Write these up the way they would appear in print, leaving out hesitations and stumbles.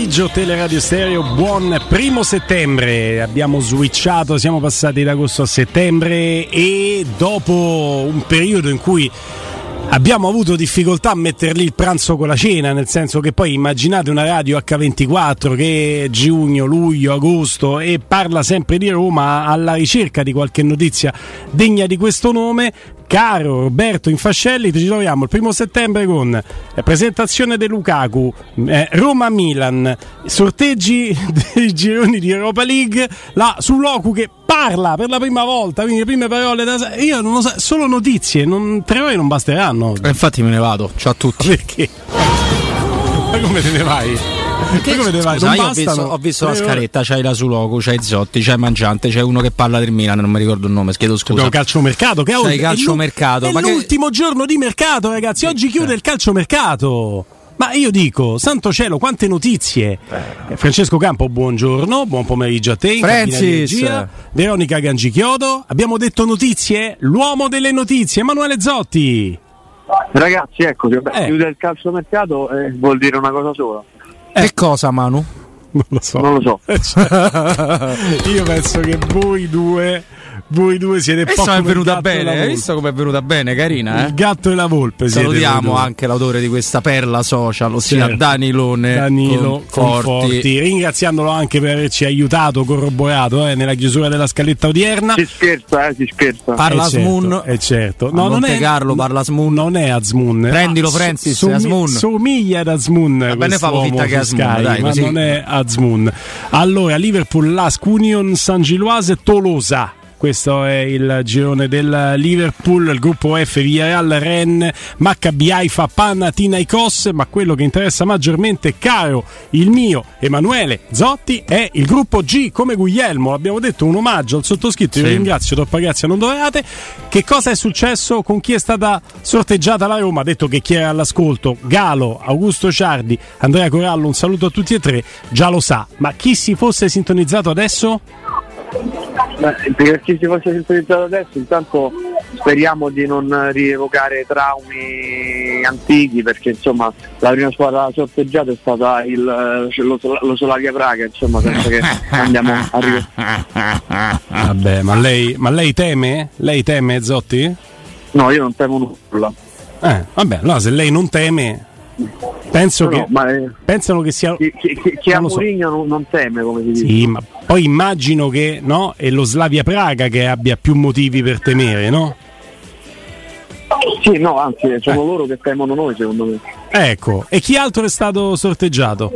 pomeriggio, Teleradio Stereo, buon 1 settembre. Abbiamo switchato, siamo passati da agosto a settembre e dopo un periodo in cui abbiamo avuto difficoltà a mettere lì il pranzo con la cena, nel senso che poi immaginate una radio H24 che è giugno, luglio, agosto e parla sempre di Roma alla ricerca di qualche notizia degna di questo nome. Caro Roberto Infascelli, ci troviamo il 1 settembre con presentazione di Lukaku, Roma-Milan, sorteggi dei gironi di Europa League, là su Loku che parla per la prima volta, quindi le prime parole io non lo so, solo notizie, 3 ore non basteranno. Infatti me ne vado, ciao a tutti. Perché? Ma come te ne vai? Scusa, io ho visto la scaletta, c'hai la Suloco, c'hai Zotti, c'hai Mangiante, c'è uno che parla del Milan, non mi ricordo il nome, chiedo scusa. C'è calciomercato che c'hai calciomercato. È l'ultimo giorno di mercato, ragazzi, oggi chiude il calciomercato. Ma io dico, santo cielo, quante notizie. Francesco Campo, buongiorno, buon pomeriggio a te. Francis, Veronica Gangichiodo, abbiamo detto notizie, l'uomo delle notizie, Emanuele Zotti. Ragazzi, ecco, chiude il calciomercato vuol dire una cosa sola. Che cosa, Manu? Non lo so. Io penso che voi due siete poco è venuta bene, hai visto come è venuta bene, carina, il gatto e la volpe. Salutiamo anche l'autore di questa perla social, ossia Danilo Conforti, ringraziandolo anche per averci aiutato, corroborato nella chiusura della scaletta odierna. Si scherza. Parla Asmun, certo. No, non è Carlo, parla Asmun. Non è Asmun. Prendilo Francis, Asmun. Somiglia ad Asmun. Bene, favo finta che è Asmun, dai, ma così. Non è Asmun. Allora, Liverpool, Lask, Union, San Giloise, Tolosa. Questo è il girone del Liverpool, il gruppo F, Villarreal, Rennes, Maccabi Haifa, Panathinaikos, ma quello che interessa maggiormente, caro il mio Emanuele Zotti, è il gruppo G, come Guglielmo, l'abbiamo detto, un omaggio al sottoscritto, sì. Io ringrazio, troppa grazia non dovevate. Che cosa è successo? Con chi è stata sorteggiata la Roma? Ha detto che chi era all'ascolto, Galo, Augusto Ciardi, Andrea Corallo, un saluto a tutti e tre, già lo sa, ma chi si fosse sintonizzato adesso? Per chi si fosse sintonizzato adesso, intanto speriamo di non rievocare traumi antichi, perché insomma la prima squadra sorteggiata è stata lo Slavia Praga, insomma penso che andiamo a Vabbè, ma lei teme? Lei teme, Zotti? No, io non temo nulla. Vabbè, allora se lei non teme, pensano che sia chi ha Mourinho non teme, come si dice. Sì, ma poi immagino che è lo Slavia Praga che abbia più motivi per temere, no? Sì, no, anzi sono loro che temono noi, secondo me. Ecco, e chi altro è stato sorteggiato?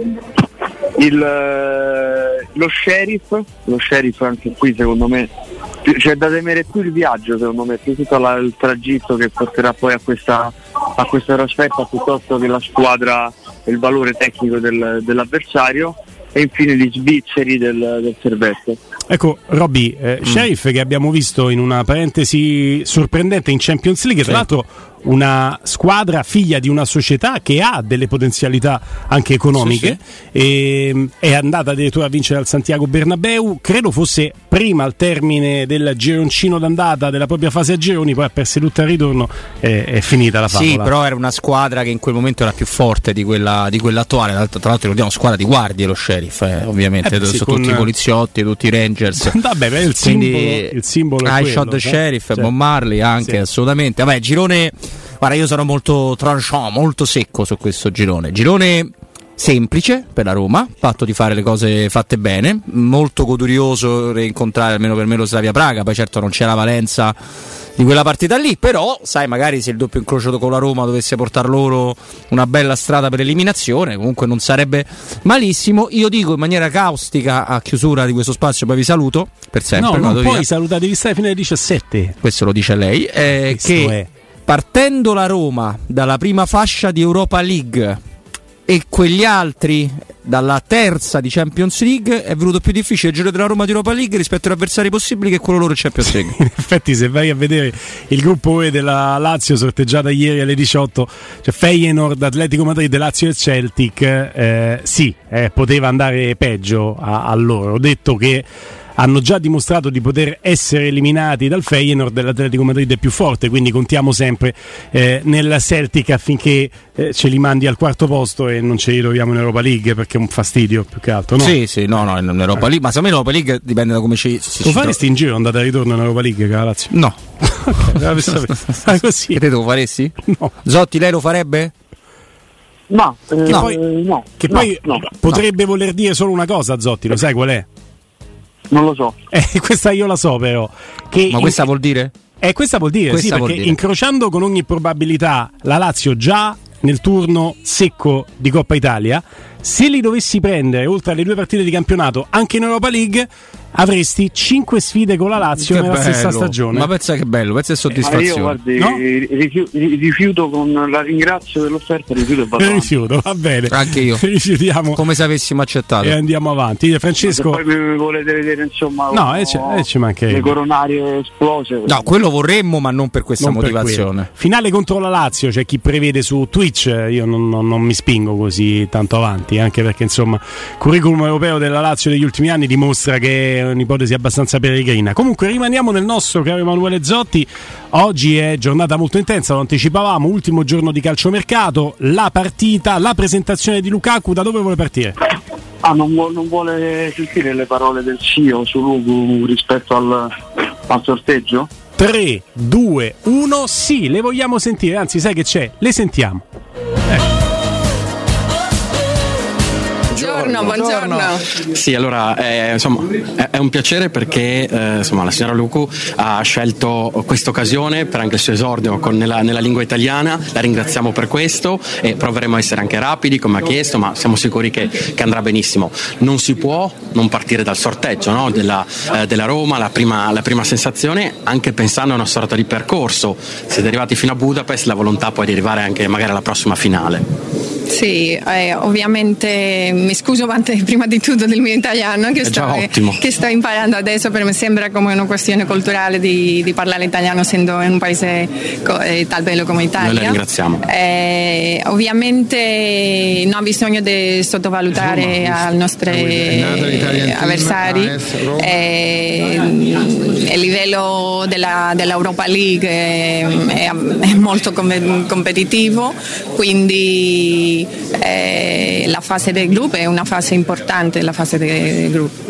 Lo sheriff anche qui secondo me c'è da temere più il viaggio, secondo me, più tutto il tragitto che porterà poi a questa trasferta, piuttosto che la squadra e il valore tecnico dell'avversario, e infine gli svizzeri del Servette. Ecco, Robby, Sheriff che abbiamo visto in una parentesi sorprendente in Champions League, tra l'altro una squadra figlia di una società che ha delle potenzialità anche economiche, e è andata addirittura a vincere al Santiago Bernabéu, credo fosse prima al termine del gironcino d'andata della propria fase a gironi, poi ha perso tutto al ritorno, è finita la favola. Sì, però era una squadra che in quel momento era più forte di quella attuale, tra l'altro ricordiamo squadra di guardie lo Sheriff, ovviamente sono tutti i poliziotti, tutti i Rangers. Vabbè, il simbolo è I Shot the Sheriff, certo. Bob Marley anche, assolutamente. Vabbè, girone. Guarda, io sono molto tranchant, molto secco su questo girone semplice per la Roma, fatto di fare le cose fatte bene, molto godurioso rincontrare almeno per me lo Slavia Praga, poi certo non c'è la valenza di quella partita lì, però sai, magari se il doppio incrocio con la Roma dovesse portar loro una bella strada per eliminazione, comunque non sarebbe malissimo. Io dico in maniera caustica a chiusura di questo spazio, poi vi saluto per sempre. No, non puoi salutare, devi stare fino alle 17. Questo lo dice lei, partendo la Roma dalla prima fascia di Europa League e quegli altri dalla terza di Champions League, è venuto più difficile il giro della Roma di Europa League rispetto agli avversari possibili che quello loro in Champions League. In effetti, se vai a vedere il gruppo E della Lazio sorteggiata ieri alle 18, cioè Feyenoord, Atletico Madrid, Lazio e Celtic, poteva andare peggio a loro. Ho detto che hanno già dimostrato di poter essere eliminati dal Feyenoord, l'Atletico Madrid è più forte, quindi contiamo sempre nel Celtic affinché ce li mandi al quarto posto e non ce li troviamo in Europa League, perché è un fastidio più che altro, no? Sì, no, in Europa League, ma secondo me l'Europa League dipende da come ci lo faresti in giro andata e ritorno in Europa League, cara Lazio? No. Ok, così. E te lo faresti? No. Zotti, lei lo farebbe? No, che poi potrebbe voler dire solo una cosa, Zotti, lo sai qual è? Non lo so. Questa io la so però. Ma questa vuol dire? Questa vuol dire, questa sì, vuol perché dire. incrociando con ogni probabilità la Lazio già nel turno secco di Coppa Italia, se li dovessi prendere oltre alle 2 partite di campionato anche in Europa League, avresti 5 sfide con la Lazio nella stessa stagione. Ma pensa che bello, pensa che soddisfazione. Io guardi, no? rifiuto con la ringrazio dell'offerta, rifiuto, va bene. Anche io. Rifiutiamo. Come se avessimo accettato. E andiamo avanti. Francesco. Se poi mi volete vedere, insomma, ci manca le coronarie esplose. No, quello vorremmo, ma non per questa motivazione. Finale contro la Lazio, c'è chi prevede su Twitch, io non mi spingo così tanto avanti, anche perché insomma il curriculum europeo della Lazio degli ultimi anni dimostra che è un'ipotesi abbastanza peregrina. Comunque rimaniamo nel nostro, caro Emanuele Zotti. Oggi è giornata molto intensa, lo anticipavamo, ultimo giorno di calciomercato, la partita, la presentazione di Lukaku. Da dove vuole partire? Non vuole sentire le parole del CEO su Lukaku rispetto al sorteggio? 3, 2, 1, sì, le vogliamo sentire, anzi sai che c'è, le sentiamo. Buongiorno. Sì, allora insomma è un piacere perché insomma la signora Lukaku ha scelto questa occasione per anche il suo esordio nella lingua italiana. La ringraziamo per questo e proveremo a essere anche rapidi come ha chiesto, ma siamo sicuri che andrà benissimo. Non si può non partire dal sorteggio, no? della Roma, la prima sensazione, anche pensando a una sorta di percorso. Siete arrivati fino a Budapest, la volontà poi di arrivare anche magari alla prossima finale. Sì, ovviamente mi scuso prima di tutto del mio italiano che sto imparando adesso, perché mi sembra come una questione culturale di parlare italiano essendo in un paese tal bello come Italia. Noi la ringraziamo. Ovviamente non ha bisogno di sottovalutare i nostri avversari. Il livello dell'Europa League è molto competitivo, quindi la fase del gruppo è una fase importante, la fase del gruppo.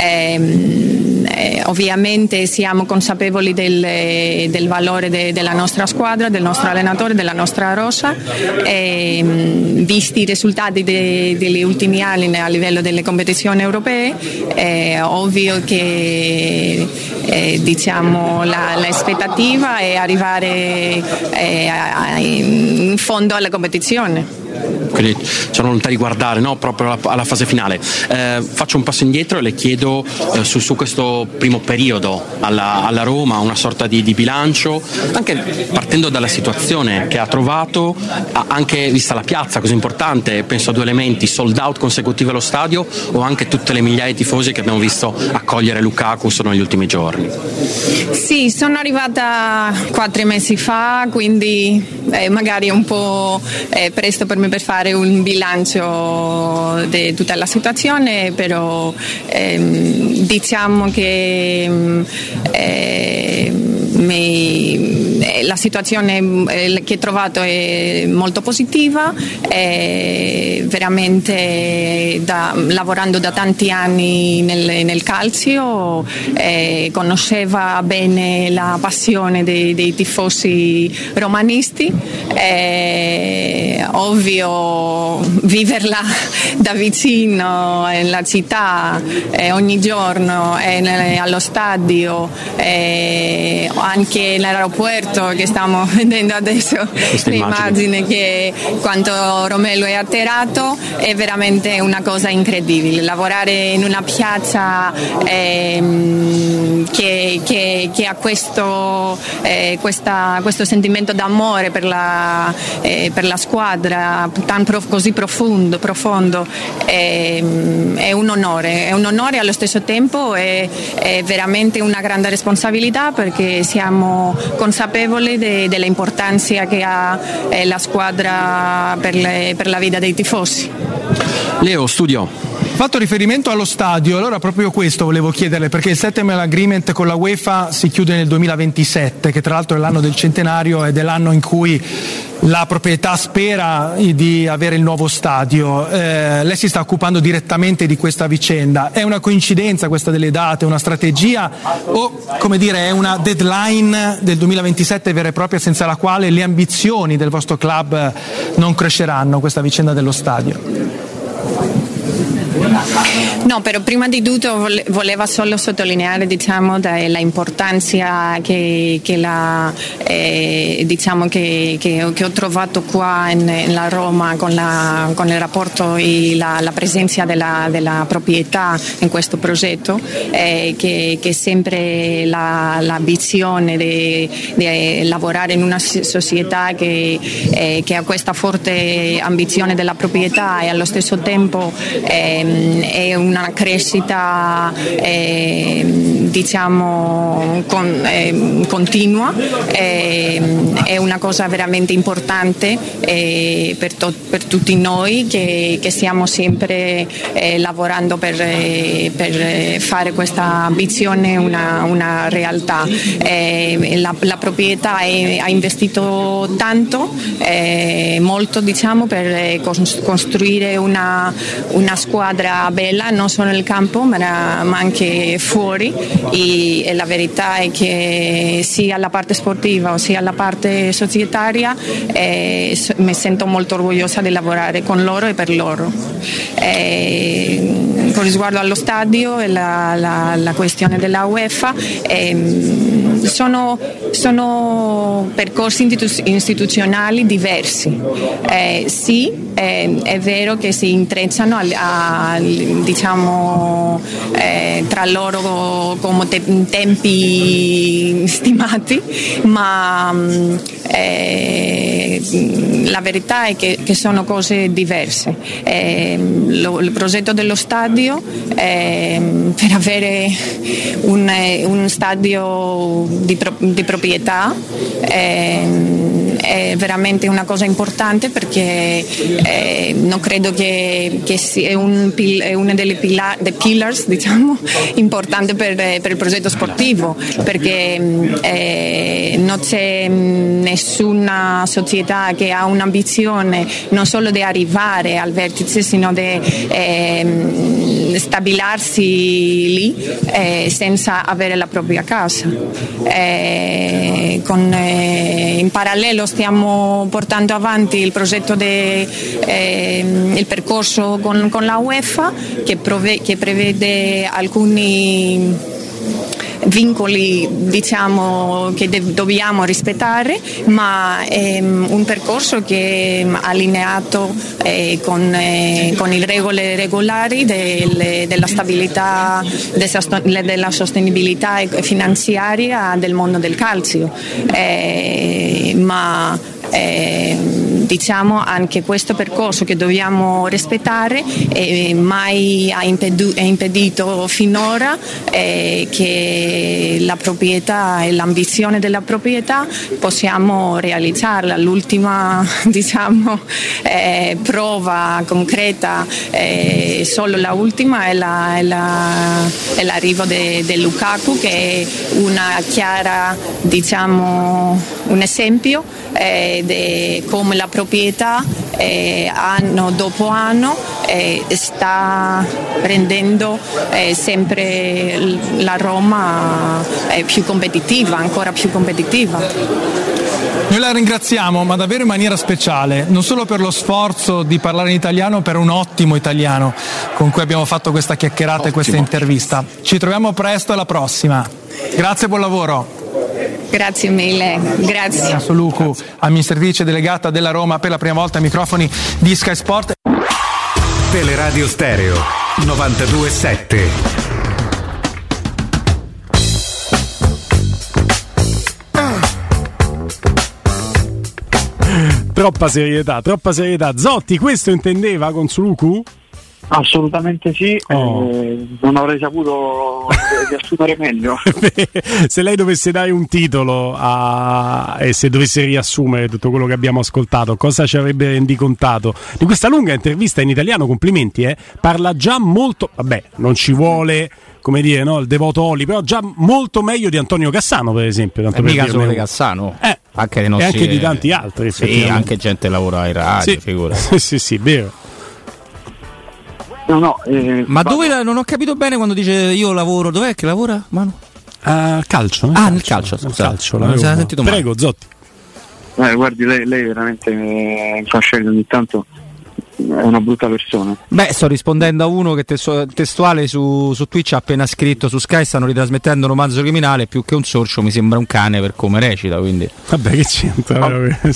Ovviamente siamo consapevoli del valore della nostra squadra, del nostro allenatore, della nostra rosa, visti i risultati degli ultimi anni a livello delle competizioni europee, è ovvio che diciamo l'aspettativa è arrivare in fondo alla competizione. Quindi c'è volontà di guardare, no? Proprio alla fase finale. Faccio un passo indietro e le chiedo su questo primo periodo alla Roma, una sorta di bilancio, anche partendo dalla situazione che ha trovato, anche vista la piazza così importante. Penso a 2 elementi: sold out consecutivi allo stadio o anche tutte le migliaia di tifosi che abbiamo visto accogliere Lukaku solo negli ultimi giorni. Sì, sono arrivata 4 mesi fa, quindi magari un po' presto per me per fare un bilancio di tutta la situazione, però diciamo che la situazione che ho trovato è molto positiva, veramente lavorando da tanti anni nel calcio, conosceva bene la passione dei tifosi romanisti, ovvio viverla da vicino nella città ogni giorno allo stadio, anche l'aeroporto che stiamo vedendo adesso, le immagini che quanto Romelu è attirato, è veramente una cosa incredibile. Lavorare in una piazza che ha questo sentimento d'amore per la squadra così profondo è un onore allo stesso tempo, è veramente una grande responsabilità, perché siamo consapevoli dell'importanza che ha la squadra per la vita dei tifosi. Leo, studio. fatto riferimento allo stadio, allora proprio questo volevo chiederle, perché il settlement agreement con la UEFA si chiude nel 2027, che tra l'altro è l'anno del centenario ed è l'anno in cui la proprietà spera di avere il nuovo stadio. Lei si sta occupando direttamente di questa vicenda. È una coincidenza questa delle date, una strategia o, come dire, è una deadline del 2027 vera e propria senza la quale le ambizioni del vostro club non cresceranno, questa vicenda dello stadio? No, però prima di tutto volevo solo sottolineare, diciamo, l'importanza che ho trovato qua in Roma con il rapporto e la presenza della proprietà in questo progetto, che sempre l'ambizione di lavorare in una società che ha questa forte ambizione della proprietà e allo stesso tempo è una crescita diciamo continua, è una cosa veramente importante per tutti noi che stiamo sempre lavorando per fare questa ambizione una realtà. La proprietà ha investito tanto, molto, diciamo, per costruire una squadra bella non solo nel campo ma anche fuori, e la verità è che sia la parte sportiva sia la parte societaria mi sento molto orgogliosa di lavorare con loro e per loro. Con riguardo allo stadio e la questione della UEFA, sono percorsi istituzionali diversi. Sì, è vero che si intrecciano diciamo tra loro come tempi stimati, ma la verità è che sono cose diverse. Il progetto dello stadio, per avere un stadio di proprietà, è veramente una cosa importante, perché non credo che sia uno dei pillars, diciamo, importante per il progetto sportivo, perché non c'è nessuna società che ha un'ambizione non solo di arrivare al vertice, sino di stabilarsi lì senza avere la propria casa. In parallelo stiamo portando avanti il progetto il percorso con la UEFA, che prevede alcuni vincoli, diciamo, che dobbiamo rispettare, ma è un percorso che è allineato con le regole regolari della stabilità, della sostenibilità finanziaria del mondo del calcio, ma diciamo anche questo percorso che dobbiamo rispettare mai ha impedito finora che la proprietà e l'ambizione della proprietà possiamo realizzarla. L'ultima, diciamo, prova concreta, solo la ultima, è l'arrivo di Lukaku, che è una chiara, diciamo, un esempio di come la proprietà anno dopo anno sta rendendo sempre la Roma più competitiva, ancora più competitiva. Noi la ringraziamo, ma davvero in maniera speciale, non solo per lo sforzo di parlare in italiano, per un ottimo italiano con cui abbiamo fatto questa chiacchierata e questa intervista. Ci troviamo presto, alla prossima. Grazie e buon lavoro. Grazie mille, grazie. Luku, amministratrice delegata della Roma, per la prima volta ai microfoni di Sky Sport. Teleradio Stereo 92.7. Troppa serietà. Zotti, questo intendeva con Suluku? Assolutamente sì, non avrei saputo riassumere meglio. Se lei dovesse dare un titolo e se dovesse riassumere tutto quello che abbiamo ascoltato, cosa ci avrebbe rendicontato di questa lunga intervista in italiano? Complimenti, parla già molto, vabbè, non ci vuole, come dire, no, il devoto Oli, però già molto meglio di Antonio Cassano, per esempio. Tanto per mica solo di Cassano, anche dei nostri, e anche di tanti altri. Sì, anche gente che lavora ai radio, sì, figura. sì, vero. Ma dove non ho capito bene quando dice io lavoro, dov'è che lavora, Manu? Calcio. Nel calcio, non sentito male. Prego, Zotti. Guardi, lei veramente fa scegliere ogni tanto. È una brutta persona. Beh, sto rispondendo a uno che testuale su Twitch ha appena scritto: su Sky stanno ritrasmettendo un romanzo criminale, più che un sorcio mi sembra un cane per come recita, quindi vabbè, che c'entra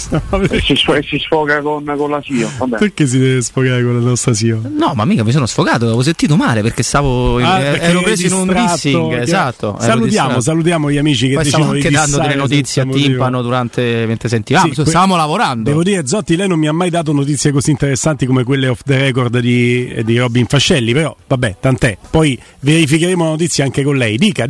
si sfoga con la SIO. Vabbè. Perché si deve sfogare con la nostra SIO? No, ma mica mi sono sfogato, avevo sentito male perché ero preso in un dissing, esatto. Salutiamo gli amici che stiamo anche dando delle notizie a timpano mentre sentivamo. Stavamo lavorando. Devo dire, Zotti, lei non mi ha mai dato notizie così interessanti come quelle off the record di Robin Fascelli, però vabbè, tant'è. Poi verificheremo la notizia anche con lei. Dica.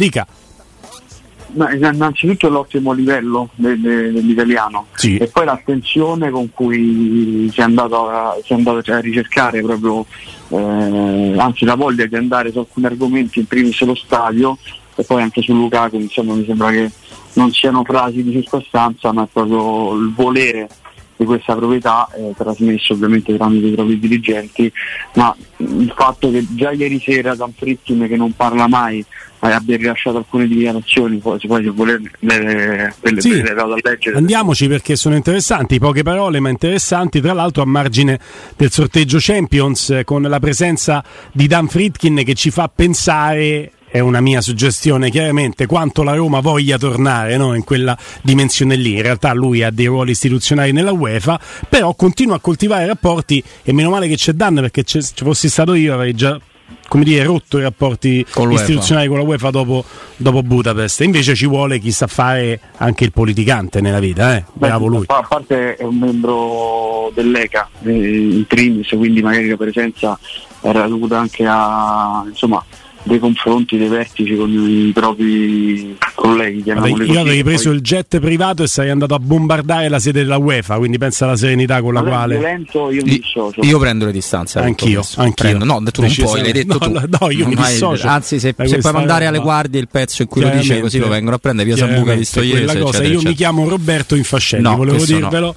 Ma innanzitutto l'ottimo livello dell'italiano, sì. E poi l'attenzione con cui si è andato a ricercare proprio, anzi la voglia di andare su alcuni argomenti, in primis lo stadio e poi anche su Lukaku. Insomma, mi sembra che non siano frasi di circostanza, ma è proprio il volere di questa proprietà, trasmesso ovviamente tramite i propri dirigenti, ma il fatto che già ieri sera Dan Fritkin, che non parla mai, abbia rilasciato alcune dichiarazioni, poi se voler le vado a leggere. Andiamoci, perché sono interessanti, poche parole ma interessanti, tra l'altro a margine del sorteggio Champions, con la presenza di Dan Fritkin che ci fa pensare, è una mia suggestione chiaramente, quanto la Roma voglia tornare, no, in quella dimensione lì. In realtà lui ha dei ruoli istituzionali nella UEFA, però continua a coltivare rapporti, e meno male che c'è Dan, perché se fossi stato io avrei già, come dire, rotto i rapporti istituzionali con la UEFA dopo Budapest. Invece ci vuole chi sa fare anche il politicante nella vita, bravo lui. A parte è un membro dell'ECA in primis, quindi magari la presenza era dovuta anche a, insomma, dei confronti, dei vertici con i propri colleghi. Io avrei preso il jet privato e sarei andato a bombardare la sede della UEFA, quindi pensa alla serenità con la quale io prendo le distanze. Anch'io. No, tu non puoi, l'hai detto tu. No, io mi dissocio. Anzi, se puoi mandare alle guardie il pezzo in cui lo dice, così lo vengono a prendere via Sambuca, visto ieri. Io mi chiamo Roberto Infascelli, volevo dirvelo.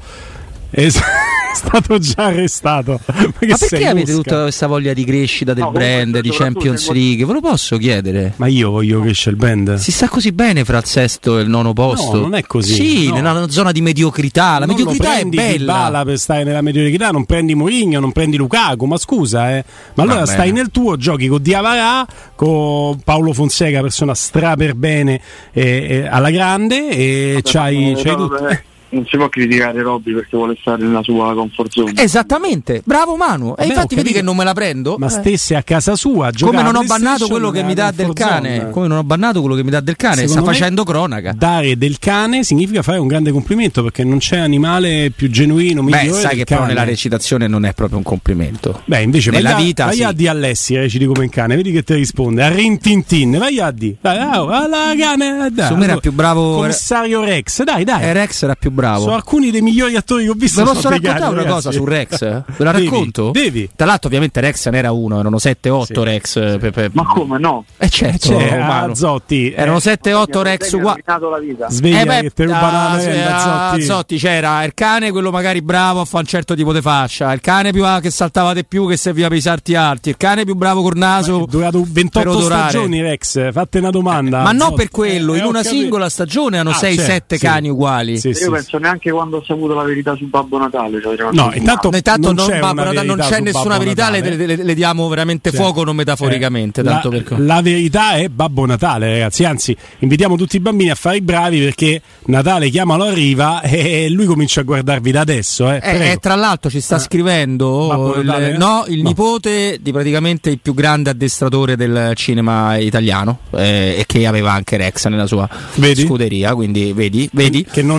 È stato già arrestato. Ma perché avete tutta questa voglia di crescita del brand, di Champions League? Ve lo posso chiedere? Ma io voglio crescere il brand. Si sta così bene fra il sesto e il nono posto. No, non è così. Sì, nella zona di mediocrità. La mediocrità è bella. Dybala per stare nella mediocrità, non prendi Mourinho, non prendi Lukaku, ma scusa, Ma allora stai nel tuo, giochi con Diawara, con Paolo Fonseca, persona straper bene alla grande, e c'hai tutto. Non si può criticare Robby perché vuole stare nella sua comfort zone. Esattamente, bravo Manu. E infatti vedi che non me la prendo. Ma stesse a casa sua, come non ho bannato quello che mi dà del cane. Come non ho bannato quello che mi dà del cane. Sta facendo cronaca. Dare del cane significa fare un grande complimento, perché non c'è animale più genuino, migliore. Sai che cane. Però nella recitazione non è proprio un complimento. Beh, invece nella vita vai a di Alessi, reciti come un cane, vedi che ti risponde. A Rintintin, vai a di. Alla cane, dai. Su me era più bravo Commissario Rex, dai. Rex era più bravo. Sono alcuni dei migliori attori che ho visto. Vi posso raccontare una cosa su Rex? Ve la racconto? Devi. Tra l'altro, ovviamente Rex non era uno, erano 7-8 Rex. Ma come no? Certo, Zotti. Erano 7-8 Rex uguali. Sveglia che te rubano la Zotti c'era il cane, quello magari bravo a fare un certo tipo di fascia, il cane più che saltava di più, che serviva per i salti alti, il cane più bravo col naso. È durato 28 stagioni Rex, fate una domanda. Ma non per quello, in una singola stagione hanno 6-7 cani uguali. Io penso neanche quando ho saputo la verità su Babbo Natale. No, intanto non c'è nessuna verità, le diamo veramente fuoco, non metaforicamente. La verità è Babbo Natale, ragazzi. Anzi, invitiamo tutti i bambini a fare i bravi, perché Natale chiamalo arriva e lui comincia a guardarvi da adesso. Tra l'altro ci sta scrivendo il nipote di praticamente il più grande addestratore del cinema italiano, e che aveva anche Rex nella sua scuderia. Quindi vedi che non è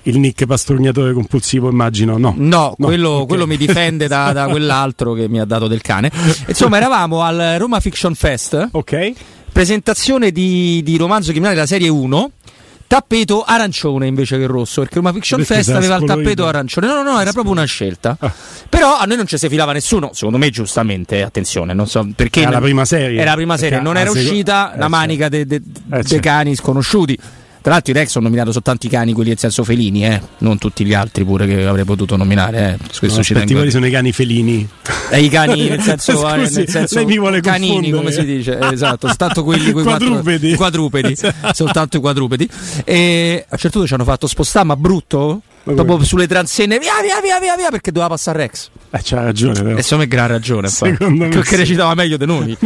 il Nick pastrugnatore compulsivo, immagino. No, quello okay. mi difende da quell'altro che mi ha dato del cane. Insomma, eravamo al Roma Fiction Fest. Ok. Presentazione di romanzo criminale della serie 1. Tappeto arancione invece che rosso, perché Roma Fiction Fest aveva il tappeto arancione. No, era proprio una scelta. Però a noi non ci si filava nessuno, secondo me giustamente, attenzione, non so perché. Era la prima serie. Era la prima serie, non era uscita la manica dei cani sconosciuti. Tra l'altro i Rex ho nominato soltanto i cani, quelli nel senso felini, non tutti gli altri pure che avrei potuto nominare. Questo ci tengo. Quali sono i cani felini? I cani nel senso, Scusi, nel senso lei mi vuole canini, confondere. come si dice, esatto, soltanto quelli con quadrupedi. Quadrupedi, soltanto i quadrupedi. E a un certo punto ci hanno fatto spostare, ma brutto, proprio sulle transenne, via, perché doveva passare Rex. C'ha ragione, però. E secondo me gran ragione, secondo me perché recitava meglio di noi.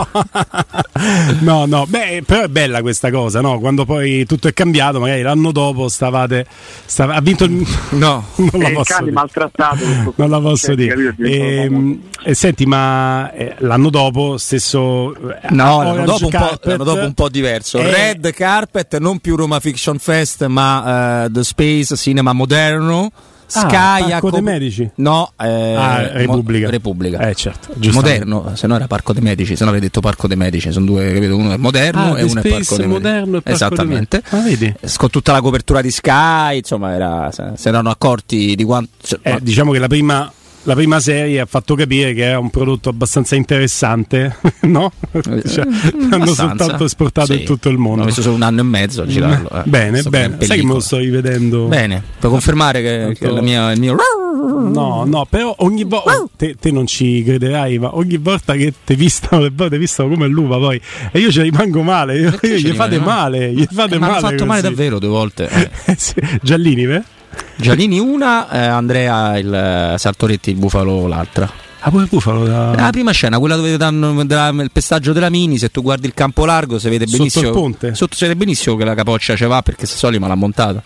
No, beh, però è bella questa cosa, no? Quando poi tutto è cambiato, magari l'anno dopo ha vinto il... No, non la posso cani dire. maltrattato. Non la posso dire. Senti, ma l'anno dopo stesso... l'anno dopo un po' diverso. Red Carpet, non più Roma Fiction Fest, ma The Space Cinema Moderno. Sky Parco dei Medici? No, Repubblica. Certo, moderno, se no era Parco dei Medici, se no avevi detto Parco dei Medici, sono due, capito? Uno è moderno e uno è Parco dei moderno Medici. Esattamente. Vedi? Con tutta la copertura di Sky, insomma, si erano accorti di quanto diciamo che la prima serie ha fatto capire che era un prodotto abbastanza interessante, no? Hanno soltanto esportato in tutto il mondo. Ho messo solo un anno e mezzo a girarlo. Bene. Sai che me lo sto rivedendo? Bene, per confermare che il mio... No, però ogni volta te non ci crederai, ma ogni volta che ti visto come l'uva poi e io ci rimango male, io gli fate male, male. Hanno fatto male davvero 2 volte. Giallini, Giannini una, Andrea il Sartoretti il bufalo l'altra. Pure il bufalo la prima scena, quella dove danno il pestaggio della Mini, se tu guardi il campo largo si vede benissimo sotto il ponte. Si vede benissimo che la capoccia ci va perché Solima l'ha montata.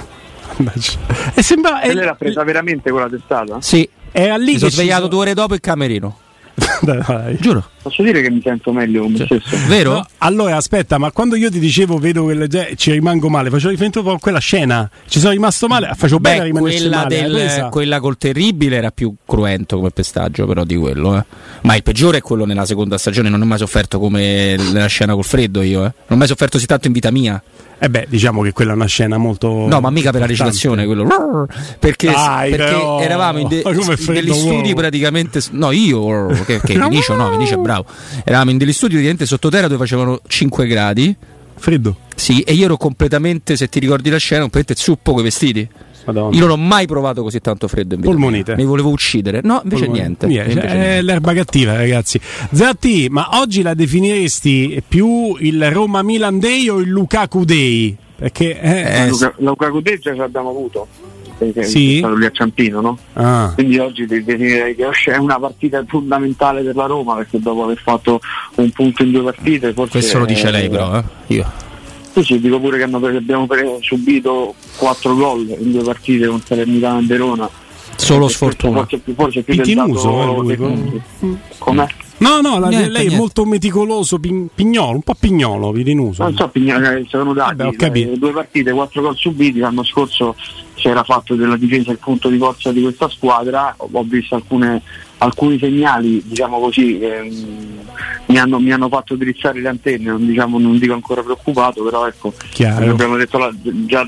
E sembra lei l'ha presa veramente quella testata? Sì, era lì. Mi sono svegliato 2 ore dopo il camerino. Dai. Giuro. Posso dire che mi sento meglio con me stesso. Vero? No, allora aspetta, ma quando io ti dicevo vedo che ci rimango male, facevo riferimento proprio a quella scena. Ci sono rimasto male, facevo bene a rimanerci male. Quella col terribile era più cruento come pestaggio, però di quello. Ma il peggiore è quello nella seconda stagione. Non ho mai sofferto come nella scena col freddo io. Non ho mai sofferto così tanto in vita mia. Diciamo che quella è una scena molto. No, ma mica per la recitazione, quello. Perché però... eravamo in degli studi praticamente. No, io che Vinicio è bravo. Eravamo in degli studi praticamente sottoterra dove facevano 5 gradi. Freddo? Sì, e io ero completamente, se ti ricordi la scena, completamente zuppo coi vestiti. Madonna. Io non ho mai provato così tanto freddo in vita. Polmonite. Mi volevo uccidere. No, invece niente. È l'erba cattiva, ragazzi. Zatti, ma oggi la definiresti più il Roma Milan Day o il Lukaku Day? Perché Lukaku Day già ce l'abbiamo avuto. Sì? È stato lì a Ciampino, no? Quindi oggi definirei che è una partita fondamentale per la Roma, perché dopo aver fatto un punto in 2 partite forse questo lo dice lei però, io sì, dico pure che abbiamo subito 4 gol in 2 partite con Salernitana e Verona. Solo sfortuna. Forse più del dato. Com'è? No, lei è molto meticoloso, pignolo, un po' pignolo, Pitinuso. Non so, sono dati 2 partite, 4 gol subiti. L'anno scorso si era fatto della difesa il punto di forza di questa squadra. Ho visto alcuni segnali, diciamo così, che mi hanno fatto drizzare le antenne. Non dico ancora preoccupato, però ecco, abbiamo detto già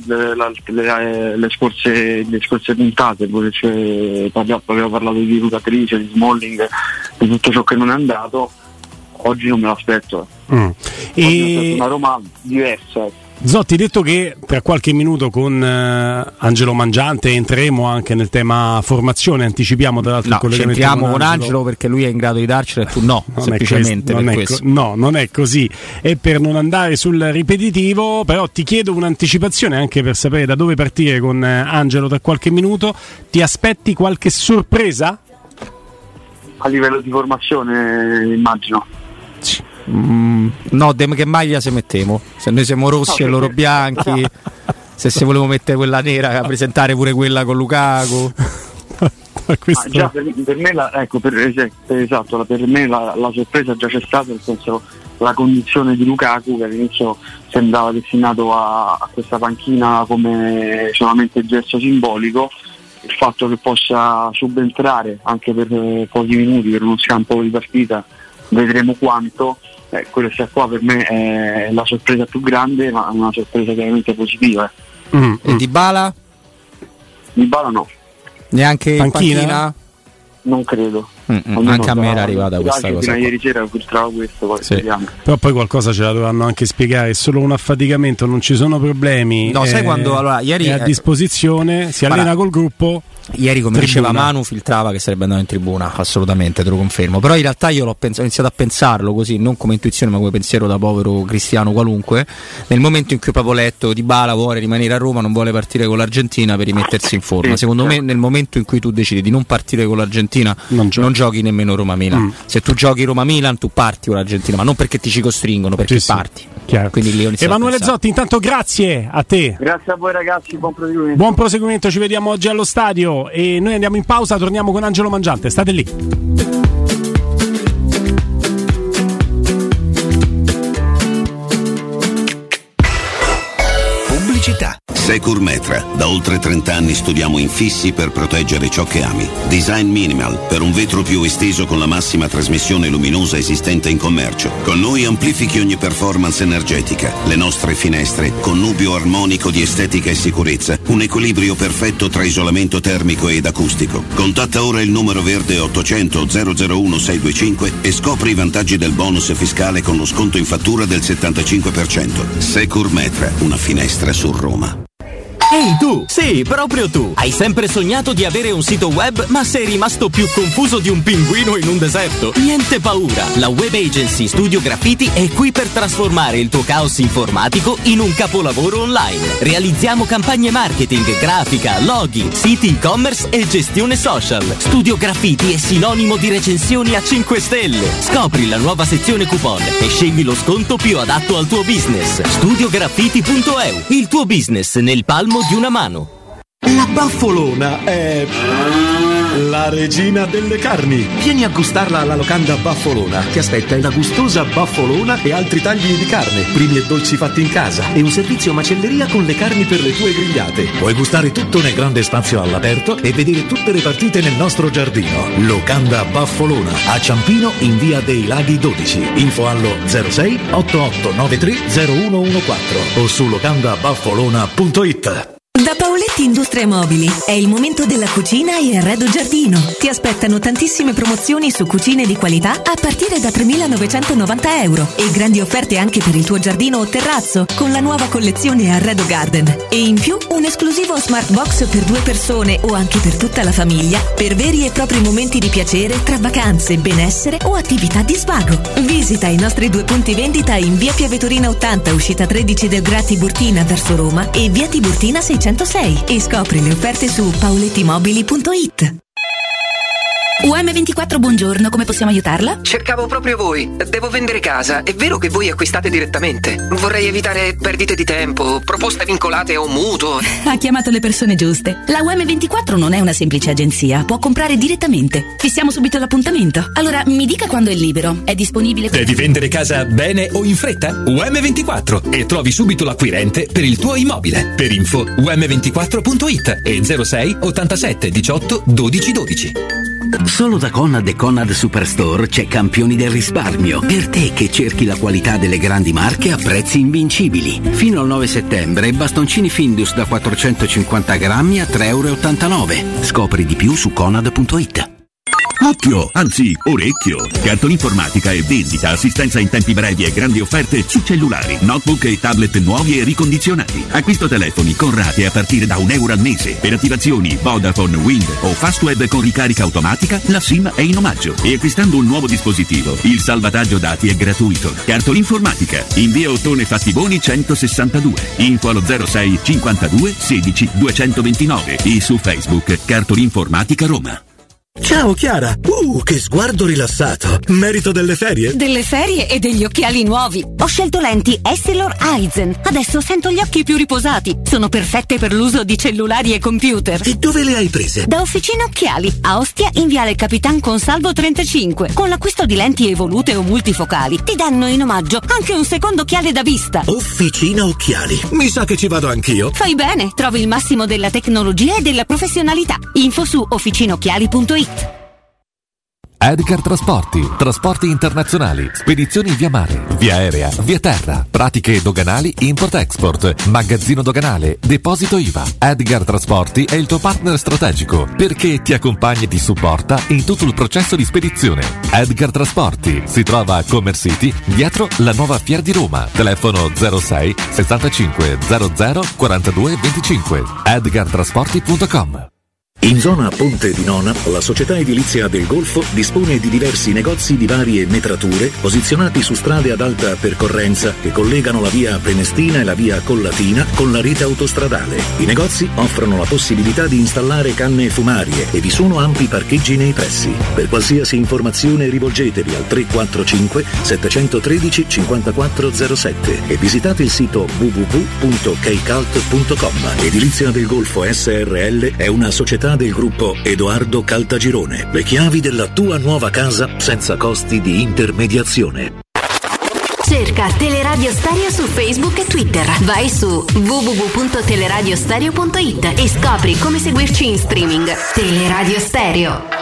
le scorse puntate, abbiamo parlato di Luca Trice, di Smalling, di tutto ciò che non è andato. Oggi non me l'aspetto. E una Roma diversa. Zotti, detto che tra qualche minuto con Angelo Mangiante entreremo anche nel tema formazione, anticipiamo tra l'altro il collegamento entriamo con Angelo perché lui è in grado di darcelo e tu no, semplicemente per questo. No, non è così. E per non andare sul ripetitivo, però ti chiedo un'anticipazione anche per sapere da dove partire con Angelo tra qualche minuto. Ti aspetti qualche sorpresa? A livello di formazione immagino. No, che maglia se mettiamo? Se noi siamo rossi e loro bianchi, se volevo mettere quella nera, presentare pure quella con Lukaku. Già per me per me la sorpresa già c'è stata, nel senso la condizione di Lukaku, che all'inizio sembrava destinato a questa panchina come solamente gesto simbolico, il fatto che possa subentrare anche per pochi minuti per uno scampo di partita, vedremo quanto. Questa qua per me è la sorpresa più grande, ma una sorpresa chiaramente positiva. E Dybala? Dybala no. Neanche in panchina? Non credo. Anche a me era arrivata questa cosa. Ieri sera filtrava questo, poi vediamo. Però poi qualcosa ce la dovranno anche spiegare, è solo un affaticamento, non ci sono problemi. No, sai quando ieri è a disposizione, si allena col gruppo. Ieri, come diceva Manu, filtrava che sarebbe andato in tribuna, assolutamente, te lo confermo. Però in realtà io ho iniziato a pensarlo così, non come intuizione ma come pensiero da povero cristiano qualunque, nel momento in cui ho proprio letto Dybala vuole rimanere a Roma, non vuole partire con l'Argentina per rimettersi in forma. Secondo me nel momento in cui tu decidi di non partire con l'Argentina non giochi nemmeno Roma-Milan. Se tu giochi Roma-Milan tu parti con l'Argentina, ma non perché ti ci costringono, perché parti. Quindi lì Emanuele Zotti, intanto grazie a te. Grazie a voi ragazzi, buon proseguimento. Buon proseguimento, ci vediamo oggi allo stadio e noi andiamo in pausa, torniamo con Angelo Mangiante, state lì. Pubblicità. Securmetra. Da oltre 30 anni studiamo infissi per proteggere ciò che ami. Design minimal, per un vetro più esteso con la massima trasmissione luminosa esistente in commercio. Con noi amplifichi ogni performance energetica. Le nostre finestre, connubio armonico di estetica e sicurezza. Un equilibrio perfetto tra isolamento termico ed acustico. Contatta ora il numero verde 800 001 625 e scopri i vantaggi del bonus fiscale con lo sconto in fattura del 75%. Securmetra, una finestra su Roma. Ehi tu! Sì, proprio tu! Hai sempre sognato di avere un sito web, ma sei rimasto più confuso di un pinguino in un deserto? Niente paura! La web agency Studio Graffiti è qui per trasformare il tuo caos informatico in un capolavoro online. Realizziamo campagne marketing, grafica, loghi, siti e-commerce e gestione social. Studio Graffiti è sinonimo di recensioni a 5 stelle. Scopri la nuova sezione coupon e scegli lo sconto più adatto al tuo business. Studiograffiti.eu, il tuo business nel palmo di una mano. La Baffolona è la regina delle carni. Vieni a gustarla alla locanda Baffolona. Ti aspetta una gustosa baffolona e altri tagli di carne, primi e dolci fatti in casa e un servizio macelleria con le carni per le tue grigliate. Puoi gustare tutto nel grande spazio all'aperto e vedere tutte le partite nel nostro giardino. Locanda Baffolona a Ciampino in via dei Laghi 12. Info allo 06 8893 0114 o su locandabaffolona.it. Da Paoletti Industrie Mobili è il momento della cucina e arredo giardino. Ti aspettano tantissime promozioni su cucine di qualità a partire da 3.990 euro e grandi offerte anche per il tuo giardino o terrazzo con la nuova collezione Arredo Garden. E in più un esclusivo smart box per 2 persone o anche per tutta la famiglia per veri e propri momenti di piacere tra vacanze, benessere o attività di svago. Visita i nostri 2 punti vendita in via Piavetorina 80, uscita 13 del Gra Tiburtina verso Roma e via Tiburtina 606 e scopri le offerte su paolettimobili.it. UM24, buongiorno, come possiamo aiutarla? Cercavo proprio voi. Devo vendere casa. È vero che voi acquistate direttamente? Vorrei evitare perdite di tempo, proposte vincolate a un mutuo. Ha chiamato le persone giuste. La UM24 non è una semplice agenzia, può comprare direttamente. Fissiamo subito l'appuntamento. Allora, mi dica quando è libero. È disponibile? Devi vendere casa bene o in fretta? UM24 e trovi subito l'acquirente per il tuo immobile. Per info um24.it e 06 87 18 12 12. Solo da Conad e Conad Superstore c'è Campioni del risparmio. Per te che cerchi la qualità delle grandi marche a prezzi invincibili. Fino al 9 settembre bastoncini Findus da 450 grammi a €3,89. Scopri di più su Conad.it. Occhio, anzi orecchio. Cartolinformatica e vendita, assistenza in tempi brevi e grandi offerte su cellulari, notebook e tablet nuovi e ricondizionati. Acquisto telefoni con rate a partire da €1 al mese. Per attivazioni Vodafone, Wind o Fastweb con ricarica automatica, la SIM è in omaggio. E acquistando un nuovo dispositivo, il salvataggio dati è gratuito. Cartolinformatica, in via Ottone Fattiboni 162. Info allo 06 52 16 229 e su Facebook Cartolinformatica Roma. Ciao Chiara, che sguardo rilassato. Merito delle ferie? Delle ferie e degli occhiali nuovi. Ho scelto lenti Essilor Eisen. Adesso sento gli occhi più riposati. Sono perfette per l'uso di cellulari e computer. E dove le hai prese? Da Officina Occhiali, a Ostia in viale Capitan Consalvo 35. Con l'acquisto di lenti evolute o multifocali ti danno in omaggio anche un secondo occhiale da vista. Officina Occhiali. Mi sa che ci vado anch'io. Fai bene, trovi il massimo della tecnologia e della professionalità. Info su officinocchiali.it. Edgar trasporti internazionali, spedizioni via mare, via aerea, via terra, pratiche doganali, import-export, magazzino doganale, deposito IVA. Edgar Trasporti è il tuo partner strategico perché ti accompagna e ti supporta in tutto il processo di spedizione. Edgar Trasporti si trova a Commerce City, dietro la nuova Fiera di Roma. Telefono 06 65 00 42 25. edgartrasporti.com. In zona Ponte di Nona, la società edilizia del Golfo dispone di diversi negozi di varie metrature posizionati su strade ad alta percorrenza che collegano la via Prenestina e la via Collatina con la rete autostradale. I negozi offrono la possibilità di installare canne fumarie e vi sono ampi parcheggi nei pressi. Per qualsiasi informazione rivolgetevi al 345 713 5407 e visitate il sito www.keicalt.com. Edilizia del Golfo SRL è una società del gruppo Edoardo Caltagirone. Le chiavi della tua nuova casa senza costi di intermediazione. Cerca Teleradio Stereo su Facebook e Twitter. Vai su www.teleradiostereo.it e scopri come seguirci in streaming. Teleradio Stereo.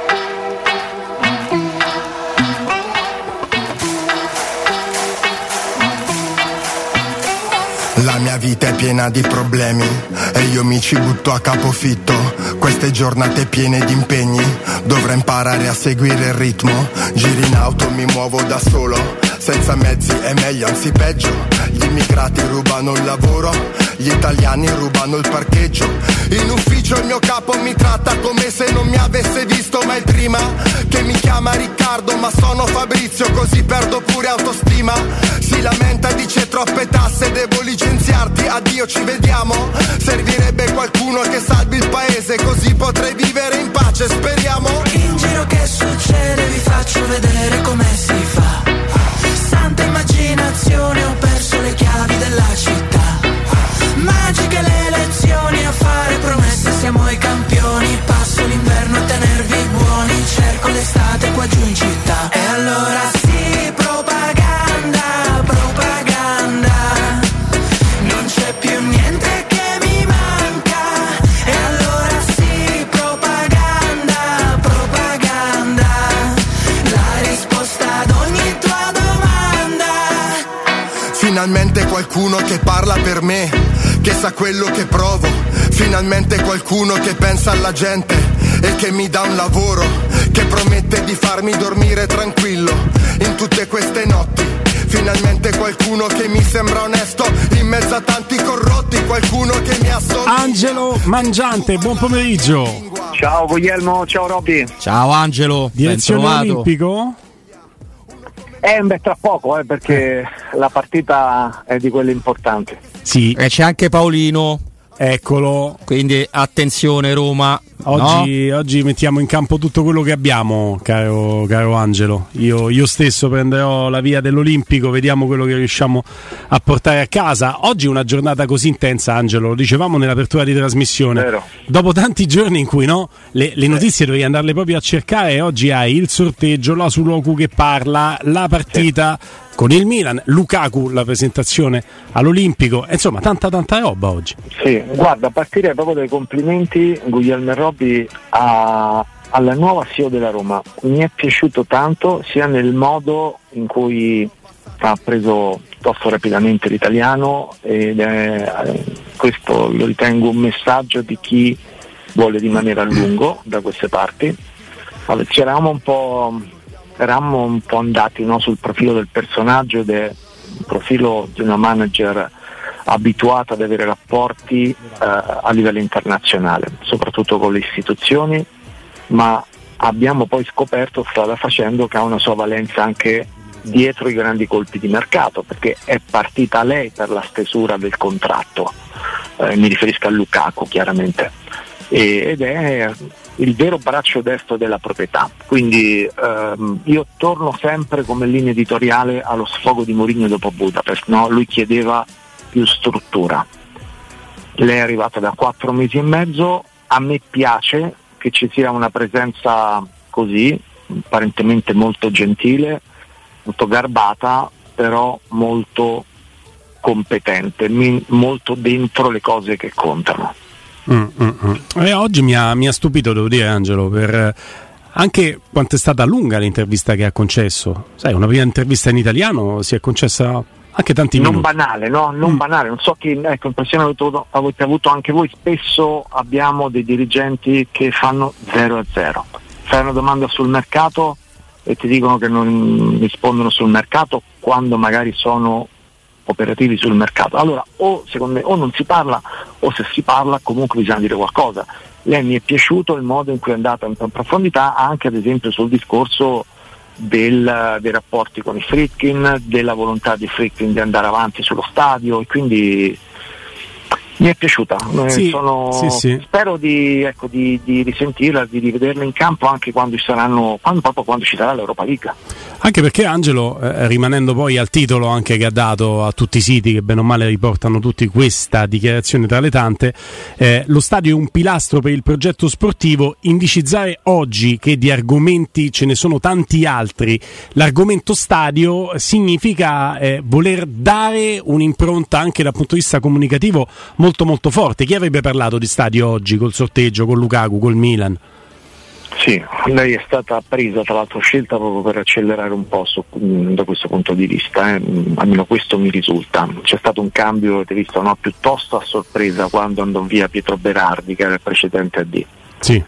La mia vita è piena di problemi e io mi ci butto a capofitto. Queste giornate piene di impegni, dovrò imparare a seguire il ritmo. Giri in auto, mi muovo da solo, senza mezzi è meglio, anzi peggio. Gli immigrati rubano il lavoro, gli italiani rubano il parcheggio. In ufficio il mio capo mi tratta come se non mi avesse visto mai prima. Che mi chiama Riccardo ma sono Fabrizio, così perdo pure autostima. Si lamenta e dice troppe tasse, devo licenziarti, addio ci vediamo. Servirebbe qualcuno che salvi il paese, così potrei vivere in pace, speriamo. In giro che succede, vi faccio vedere come si fa. Santa immaginazione, ho perso le chiavi della città. Magiche le lezioni, a fare promesse siamo i campioni. Passo l'inverno a tenervi buoni, cerco l'estate qua giù in città. E allora sì, propaganda, propaganda, non c'è più niente che mi manca. E allora sì, propaganda, propaganda, la risposta ad ogni tua domanda. Finalmente qualcuno che parla per me, che sa quello che provo. Finalmente qualcuno che pensa alla gente e che mi dà un lavoro, che promette di farmi dormire tranquillo in tutte queste notti. Finalmente qualcuno che mi sembra onesto in mezzo a tanti corrotti, qualcuno che mi assomiglia. Angelo Mangiante, buon pomeriggio. Ciao Guglielmo, ciao Robby. Ciao Angelo, direzione Olimpico? Tra poco, perché la partita è di quelle importanti. Sì. E c'è anche Paolino. Eccolo. Quindi attenzione Roma. Oggi mettiamo in campo tutto quello che abbiamo, caro Angelo. Io stesso prenderò la via dell'Olimpico, vediamo quello che riusciamo a portare a casa. Oggi è una giornata così intensa, Angelo, lo dicevamo nell'apertura di trasmissione. Vero. Dopo tanti giorni in cui le notizie dovevi andarle proprio a cercare, oggi hai il sorteggio, la Sudoku che parla, la partita con il Milan, Lukaku, la presentazione all'Olimpico, insomma tanta roba oggi. Sì, guarda, a partire proprio dai complimenti, Guglielmo e Robby, alla nuova CEO della Roma. Mi è piaciuto tanto sia nel modo in cui ha preso piuttosto rapidamente l'italiano, ed questo lo ritengo un messaggio di chi vuole rimanere a lungo da queste parti. Eravamo un po' andati sul profilo del personaggio ed è un profilo di una manager abituata ad avere rapporti a livello internazionale, soprattutto con le istituzioni, ma abbiamo poi scoperto strada facendo che ha una sua valenza anche dietro i grandi colpi di mercato, perché è partita lei per la stesura del contratto, mi riferisco a Lukaku chiaramente, ed è il vero braccio destro della proprietà, quindi io torno sempre come linea editoriale allo sfogo di Mourinho dopo Budapest, no? Lui chiedeva più struttura, lei è arrivata da 4 mesi e mezzo, a me piace che ci sia una presenza così, apparentemente molto gentile, molto garbata, però molto competente, molto dentro le cose che contano. E oggi mi ha stupito, devo dire, Angelo, per anche quanto è stata lunga l'intervista che ha concesso. Sai, una prima intervista in italiano si è concessa anche tanti minuti. Non banale, no? Non banale, non so che impressione avete avuto anche voi. Spesso abbiamo dei dirigenti che fanno 0-0. Fai una domanda sul mercato e ti dicono che non rispondono sul mercato quando magari sono operativi sul mercato. Allora, o secondo me o non si parla, o se si parla comunque bisogna dire qualcosa. Lei mi è piaciuto il modo in cui è andata in profondità, anche ad esempio sul discorso dei rapporti con i Friedkin, della volontà di Friedkin di andare avanti sullo stadio, e quindi mi è piaciuta. Sì. Spero di risentirla, di rivederla in campo anche quando ci sarà l'Europa League. Anche perché Angelo, rimanendo poi al titolo anche che ha dato a tutti i siti che bene o male riportano tutti questa dichiarazione tra le tante, lo stadio è un pilastro per il progetto sportivo. Indicizzare oggi che di argomenti ce ne sono tanti altri, l'argomento stadio significa voler dare un'impronta anche dal punto di vista comunicativo molto molto forte. Chi avrebbe parlato di stadio oggi col sorteggio, con Lukaku, col Milan? Sì, lei è stata presa, tra l'altro scelta proprio per accelerare un po' da questo punto di vista, almeno questo mi risulta. C'è stato un cambio, avete visto, no? Piuttosto a sorpresa quando andò via Pietro Berardi, che era il precedente AD. Sì.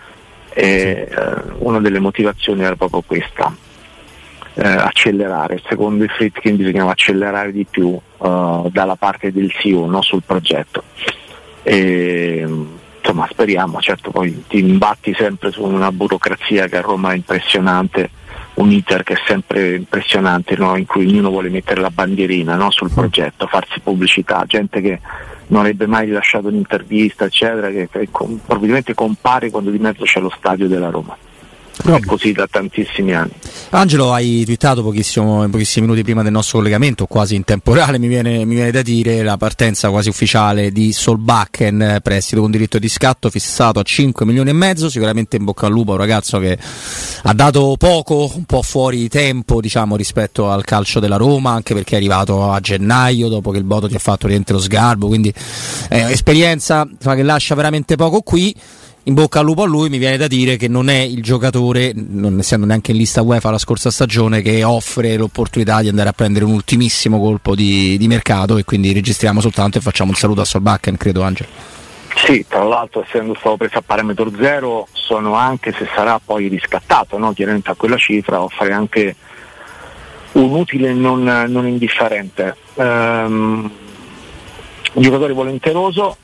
Una delle motivazioni era proprio questa, accelerare. Secondo i Friedkin bisognava accelerare di più dalla parte del CEO, no? Sul progetto. Insomma, speriamo, certo poi ti imbatti sempre su una burocrazia che a Roma è impressionante, un iter che è sempre impressionante, no? In cui ognuno vuole mettere la bandierina, no? Sul progetto, farsi pubblicità, gente che non avrebbe mai rilasciato un'intervista, eccetera, che probabilmente compare quando di mezzo c'è lo stadio della Roma. È così da tantissimi anni. Angelo, hai twittato pochissimi minuti prima del nostro collegamento, quasi in tempo reale mi viene da dire, la partenza quasi ufficiale di Solbakken, prestito con diritto di scatto fissato a 5 milioni e mezzo. Sicuramente in bocca al lupo, un ragazzo che ha dato poco, un po' fuori tempo, diciamo, rispetto al calcio della Roma, anche perché è arrivato a gennaio dopo che il Bodo ti ha fatto rientrare lo sgarbo, quindi esperienza che lascia veramente poco qui. In bocca al lupo a lui. Mi viene da dire che non è il giocatore, non essendo neanche in lista UEFA la scorsa stagione, che offre l'opportunità di andare a prendere un ultimissimo colpo di mercato, e quindi registriamo soltanto e facciamo un saluto a Solbakken, credo, Angelo. Sì, tra l'altro essendo stato preso a parametro zero, sono anche, se sarà poi riscattato, no? Chiaramente a quella cifra, offre anche un utile non indifferente. Un giocatore volenteroso,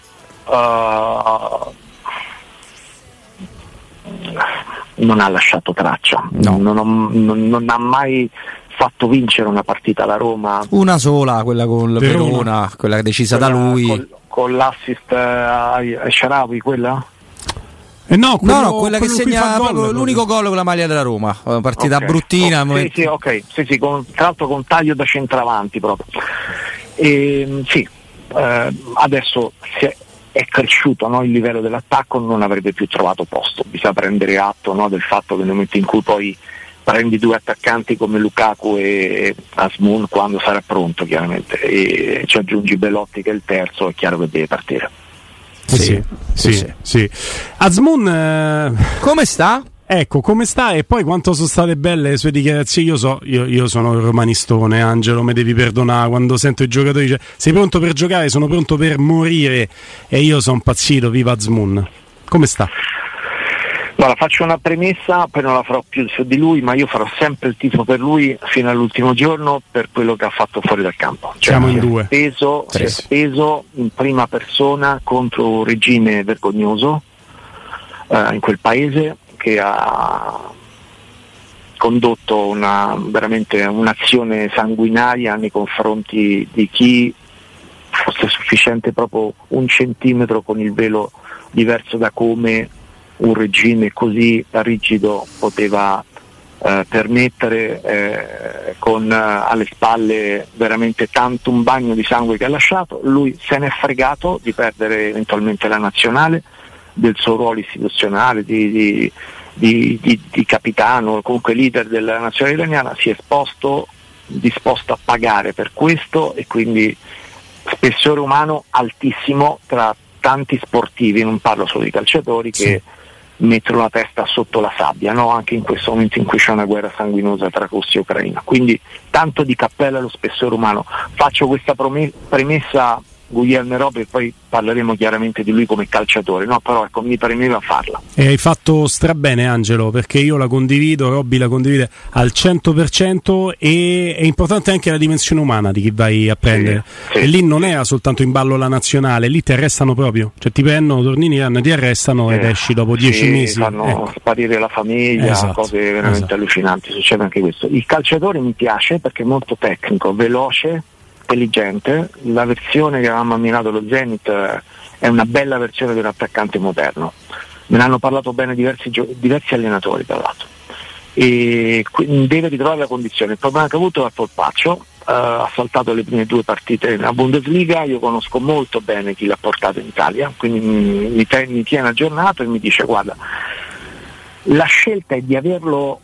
non ha lasciato traccia, no. non ha mai fatto vincere una partita alla Roma, una sola, quella con il Verona, quella decisa da lui con l'assist a Sharawi, quella? No, quella che segna proprio l'unico gol con la maglia della Roma, una partita bruttina. Sì, tra l'altro con taglio da centravanti proprio. Adesso è cresciuto, no? Il livello dell'attacco, non avrebbe più trovato posto. Bisogna prendere atto, no? Del fatto che nel momento in cui poi prendi due attaccanti come Lukaku e Azmoun, quando sarà pronto chiaramente, e ci aggiungi Belotti che è il terzo, è chiaro che deve partire. Sì. Azmoun come sta? Ecco, come sta, e poi quanto sono state belle le sue dichiarazioni. Io sono il romanistone, Angelo, mi devi perdonare, quando sento i giocatori dice sei pronto per giocare, sono pronto per morire, e io sono impazzito. Viva Azmoun. Come sta? Guarda, faccio una premessa, poi non la farò più su di lui, ma io farò sempre il tifo per lui fino all'ultimo giorno per quello che ha fatto fuori dal campo. Siamo in due. Si è speso in prima persona contro un regime vergognoso in quel paese, che ha condotto veramente un'azione sanguinaria nei confronti di chi fosse sufficiente proprio un centimetro con il velo diverso da come un regime così rigido poteva permettere con alle spalle veramente tanto un bagno di sangue che ha lasciato. Lui se n'è fregato di perdere eventualmente la nazionale, del suo ruolo istituzionale di capitano, comunque leader della nazionale iraniana, si è disposto a pagare per questo, e quindi spessore umano altissimo tra tanti sportivi, non parlo solo di calciatori, che mettono la testa sotto la sabbia, no? Anche in questo momento in cui c'è una guerra sanguinosa tra Russia e Ucraina. Quindi tanto di cappella allo spessore umano. Faccio questa premessa, Guglielmo Robe, e poi parleremo chiaramente di lui come calciatore, no? Però ecco, mi premeva farla. E hai fatto strabene, Angelo, perché io la condivido, Robby la condivide al 100%, e è importante anche la dimensione umana di chi vai a prendere. E lì non era soltanto in ballo la nazionale, lì ti arrestano proprio, cioè ti prendono, torni in Iran, ti arrestano ed esci dopo 10 mesi. Fanno sparire la famiglia, cose veramente allucinanti, succede anche questo. Il calciatore mi piace perché è molto tecnico, veloce, intelligente. La versione che avevamo ammirato lo Zenit è una bella versione di un attaccante moderno. Me ne hanno parlato bene diversi allenatori, tra l'altro, e deve ritrovare la condizione. Il problema che ha avuto è il polpaccio, ha saltato le prime 2 partite nella Bundesliga. Io conosco molto bene chi l'ha portato in Italia, quindi mi tiene aggiornato e mi dice: guarda, la scelta è di averlo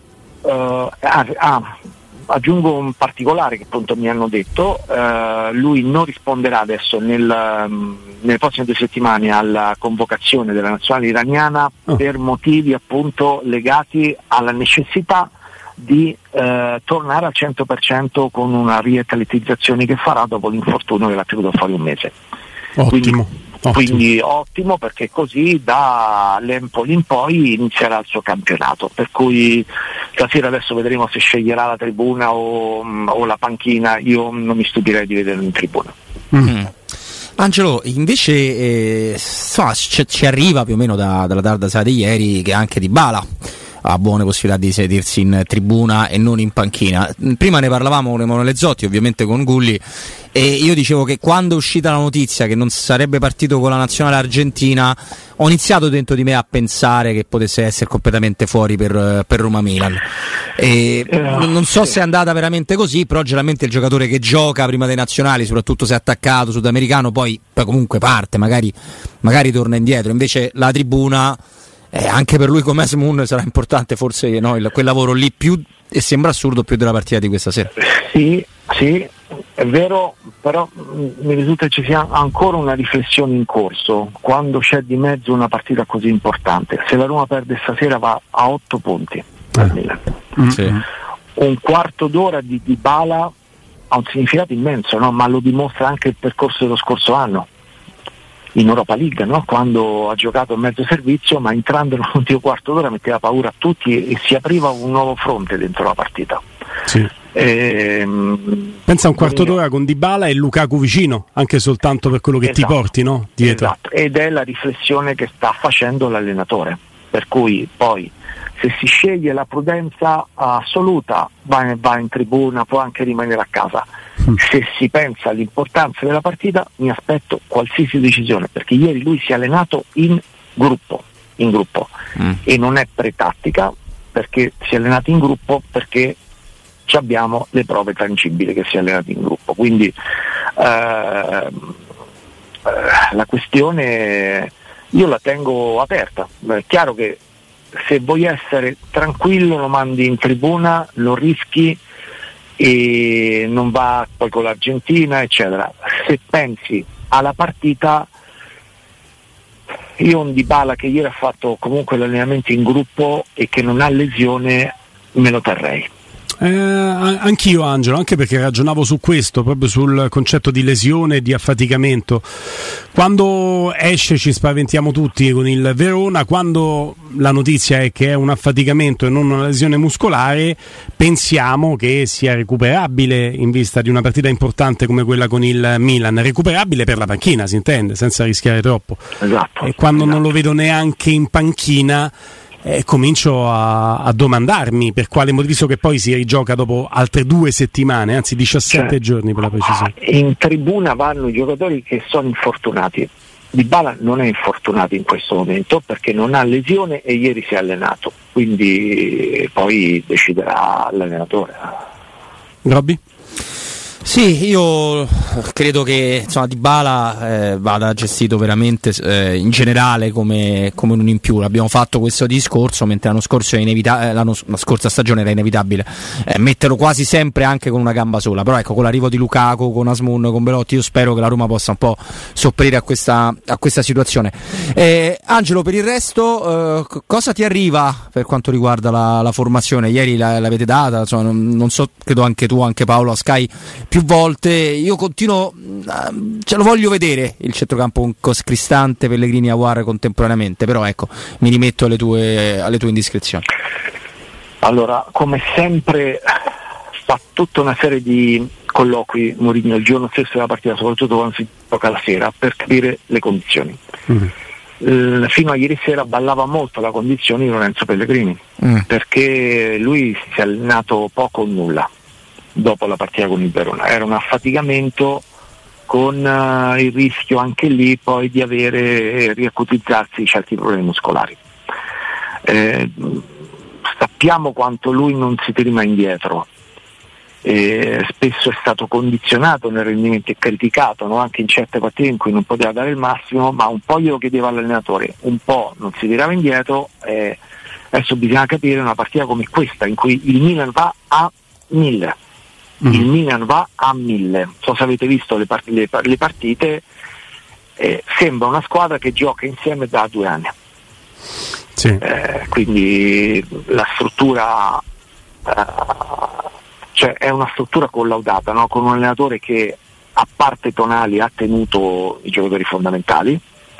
aggiungo un particolare che appunto mi hanno detto, lui non risponderà adesso nelle prossime 2 settimane alla convocazione della nazionale iraniana per motivi appunto legati alla necessità di tornare al 100% con una riatletizzazione che farà dopo l'infortunio che l'ha tenuto fuori un mese. Quindi ottimo, perché così da l'Empoli in poi inizierà il suo campionato, per cui stasera adesso vedremo se sceglierà la tribuna o la panchina. Io non mi stupirei di vederlo in tribuna. Angelo, invece ci arriva più o meno dalla tarda sera di ieri che anche Dybala ha buone possibilità di sedersi in tribuna e non in panchina. Prima ne parlavamo con Emanuele Zotti, ovviamente con Gulli, e io dicevo che quando è uscita la notizia che non sarebbe partito con la nazionale argentina, ho iniziato dentro di me a pensare che potesse essere completamente fuori per Roma-Milan. Non so se è andata veramente così, però generalmente il giocatore che gioca prima dei nazionali, soprattutto se è attaccato sudamericano, poi comunque parte, magari torna indietro. Invece la tribuna, anche per lui come Asmun sarà importante, forse, no, quel lavoro lì più, e sembra assurdo, più della partita di questa sera. Sì, è vero, però mi risulta che ci sia ancora una riflessione in corso quando c'è di mezzo una partita così importante. Se la Roma perde stasera va a 8 punti al Milan. Un quarto d'ora di Dybala ha un significato immenso, no? Ma lo dimostra anche il percorso dello scorso anno in Europa League, no? Quando ha giocato a mezzo servizio, ma entrando nell'ultimo quarto d'ora metteva paura a tutti e si apriva un nuovo fronte dentro la partita. Pensa a un quarto d'ora con Dybala e Lukaku vicino, anche soltanto per quello che ti porti, no? Dietro. Esatto. Ed è la riflessione che sta facendo l'allenatore, per cui poi se si sceglie la prudenza assoluta va in tribuna, può anche rimanere a casa. Se si pensa all'importanza della partita, mi aspetto qualsiasi decisione, perché ieri lui si è allenato in gruppo e non è pretattica, perché si è allenato in gruppo perché abbiamo le prove tangibili che si è allenato in gruppo. Quindi la questione io la tengo aperta. È chiaro che se vuoi essere tranquillo lo mandi in tribuna, lo rischi e non va poi con l'Argentina, eccetera. Se pensi alla partita, io un Dybala che ieri ha fatto comunque l'allenamento in gruppo e che non ha lesione, me lo terrei. Anch'io, Angelo, anche perché ragionavo su questo, proprio sul concetto di lesione e di affaticamento. Quando esce ci spaventiamo tutti con il Verona, quando la notizia è che è un affaticamento e non una lesione muscolare, pensiamo che sia recuperabile in vista di una partita importante come quella con il Milan, recuperabile per la panchina, si intende, senza rischiare troppo. Esatto. E quando non lo vedo neanche in panchina, comincio a domandarmi per quale motivo, visto che poi si rigioca dopo altre 2 settimane, anzi 17 giorni per la precisione. In tribuna vanno i giocatori che sono infortunati, Dybala non è infortunato in questo momento perché non ha lesione e ieri si è allenato, quindi poi deciderà l'allenatore. Robby? Sì, io credo che insomma Dybala vada gestito veramente in generale come un in più. Abbiamo fatto questo discorso mentre l'anno scorso la scorsa stagione era inevitabile metterlo quasi sempre anche con una gamba sola, però ecco, con l'arrivo di Lukaku, con Asmun, con Belotti, io spero che la Roma possa un po' sopperire a questa situazione. Angelo, per il resto cosa ti arriva per quanto riguarda la formazione? Ieri l'avete data, insomma, non so, credo anche tu, anche Paolo a Sky più volte. Io continuo, ce lo voglio vedere il centrocampo con Cristante, Pellegrini e Aouar contemporaneamente, però ecco, mi rimetto alle tue indiscrezioni. Allora, come sempre fa tutta una serie di colloqui Mourinho il giorno stesso della partita, soprattutto quando si gioca la sera, per capire le condizioni. Fino a ieri sera ballava molto la condizione di Lorenzo Pellegrini, perché lui si è allenato poco o nulla dopo la partita con il Verona, era un affaticamento con il rischio anche lì poi di avere riacutizzarsi certi problemi muscolari. Sappiamo quanto lui non si tiri mai indietro, spesso è stato condizionato nel rendimento e criticato, no? Anche in certe partite in cui non poteva dare il massimo, ma un po' glielo chiedeva all'allenatore, un po' non si tirava indietro. Adesso bisogna capire una partita come questa in cui il Milan va a 1000. Il Milan va a 1000. Non so se avete visto le partite, sembra una squadra che gioca insieme da 2 anni. Sì. Quindi la struttura cioè è una struttura collaudata, no? Con un allenatore che a parte Tonali ha tenuto i giocatori fondamentali.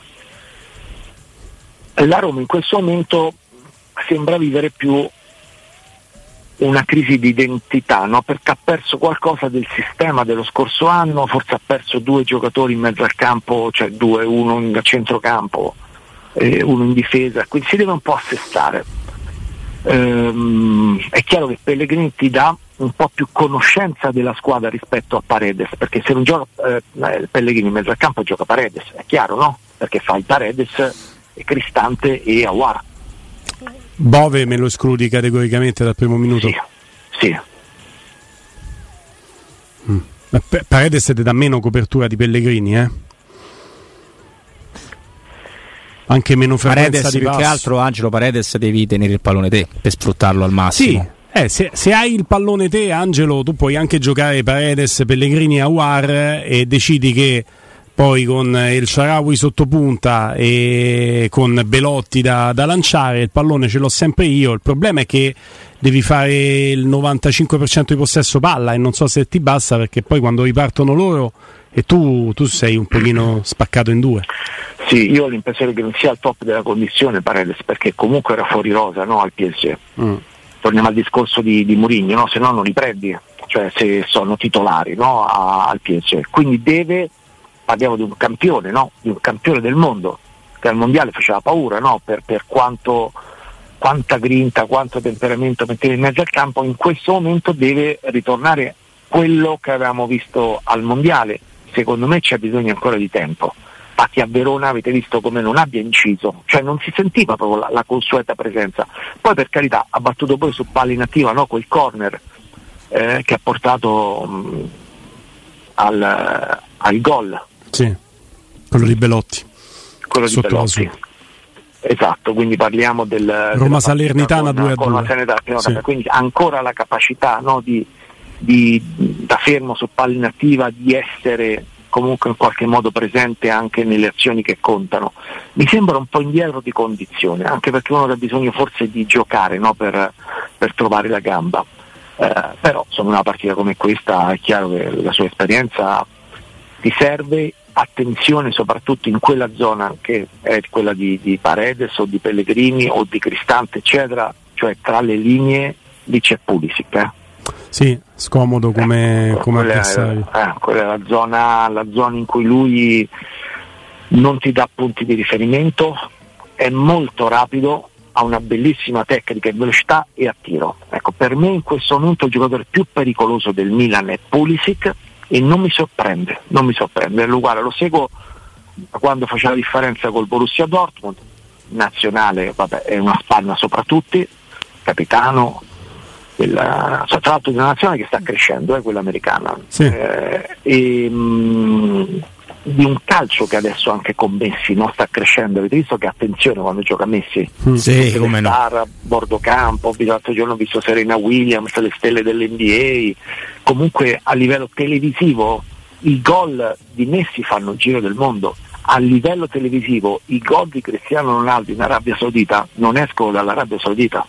La Roma in questo momento sembra vivere più una crisi di identità, no? Perché ha perso qualcosa del sistema dello scorso anno, forse ha perso 2 giocatori in mezzo al campo, cioè 2, uno a centrocampo, uno in difesa, quindi si deve un po' assestare. È chiaro che Pellegrini ti dà un po' più conoscenza della squadra rispetto a Paredes, perché se non gioca Pellegrini in mezzo al campo gioca Paredes, è chiaro, no? Perché fa il Paredes e Cristante e Aouar. Bove me lo escludi categoricamente dal primo minuto? Sì. Paredes ti dà meno copertura di Pellegrini, Anche meno frequenza Paredes, di più passo. che altro, Angelo, Paredes devi tenere il pallone te per sfruttarlo al massimo. Sì, se hai il pallone te, Angelo, tu puoi anche giocare Paredes, Pellegrini e Aouar e decidi che poi con El Shaarawy sotto punta e con Belotti da lanciare, il pallone ce l'ho sempre io. Il problema è che devi fare il 95% di possesso palla e non so se ti basta, perché poi quando ripartono loro e tu sei un pochino spaccato in 2. Sì, io ho l'impressione che non sia al top della condizione Paredes, perché comunque era fuori rosa, no, al PSG. Torniamo al discorso di Mourinho, no? Se no non li prendi, cioè se sono titolari, no, al PSG. Quindi parliamo di un campione, no? Di un campione del mondo, che al mondiale faceva paura, no? Per quanta grinta, quanto temperamento metteva in mezzo al campo. In questo momento deve ritornare quello che avevamo visto al mondiale. Secondo me c'è bisogno ancora di tempo. Infatti a Verona avete visto come non abbia inciso, cioè non si sentiva proprio la consueta presenza. Poi per carità ha battuto poi su palla inattiva, no? Quel corner che ha portato al gol. Sì, quello di Belotti. Quello di Belotti. Esatto, quindi parliamo del Roma Salernitana 2-2. Sì. Quindi ancora la capacità, no, di da fermo su palla inattiva di essere comunque in qualche modo presente anche nelle azioni che contano. Mi sembra un po' indietro di condizione, anche perché uno ha bisogno forse di giocare, no, per trovare la gamba. Però insomma una partita come questa è chiaro che la sua esperienza ti serve. Attenzione soprattutto in quella zona che è quella di Paredes o di Pellegrini o di Cristante eccetera, cioè tra le linee lì c'è Pulisic. Sì, scomodo come avversario. Quella è la zona in cui lui non ti dà punti di riferimento, è molto rapido, ha una bellissima tecnica e velocità e a tiro. Ecco, per me in questo momento il giocatore più pericoloso del Milan è Pulisic e non mi sorprende, lo seguo quando faceva la differenza col Borussia Dortmund, nazionale, vabbè, è una spanna sopra tutti, capitano, tra l'altro di una nazionale che sta crescendo, quella americana, sì. Di un calcio che adesso anche con Messi non sta crescendo. Avete visto che attenzione quando gioca Messi? Sì, come no. Star a bordo campo, l'altro giorno ho visto Serena Williams, le stelle dell'NBA. Comunque a livello televisivo i gol di Messi fanno il giro del mondo. A livello televisivo i gol di Cristiano Ronaldo in Arabia Saudita non escono dall'Arabia Saudita.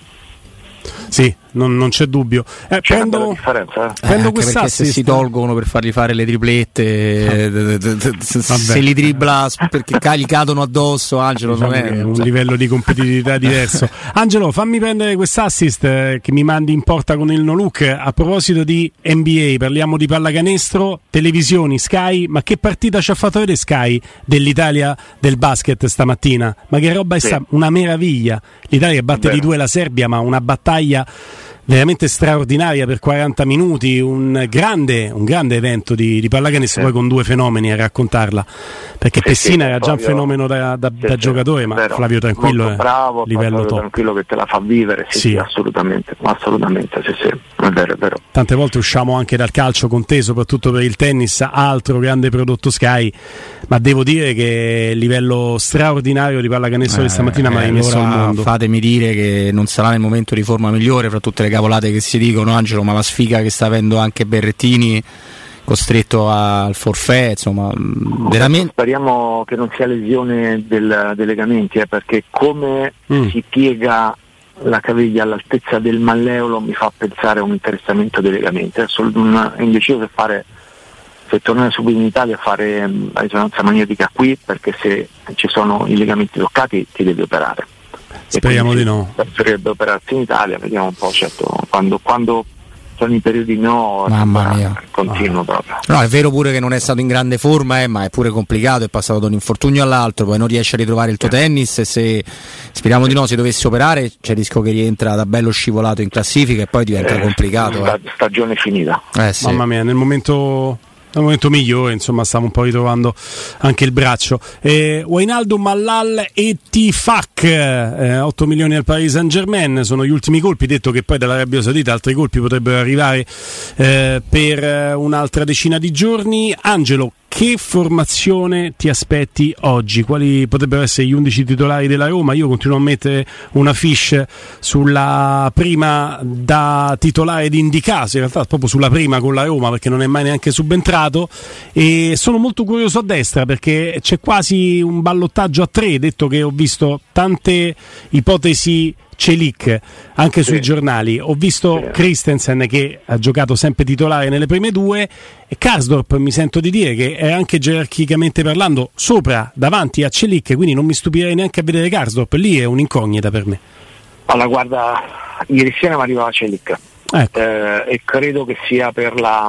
Sì, non c'è dubbio. Prendo perché se si tolgono per fargli fare le triplette, se li dribbla perché gli cadono addosso, Angelo, non è un livello di competitività diverso. Angelo, fammi prendere quest'assist che mi mandi in porta con il no look. A proposito di NBA, parliamo di pallacanestro, televisioni, Sky, ma che partita ci ha fatto vedere Sky dell'Italia del basket stamattina? Ma che roba è stata? Una meraviglia. L'Italia batte di 2 la Serbia, ma una battaglia veramente straordinaria per 40 minuti, un grande evento di pallacanestro, poi con 2 fenomeni a raccontarla, perché Pessina era già un fenomeno da giocatore, ma Flavio Tranquillo è bravo, livello top. Tranquillo che te la fa vivere, sì, assolutamente, sì, è vero. Tante volte usciamo anche dal calcio con te, soprattutto per il tennis, altro grande prodotto Sky, ma devo dire che il livello straordinario di pallacanestro di stamattina mi ha rimesso al mondo. Fatemi dire che non sarà nel momento di forma migliore fra tutte le cavolate che si dicono, Angelo, ma la sfiga che sta avendo anche Berrettini, costretto al forfait, insomma, veramente. Speriamo che non sia lesione dei legamenti, perché come si piega la caviglia all'altezza del malleolo mi fa pensare a un interessamento dei legamenti. Adesso è indeciso se tornare subito in Italia a fare la risonanza magnetica qui, perché se ci sono i legamenti toccati ti devi operare. Speriamo di no. Preferirebbe operarsi in Italia, vediamo un po', certo, quando sono i periodi mamma mia, continuo proprio. No, è vero pure che non è stato in grande forma, ma è pure complicato, è passato da un infortunio all'altro, poi non riesce a ritrovare il tuo tennis, e se speriamo di no, se dovesse operare c'è il rischio che rientra da bello scivolato in classifica e poi diventa complicato. Stagione finita. Sì. Mamma mia, nel momento migliore, insomma, stiamo un po' ritrovando anche il braccio. Wijnaldum all'Al Ettifaq, 8 milioni al Paris Saint-Germain, sono gli ultimi colpi, detto che poi dall'Arabia Saudita altri colpi potrebbero arrivare per un'altra decina di giorni. Angelo, che formazione ti aspetti oggi? Quali potrebbero essere gli 11 titolari della Roma? Io continuo a mettere una fiche sulla prima da titolare di Indicaso, in realtà proprio sulla prima con la Roma, perché non è mai neanche subentrato, e sono molto curioso a destra perché c'è quasi un ballottaggio a 3, detto che ho visto tante ipotesi Celik anche sui giornali. Ho visto Christensen che ha giocato sempre titolare nelle prime 2, e Karsdorp mi sento di dire che è anche gerarchicamente parlando sopra, davanti a Celik, quindi non mi stupirei neanche a vedere Karsdorp, lì è un'incognita per me. Allora guarda, ieri sera mi arrivava Celik, e credo che sia per la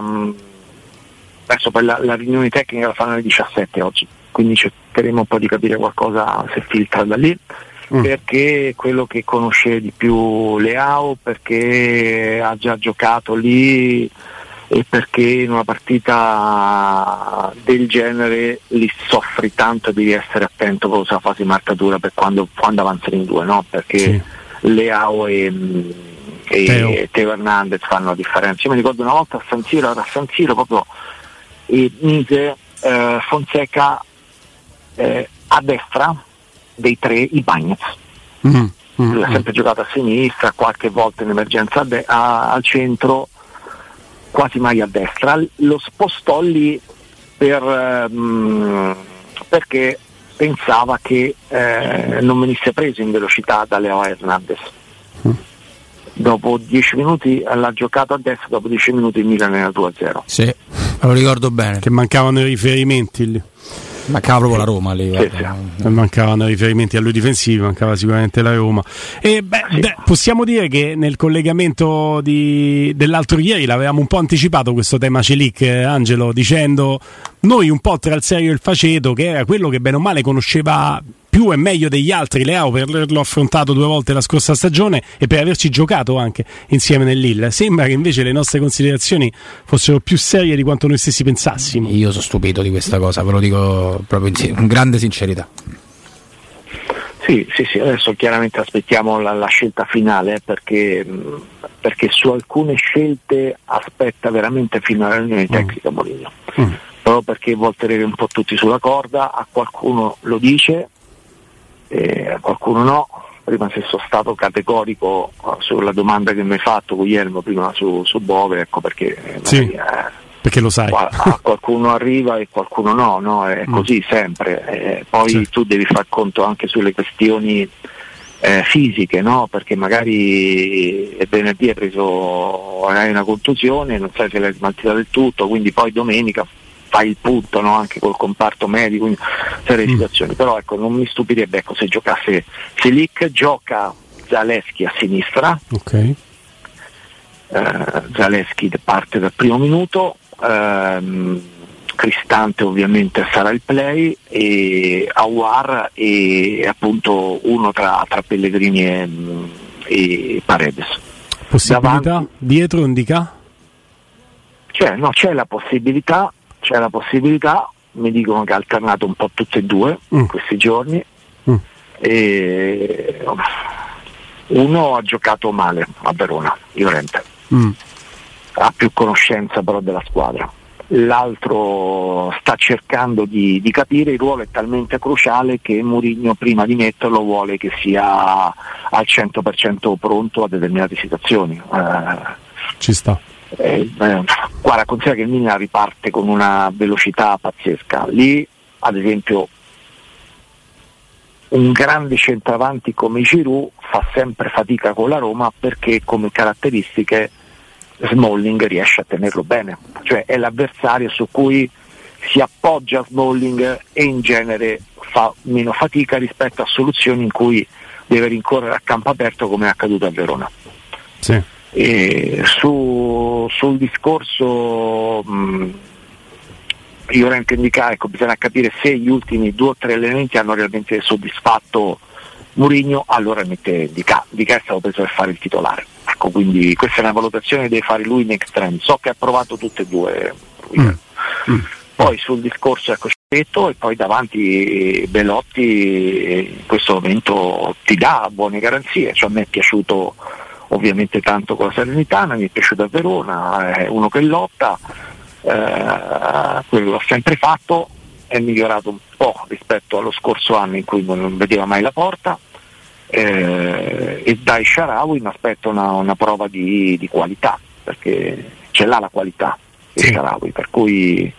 riunione tecnica la fanno alle 17 oggi, quindi cercheremo un po' di capire qualcosa se filtra da lì. Perché quello che conosce di più Leao, perché ha già giocato lì e perché in una partita del genere li soffri tanto, devi essere attento con la fase di marcatura per quando avanzano in 2, no? Perché Leao e Teo Hernandez fanno la differenza. Io mi ricordo una volta a San Siro proprio, e mise Fonseca a destra dei 3 i Bagnez, l'ha sempre giocato a sinistra, qualche volta in emergenza al centro, quasi mai a destra. Lo spostò lì perché pensava che non venisse preso in velocità da Leo Hernandez. Dopo 10 minuti l'ha giocato a destra, dopo 10 minuti il Milan era 2-0. Sì, me lo ricordo bene. Che mancavano i riferimenti lì. Mancava proprio la Roma lì, mancavano riferimenti a lui difensivi, mancava sicuramente la Roma. E possiamo dire che nel collegamento dell'altro ieri l'avevamo un po' anticipato questo tema Celik, Angelo, dicendo noi un po' tra il serio e il faceto, che era quello che bene o male conosceva più più e meglio degli altri Leao per averlo affrontato 2 volte la scorsa stagione e per averci giocato anche insieme nel Lille. Sembra che invece le nostre considerazioni fossero più serie di quanto noi stessi pensassimo. Io sono stupito di questa cosa, ve lo dico proprio con grande sincerità. Sì, adesso chiaramente aspettiamo la scelta finale perché su alcune scelte aspetta veramente fino alla riunione tecnica Mourinho, proprio perché vuol tenere un po' tutti sulla corda, a qualcuno lo dice, a qualcuno no. Prima se sono stato categorico sulla domanda che mi hai fatto Guglielmo prima su Bove, ecco perché perché lo sai. A qualcuno arriva e qualcuno no, è così sempre. Poi tu devi far conto anche sulle questioni fisiche, no? Perché magari venerdì hai una contusione, non sai se l'hai smaltita del tutto, quindi poi domenica fai il punto, no? Anche col comparto medico, quindi serie di situazioni. Però ecco, non mi stupirebbe se giocasse Selic, gioca Zalewski a sinistra. Ok. Zalewski parte dal primo minuto. Cristante ovviamente sarà il play e Aouar e appunto uno tra Pellegrini e Paredes. Possibilità davanti, dietro indica? C'è la possibilità, mi dicono che ha alternato un po' tutte e due in questi giorni. E uno ha giocato male a Verona, Llorente. Ha più conoscenza però della squadra, l'altro sta cercando di capire, il ruolo è talmente cruciale che Mourinho prima di metterlo vuole che sia al 100% pronto a determinate situazioni. Ci sta. Guarda, considera che il Milan riparte con una velocità pazzesca, lì ad esempio un grande centravanti come Giroud fa sempre fatica con la Roma perché come caratteristiche Smalling riesce a tenerlo bene, cioè è l'avversario su cui si appoggia Smalling e in genere fa meno fatica rispetto a soluzioni in cui deve rincorrere a campo aperto come è accaduto a Verona. Sì. E sul discorso Llorente indica, ecco, bisogna capire se gli ultimi 2 o 3 allenamenti hanno realmente soddisfatto Mourinho, allora mette Di Ca è stato preso per fare il titolare. Ecco, quindi questa è una valutazione che deve fare lui in extreme. So che ha provato tutte e due. Poi sul discorso ecco Scetto e poi davanti Belotti in questo momento ti dà buone garanzie. Cioè, a me è piaciuto ovviamente tanto con la Salernitana, mi è piaciuto a Verona, è uno che lotta, quello l'ha sempre fatto, è migliorato un po' rispetto allo scorso anno in cui non vedeva mai la porta. E dai Shaarawy mi aspetto una prova di qualità, perché ce l'ha la qualità di Shaarawy, per cui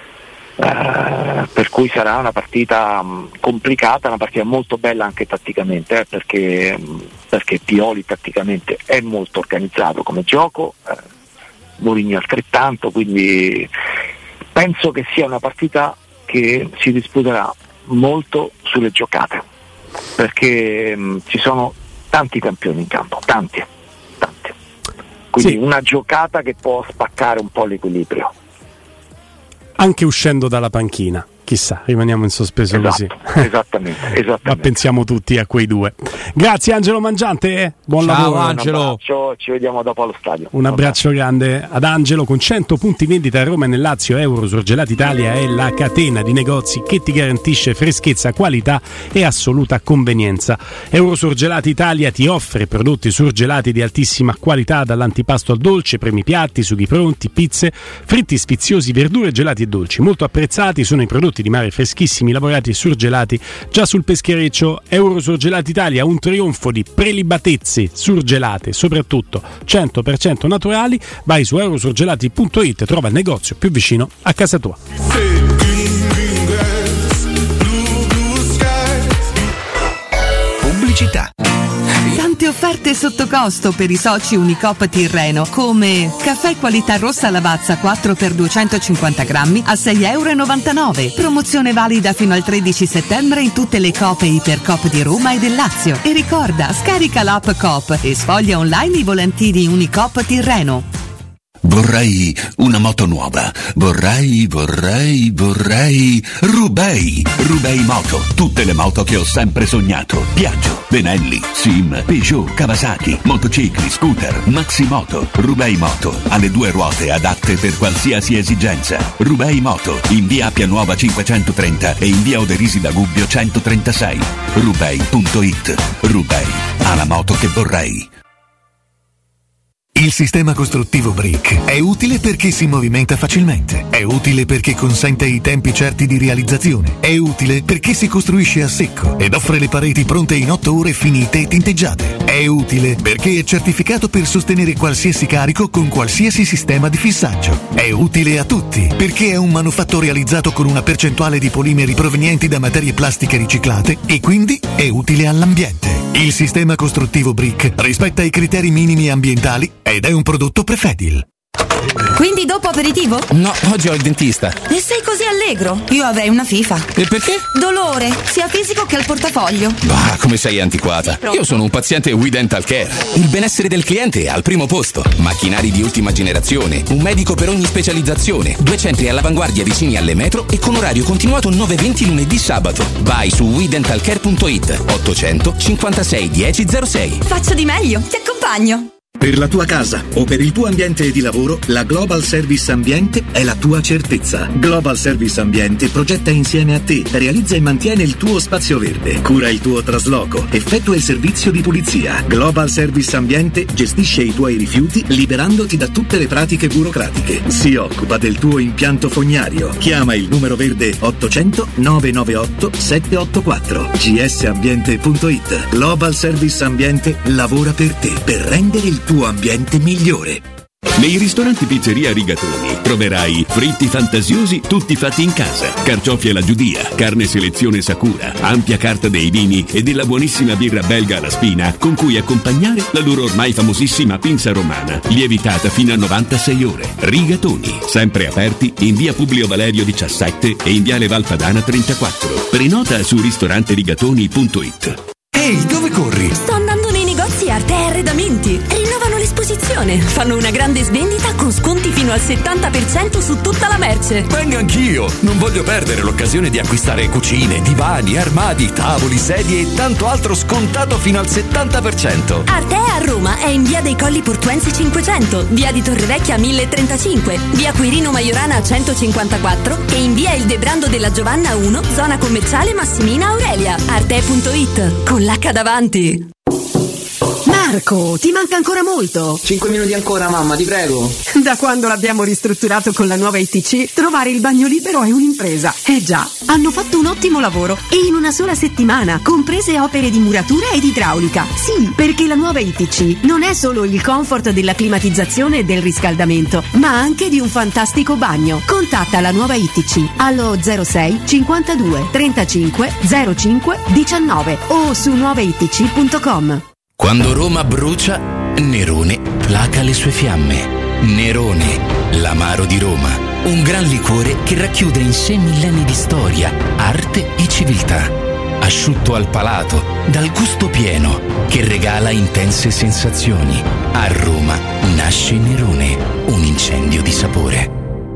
sarà una partita complicata, una partita molto bella anche tatticamente, perché Pioli tatticamente è molto organizzato come gioco, Mourinho altrettanto, quindi penso che sia una partita che si disputerà molto sulle giocate, perché ci sono tanti campioni in campo, tanti, quindi una giocata che può spaccare un po' l'equilibrio, anche uscendo dalla panchina. Chissà, rimaniamo in sospeso così. Esattamente. Ma pensiamo tutti a quei due. Grazie Angelo Mangiante, buon lavoro. Angelo. Un abbraccio, ci vediamo dopo allo stadio. Un abbraccio grande ad Angelo. Con 100 punti vendita a Roma e nel Lazio, Eurosurgelati Italia è la catena di negozi che ti garantisce freschezza, qualità e assoluta convenienza. Eurosurgelati Italia ti offre prodotti surgelati di altissima qualità, dall'antipasto al dolce, primi piatti, sughi pronti, pizze, fritti sfiziosi, verdure, gelati e dolci. Molto apprezzati sono i prodotti di mare freschissimi, lavorati e surgelati già sul peschereccio. Eurosurgelati Italia, un trionfo di prelibatezze surgelate, soprattutto 100% naturali. Vai su eurosurgelati.it, trova il negozio più vicino a casa tua. Pubblicità. Tante offerte sotto costo per i soci Unicoop Tirreno, come caffè qualità rossa Lavazza 4 x 250 grammi a €6,99. Promozione valida fino al 13 settembre in tutte le Coop e Ipercoop di Roma e del Lazio. E ricorda, scarica l'app Coop e sfoglia online i volantini Unicoop Tirreno. Vorrei una moto nuova. Vorrei Rubei Moto. Tutte le moto che ho sempre sognato. Piaggio, Benelli, Sim, Peugeot, Kawasaki, motocicli, scooter, Maximoto. Rubei Moto ha le 2 ruote adatte per qualsiasi esigenza. Rubei Moto in via Appia Nuova 530 e in via Oderisi da Gubbio 136. Rubei.it. Rubei ha la moto che vorrei. Il sistema costruttivo Brick è utile perché si movimenta facilmente, è utile perché consente i tempi certi di realizzazione, è utile perché si costruisce a secco ed offre le pareti pronte in 8 ore finite e tinteggiate, è utile perché è certificato per sostenere qualsiasi carico con qualsiasi sistema di fissaggio, è utile a tutti perché è un manufatto realizzato con una percentuale di polimeri provenienti da materie plastiche riciclate e quindi è utile all'ambiente. Il sistema costruttivo Brick rispetta i criteri minimi ambientali ed è un prodotto Prefedil. Quindi dopo aperitivo? No, oggi ho il dentista. E sei così allegro? Io avrei una FIFA. E perché? Dolore, sia fisico che al portafoglio. Bah, come sei antiquata. Io sono un paziente We Dental Care. Il benessere del cliente è al primo posto. Macchinari di ultima generazione, un medico per ogni specializzazione, 2 centri all'avanguardia vicini alle metro e con orario continuato 9-20 lunedì sabato. Vai su WeDentalCare.it 800 56 10 06. Faccio di meglio, ti accompagno. Per la tua casa o per il tuo ambiente di lavoro, la Global Service Ambiente è la tua certezza. Global Service Ambiente progetta insieme a te, realizza e mantiene il tuo spazio verde, cura il tuo trasloco, effettua il servizio di pulizia. Global Service Ambiente gestisce i tuoi rifiuti liberandoti da tutte le pratiche burocratiche. Si occupa del tuo impianto fognario. Chiama il numero verde 800 998 784. gsambiente.it. Global Service Ambiente lavora per te, per rendere il tuo ambiente migliore. Nei ristoranti Pizzeria Rigatoni troverai fritti fantasiosi tutti fatti in casa, carciofi alla giudia, carne selezione Sakura, ampia carta dei vini e della buonissima birra belga alla spina con cui accompagnare la loro ormai famosissima pinza romana, lievitata fino a 96 ore. Rigatoni, sempre aperti in via Publio Valerio 17 e in viale Valpadana 34. Prenota su ristoranterigatoni.it. Ehi, dove corri? Sto andando nei negozi Arte e Arredamenti. Rinnovano l'esposizione. Fanno una grande svendita con sconti fino al 70% su tutta la merce. Vengo anch'io. Non voglio perdere l'occasione di acquistare cucine, divani, armadi, tavoli, sedie e tanto altro scontato fino al 70%. Arte a Roma è in via dei Colli Portuensi 500, via di Torrevecchia 1035, via Quirino Maiorana 154 e in via Il Debrando della Giovanna 1, zona commerciale Massimina Aurelia. Arte.it con l'H davanti. Marco, ti manca ancora molto. 5 minuti ancora, mamma, ti prego. Da quando l'abbiamo ristrutturato con la nuova ITC, trovare il bagno libero è un'impresa. Eh già, hanno fatto un ottimo lavoro e in una sola settimana, comprese opere di muratura ed idraulica. Sì, perché la nuova ITC non è solo il comfort della climatizzazione e del riscaldamento, ma anche di un fantastico bagno. Contatta la nuova ITC allo 06 52 35 05 19 o su nuovaitc.com. Quando Roma brucia, Nerone placa le sue fiamme. Nerone, l'amaro di Roma. Un gran liquore che racchiude in sé millenni di storia, arte e civiltà. Asciutto al palato, dal gusto pieno, che regala intense sensazioni. A Roma nasce Nerone, un incendio di sapore.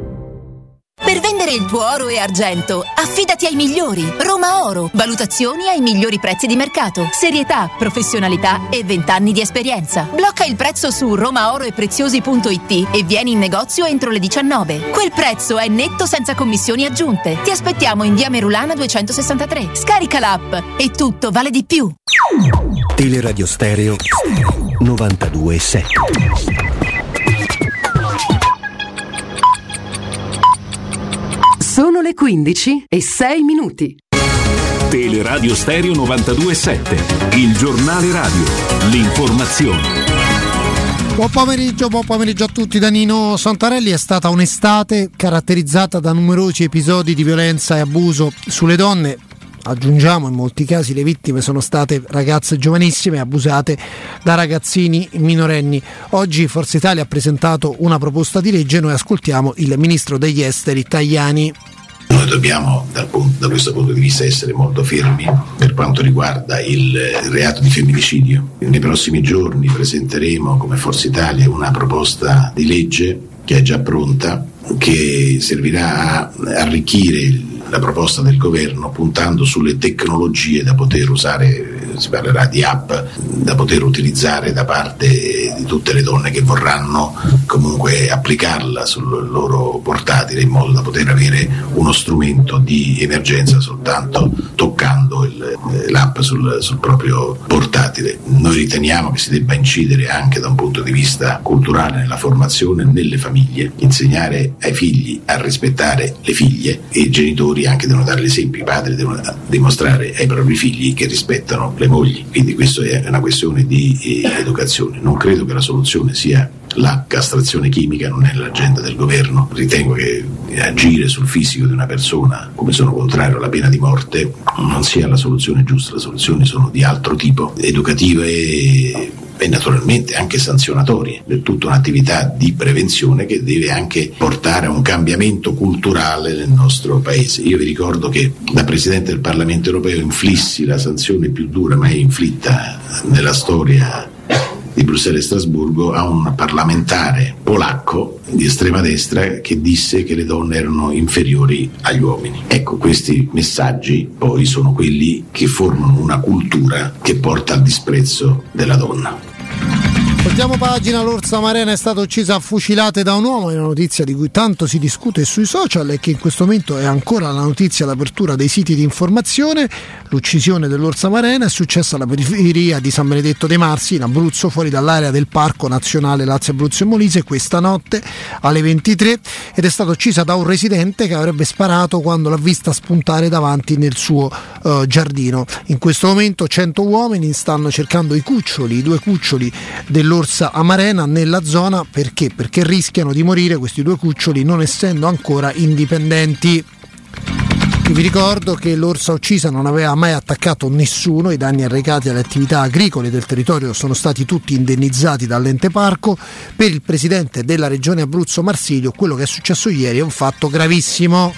Per vendere il tuo oro e argento, affidati ai migliori. Roma Oro. Valutazioni ai migliori prezzi di mercato. Serietà, professionalità e 20 anni di esperienza. Blocca il prezzo su romaoroepreziosi.it e vieni in negozio entro le 19. Quel prezzo è netto senza commissioni aggiunte. Ti aspettiamo in via Merulana 263. Scarica l'app e tutto vale di più. Teleradio Stereo 92.7. Sono le 15:06. Teleradio Stereo 92.7, il giornale radio, l'informazione. Buon pomeriggio a tutti da Nino Santarelli. È stata un'estate caratterizzata da numerosi episodi di violenza e abuso sulle donne. Aggiungiamo, in molti casi le vittime sono state ragazze giovanissime abusate da ragazzini minorenni. Oggi Forza Italia ha presentato una proposta di legge. Noi ascoltiamo il ministro degli esteri Tajani. Noi dobbiamo da questo punto di vista essere molto fermi per quanto riguarda il reato di femminicidio. Nei prossimi giorni presenteremo come Forza Italia una proposta di legge che è già pronta, che servirà a arricchire la proposta del governo puntando sulle tecnologie da poter usare. Si parlerà di app da poter utilizzare da parte di tutte le donne che vorranno comunque applicarla sul loro portatile, in modo da poter avere uno strumento di emergenza soltanto toccando l'app sul proprio portatile. Noi riteniamo che si debba incidere anche da un punto di vista culturale nella formazione nelle famiglie, insegnare ai figli a rispettare le figlie, e i genitori anche devono dare l'esempio, i padri devono dimostrare ai propri figli che rispettano le mogli. Quindi questo è una questione di educazione. Non credo che la soluzione sia la castrazione chimica, non è l'agenda del governo. Ritengo che agire sul fisico di una persona, come sono contrario alla pena di morte, non sia la soluzione giusta. Le soluzioni sono di altro tipo, educative e naturalmente anche sanzionatorie, del tutta un'attività di prevenzione che deve anche portare a un cambiamento culturale nel nostro paese. Io vi ricordo che da Presidente del Parlamento europeo inflissi la sanzione più dura mai inflitta nella storia di Bruxelles e Strasburgo a un parlamentare polacco di estrema destra che disse che le donne erano inferiori agli uomini. Ecco, questi messaggi poi sono quelli che formano una cultura che porta al disprezzo della donna. Voltiamo pagina. L'orsa marena è stata uccisa a fucilate da un uomo, è una notizia di cui tanto si discute sui social e che in questo momento è ancora la notizia d'apertura dei siti di informazione. L'uccisione dell'orsa marena è successa alla periferia di San Benedetto dei Marsi, in Abruzzo, fuori dall'area del Parco Nazionale Lazio, Abruzzo e Molise, questa notte alle 23, ed è stata uccisa da un residente che avrebbe sparato quando l'ha vista spuntare davanti nel suo giardino. In questo momento 100 uomini stanno cercando i due cuccioli dell'orsa amarena nella zona. Perché rischiano di morire questi due cuccioli non essendo ancora indipendenti. Io vi ricordo che l'orsa uccisa non aveva mai attaccato nessuno, i danni arrecati alle attività agricole del territorio sono stati tutti indennizzati dall'ente parco. Per il presidente della regione Abruzzo Marsilio quello che è successo ieri è un fatto gravissimo.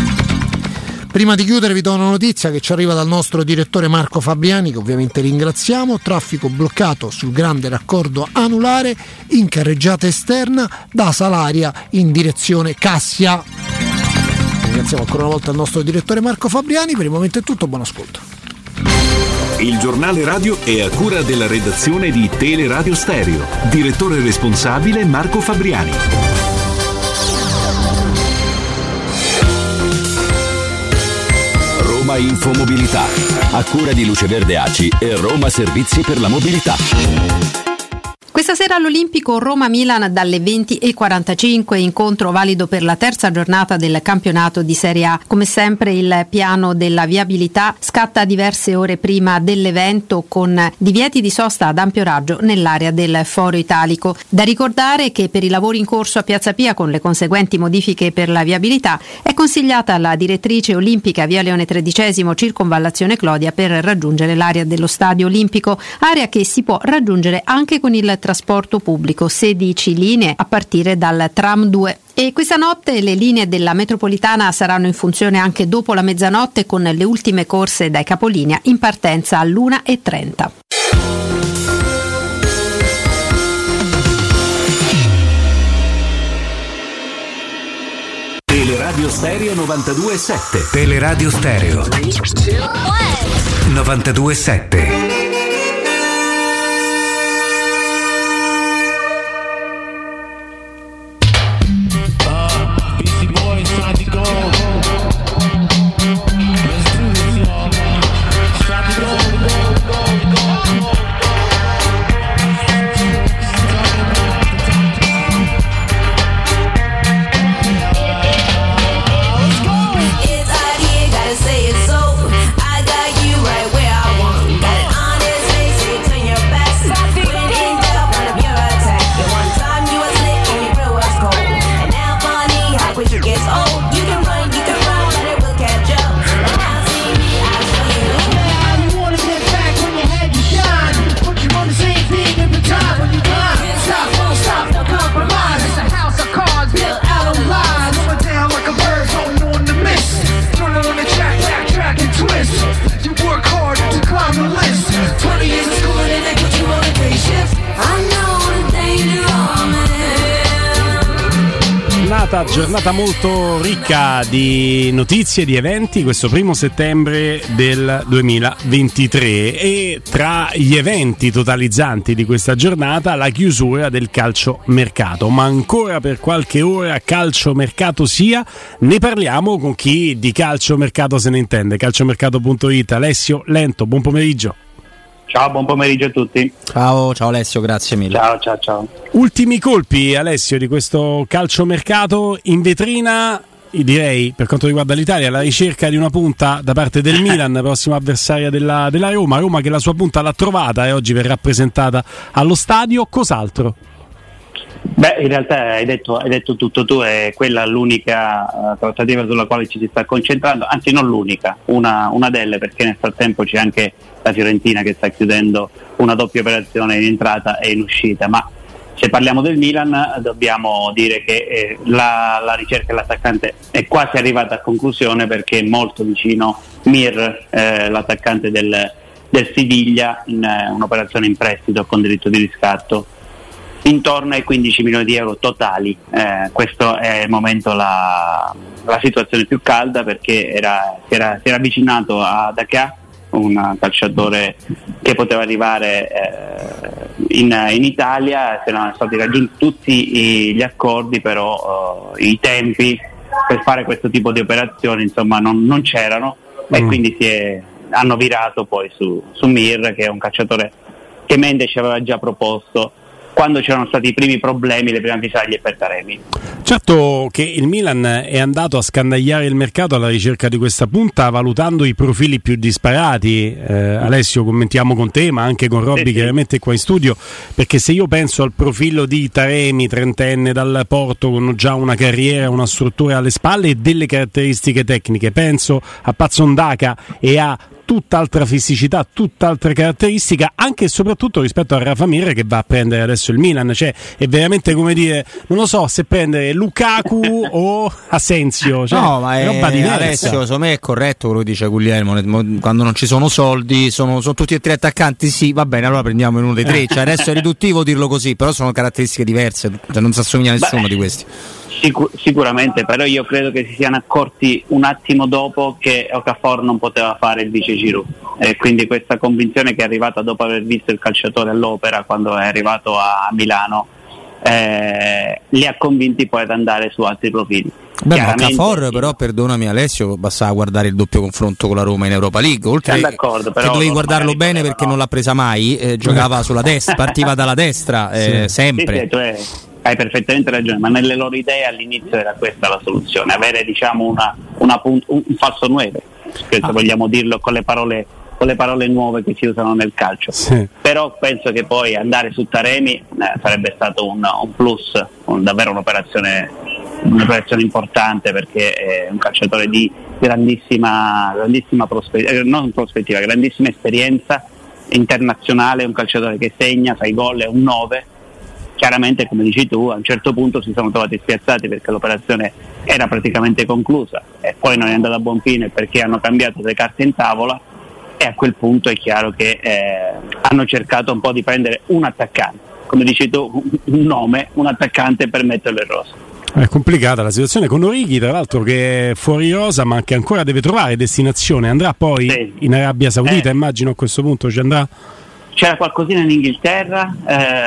Prima di chiudere vi do una notizia che ci arriva dal nostro direttore Marco Fabriani, che ovviamente ringraziamo. Traffico bloccato sul grande raccordo anulare in carreggiata esterna da Salaria in direzione Cassia. Ringraziamo ancora una volta il nostro direttore Marco Fabriani. Per il momento è tutto, buon ascolto. Il giornale radio è a cura della redazione di Teleradio Stereo. Direttore responsabile Marco Fabriani. Roma Infomobilità, a cura di Luce Verde ACI e Roma Servizi per la Mobilità. Questa sera all'Olimpico Roma-Milan dalle 20:45, incontro valido per la terza giornata del campionato di Serie A. Come sempre il piano della viabilità scatta diverse ore prima dell'evento con divieti di sosta ad ampio raggio nell'area del Foro Italico. Da ricordare che per i lavori in corso a Piazza Pia, con le conseguenti modifiche per la viabilità, è consigliata alla direttrice olimpica via Leone XIII circonvallazione Clodia per raggiungere l'area dello Stadio Olimpico, area che si può raggiungere anche con il trasporto pubblico, 16 linee a partire dal tram 2. E questa notte le linee della metropolitana saranno in funzione anche dopo la mezzanotte, con le ultime corse dai capolinea in partenza all'1:30. Teleradio Stereo 92.7. Teleradio Stereo 92.7. Say it so, I got you right where I want. giornata molto ricca di notizie, di eventi, questo 1 settembre del 2023, e tra gli eventi totalizzanti di questa giornata la chiusura del calciomercato, ma ancora per qualche ora calciomercato sia, ne parliamo con chi di calciomercato se ne intende, calciomercato.it. Alessio Lento, buon pomeriggio. Ciao, buon pomeriggio a tutti. Ciao Alessio, grazie mille. Ciao. Ultimi colpi, Alessio, di questo calciomercato. In vetrina, direi, per quanto riguarda l'Italia, la ricerca di una punta da parte del Milan, prossima avversaria della Roma che la sua punta l'ha trovata e oggi verrà presentata allo stadio. Cos'altro? Beh, in realtà hai detto tutto tu, è quella l'unica trattativa sulla quale ci si sta concentrando, anzi non l'unica, una delle, perché nel frattempo c'è anche la Fiorentina che sta chiudendo una doppia operazione in entrata e in uscita, ma se parliamo del Milan dobbiamo dire che la ricerca dell'attaccante è quasi arrivata a conclusione, perché è molto vicino Mir, l'attaccante del Siviglia, in un'operazione in prestito con diritto di riscatto intorno ai 15 milioni di euro totali. Questo è al momento la situazione più calda, perché si era avvicinato a Daka, un calciatore che poteva arrivare in Italia, se erano stati raggiunti tutti gli accordi, però i tempi per fare questo tipo di operazioni insomma non c'erano, e quindi hanno virato poi su Mir, che è un calciatore che Mendes ci aveva già proposto quando c'erano stati i primi problemi, le prime avvisaglie per Taremi. Certo che il Milan è andato a scandagliare il mercato alla ricerca di questa punta, valutando i profili più disparati. Alessio, commentiamo con te, ma anche con Robby, chiaramente qua in studio, perché se io penso al profilo di Taremi, trentenne dal Porto, con già una carriera, una struttura alle spalle e delle caratteristiche tecniche, penso a Patson Daka e a tutt'altra fisicità, tutt'altra caratteristica, anche e soprattutto rispetto a Rafa Mir che va a prendere adesso il Milan. Cioè è veramente come dire, non lo so se prendere Lukaku o Asensio, cioè, no, ma è roba diversa. Alessio, secondo me è corretto quello che dice Guglielmo, quando non ci sono soldi sono tutti e tre attaccanti, sì, va bene, allora prendiamo uno dei tre, cioè adesso è riduttivo dirlo così, però sono caratteristiche diverse, cioè non si assomiglia a nessuno di questi. Sicuramente, però io credo che si siano accorti un attimo dopo che Okafor non poteva fare il vice Giroud, e quindi questa convinzione che è arrivata dopo aver visto il calciatore all'Opera quando è arrivato a Milano li ha convinti poi ad andare su altri profili. Beh, ma Okafor però, perdonami Alessio, bastava guardare il doppio confronto con la Roma in Europa League, oltre d'accordo, però che dovevi guardarlo bene perché non l'ha presa mai, giocava sulla destra, partiva dalla destra, sempre. Sì, hai perfettamente ragione, ma nelle loro idee all'inizio era questa la soluzione, avere diciamo un falso 9, se vogliamo dirlo con le parole nuove che si usano nel calcio. Sì. Però penso che poi andare su Taremi sarebbe stato un plus, davvero un'operazione importante, perché è un calciatore di grandissima prospettiva, grandissima esperienza internazionale, un calciatore che segna, fa i gol, è un 9. Chiaramente, come dici tu, a un certo punto si sono trovati spiazzati perché l'operazione era praticamente conclusa e poi non è andata a buon fine perché hanno cambiato le carte in tavola, e a quel punto è chiaro che hanno cercato un po' di prendere un attaccante, come dici tu, un nome, un attaccante per metterlo in rosa. È complicata la situazione con Origi, tra l'altro, che è fuori rosa ma che ancora deve trovare destinazione. Andrà poi in Arabia Saudita, immagino, a questo punto ci andrà? C'era qualcosina in Inghilterra,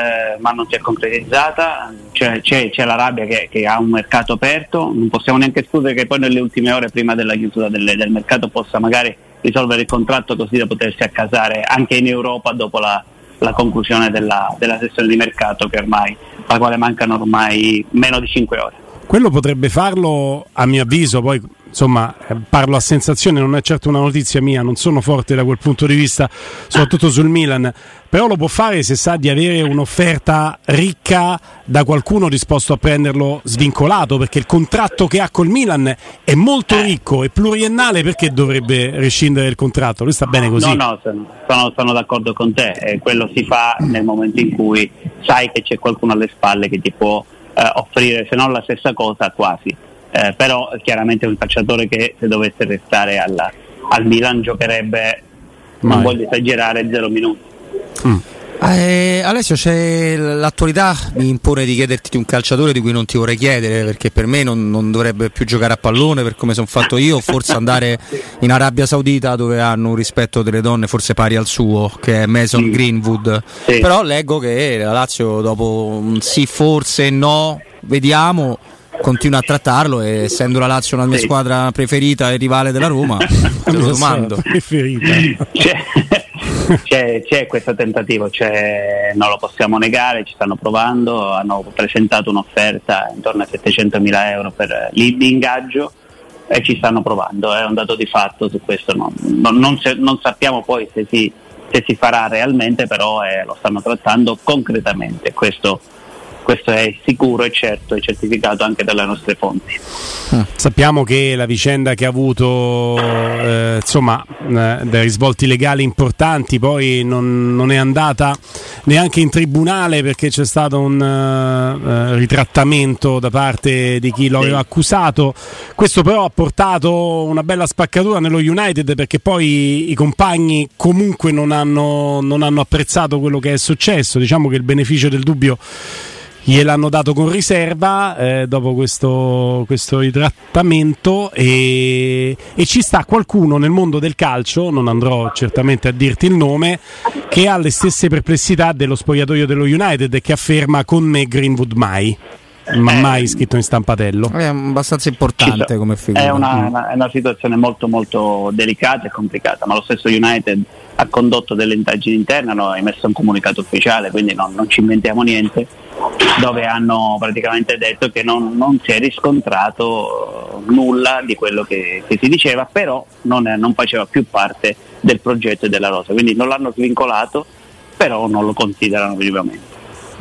ma non si è concretizzata. C'è l'Arabia che ha un mercato aperto, non possiamo neanche escludere che poi nelle ultime ore prima della chiusura del mercato possa magari risolvere il contratto, così da potersi accasare anche in Europa dopo la conclusione della sessione di mercato, che ormai, alla quale mancano ormai meno di 5 ore. Quello potrebbe farlo, a mio avviso, poi insomma parlo a sensazione, non è certo una notizia mia, non sono forte da quel punto di vista, soprattutto sul Milan, però lo può fare se sa di avere un'offerta ricca da qualcuno disposto a prenderlo svincolato, perché il contratto che ha col Milan è molto ricco e pluriennale, perché dovrebbe rescindere il contratto? Lui sta bene così. No, sono d'accordo con te, quello si fa nel momento in cui sai che c'è qualcuno alle spalle che ti può offrire, se non la stessa cosa, quasi. Però chiaramente è un calciatore che, se dovesse restare al Milan, giocherebbe, non voglio esagerare, 0 minuti. Alessio, c'è l'attualità mi impone di chiederti di un calciatore di cui non ti vorrei chiedere, perché per me non dovrebbe più giocare a pallone per come sono fatto io, forse andare in Arabia Saudita dove hanno un rispetto delle donne forse pari al suo, che è Mason Greenwood. Però leggo che la Lazio dopo un sì forse no vediamo continua a trattarlo, e essendo la Lazio una mia squadra preferita e rivale della Roma te lo domando. Preferita. C'è questo tentativo, non lo possiamo negare, ci stanno provando, hanno presentato un'offerta intorno a 700.000 euro per l'ingaggio e ci stanno provando, è un dato di fatto, su questo non sappiamo poi se si farà realmente, però lo stanno trattando concretamente, questo è sicuro e certo, è certificato anche dalle nostre fonti. Sappiamo che la vicenda che ha avuto dei risvolti legali importanti poi non è andata neanche in tribunale, perché c'è stato un ritrattamento da parte di chi lo aveva accusato. Questo però ha portato una bella spaccatura nello United, perché poi i compagni comunque non hanno apprezzato quello che è successo. Diciamo che il beneficio del dubbio gliel'hanno dato con riserva dopo questo ritrattamento, e ci sta qualcuno nel mondo del calcio, non andrò certamente a dirti il nome, che ha le stesse perplessità dello spogliatoio dello United e che afferma con me Greenwood mai scritto in stampatello. È abbastanza importante come figura. È una situazione molto molto delicata e complicata, ma lo stesso United ha condotto delle indagini interne, hanno emesso un comunicato ufficiale, quindi non ci inventiamo niente, dove hanno praticamente detto che non si è riscontrato nulla di quello che si diceva, però non faceva più parte del progetto e della rosa, quindi non l'hanno svincolato, però non lo considerano vivamente.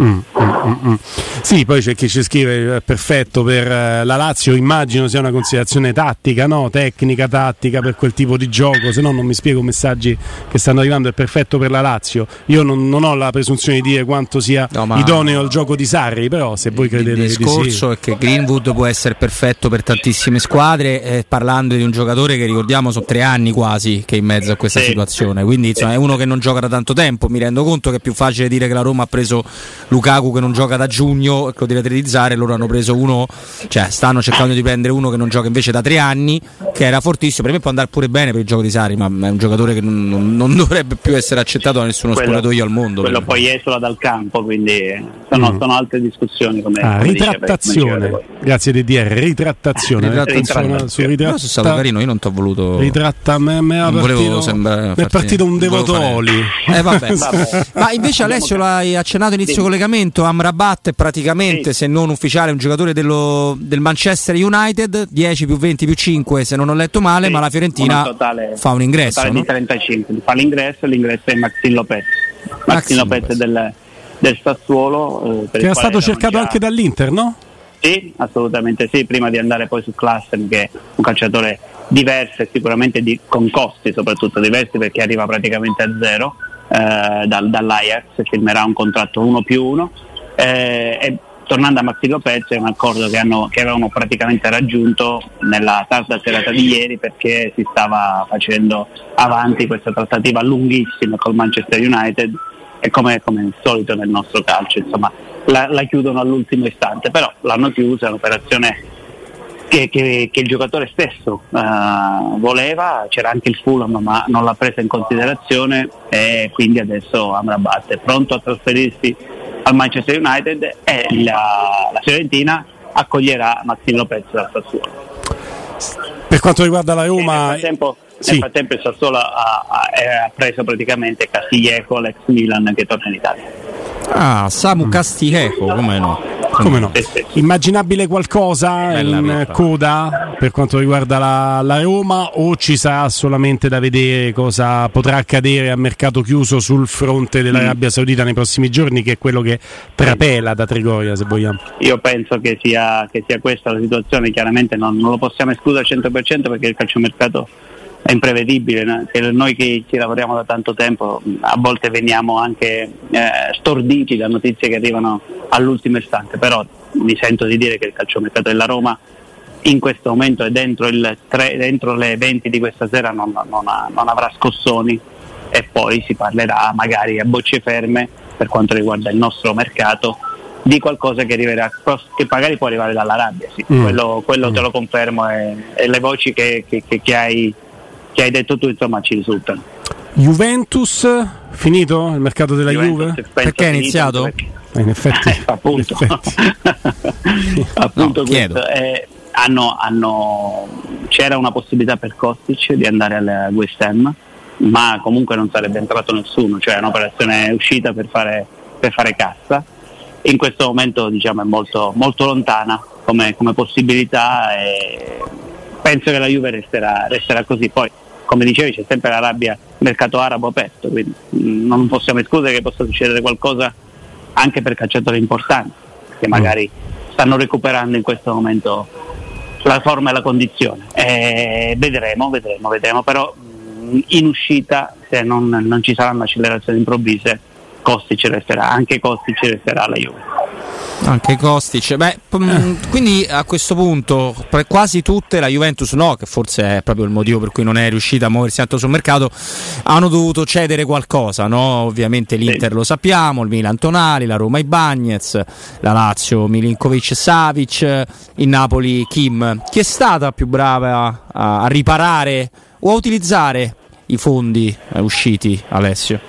Sì, poi c'è chi ci scrive perfetto per la Lazio, immagino sia una considerazione tattica, no? Tecnica, tattica per quel tipo di gioco, se no non mi spiego messaggi che stanno arrivando. È perfetto per la Lazio, io non ho la presunzione di dire quanto sia idoneo al gioco di Sarri, però se voi credete il discorso è che Greenwood può essere perfetto per tantissime squadre, parlando di un giocatore che ricordiamo sono 3 anni quasi che è in mezzo a questa situazione, quindi insomma, è uno che non gioca da tanto tempo. Mi rendo conto che è più facile dire che la Roma ha preso Lukaku che non gioca da giugno e lo deve realizzare, loro hanno preso uno, cioè stanno cercando di prendere uno che non gioca invece da 3 anni, che era fortissimo. Per me può andare pure bene per il gioco di Sarri, ma è un giocatore che non dovrebbe più essere accettato da nessuno spogliatoio al mondo. Quello poi esula dal campo, quindi sono altre discussioni come ritrattazione. Grazie DDR, ritrattazione. Sono stato carino, io non ti ho voluto mi è partito un devoto Oli. Vabbè. Ma invece Alessio l'hai accennato inizio collegamento, Amrabat è praticamente, se non ufficiale, un giocatore del Manchester United, 10 più 20 più 5 se non ho letto male, ma la Fiorentina fa un ingresso, no? Di 35, fa l'ingresso è Maxime Lopez del Sassuolo, che era stato cercato anche dall'Inter, no? Sì, assolutamente sì, prima di andare poi su Klassen, che è un calciatore diverso e sicuramente con costi soprattutto diversi, perché arriva praticamente a zero dall'Ajax, firmerà un contratto 1+1, e tornando a Maxi Lopez è un accordo che avevano praticamente raggiunto nella tarda serata di ieri, perché si stava facendo avanti questa trattativa lunghissima col Manchester United, e come al solito nel nostro calcio, insomma, la chiudono all'ultimo istante, però l'hanno chiusa, è un'operazione che il giocatore stesso voleva, c'era anche il Fulham ma non l'ha presa in considerazione, e quindi adesso Amrabat è pronto a trasferirsi al Manchester United, e la Fiorentina accoglierà Maxime Lopez dal Sassuolo. Per quanto riguarda la Roma, nel frattempo il Sassuolo ha preso praticamente Castillejo, l'ex Milan, che torna in Italia. Samu Castillejo, come no? Immaginabile qualcosa in coda per quanto riguarda la Roma, o ci sarà solamente da vedere cosa potrà accadere a mercato chiuso sul fronte dell'Arabia Saudita nei prossimi giorni, che è quello che trapela da Trigoria, se vogliamo? Io penso che sia questa la situazione, chiaramente non lo possiamo escludere al 100%, perché il calciomercato è imprevedibile, no? Noi che ci lavoriamo da tanto tempo a volte veniamo anche storditi da notizie che arrivano all'ultimo istante, però mi sento di dire che il calciomercato della Roma in questo momento è dentro le 20 di questa sera non avrà scossoni, e poi si parlerà magari a bocce ferme per quanto riguarda il nostro mercato, di qualcosa che arriverà, che magari può arrivare dall'Arabia, sì. Quello te lo confermo, e le voci che hai detto tu, insomma, ci risultano. Juventus, finito il mercato della Juve? Perché è iniziato? In effetti, appunto, appunto no, questo, c'era una possibilità per Kostic di andare al West Ham, ma comunque non sarebbe entrato nessuno, cioè è un'operazione uscita per fare cassa. In questo momento, diciamo, è molto, molto lontana come possibilità, e penso che la Juve resterà così. Poi, come dicevi, c'è sempre l'Arabia, mercato arabo aperto, quindi non possiamo escludere che possa succedere qualcosa anche per calciatori importanti che magari stanno recuperando in questo momento la forma e la condizione. Vedremo, però in uscita, se non ci saranno accelerazioni improvvise, Kostic resterà alla Juve. Anche Kostic, quindi a questo punto per quasi tutte, la Juventus no, che forse è proprio il motivo per cui non è riuscita a muoversi tanto sul mercato, hanno dovuto cedere qualcosa, no? Ovviamente l'Inter lo sappiamo, il Milan Tonali, la Roma Ibañez, la Lazio Milinkovic Savic, il Napoli Kim. Chi è stata più brava a riparare o a utilizzare i fondi usciti, Alessio?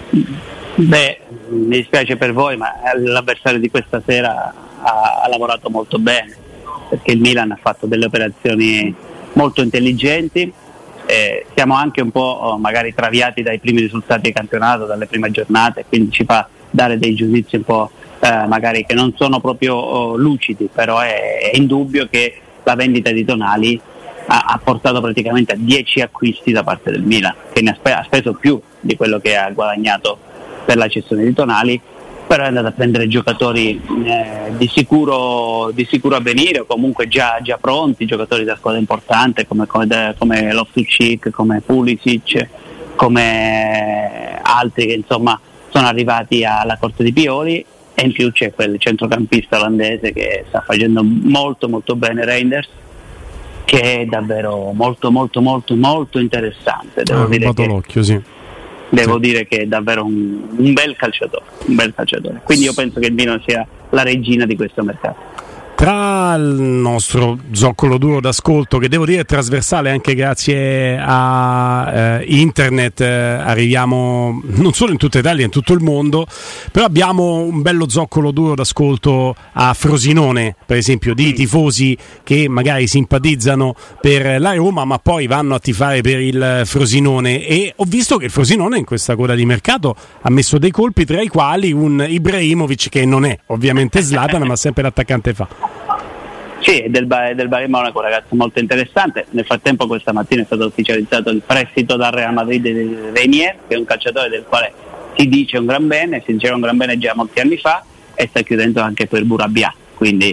Mi dispiace per voi, ma l'avversario di questa sera ha lavorato molto bene, perché il Milan ha fatto delle operazioni molto intelligenti. Siamo anche un po' magari traviati dai primi risultati di campionato, dalle prime giornate, quindi ci fa dare dei giudizi un po' magari che non sono proprio lucidi, però è indubbio che la vendita di Tonali ha portato praticamente a 10 acquisti da parte del Milan, che ne ha speso più di quello che ha guadagnato per la cessione di Tonali, però è andato a prendere giocatori di sicuro avvenire, o comunque già pronti, giocatori da squadra importante come Loftus-Cheek, come Pulisic, come altri che insomma sono arrivati alla corte di Pioli, e in più c'è quel centrocampista olandese che sta facendo molto molto bene, Reinders, che è davvero molto molto molto molto interessante. Devo dire che è davvero un bel calciatore, quindi io penso che il Milan sia la regina di questo mercato. Tra il nostro zoccolo duro d'ascolto, che devo dire è trasversale anche grazie a internet, arriviamo non solo in tutta Italia, in tutto il mondo, però abbiamo un bello zoccolo duro d'ascolto a Frosinone, per esempio, di tifosi che magari simpatizzano per la Roma ma poi vanno a tifare per il Frosinone, e ho visto che il Frosinone in questa coda di mercato ha messo dei colpi, tra i quali un Ibrahimovic che non è ovviamente Zlatan ma sempre l'attaccante fa. Sì, del Bayern Monaco, un ragazzo molto interessante. Nel frattempo questa mattina è stato ufficializzato il prestito dal Real Madrid di Renier, che è un calciatore del quale si diceva un gran bene già molti anni fa, e sta chiudendo anche per Burabia, quindi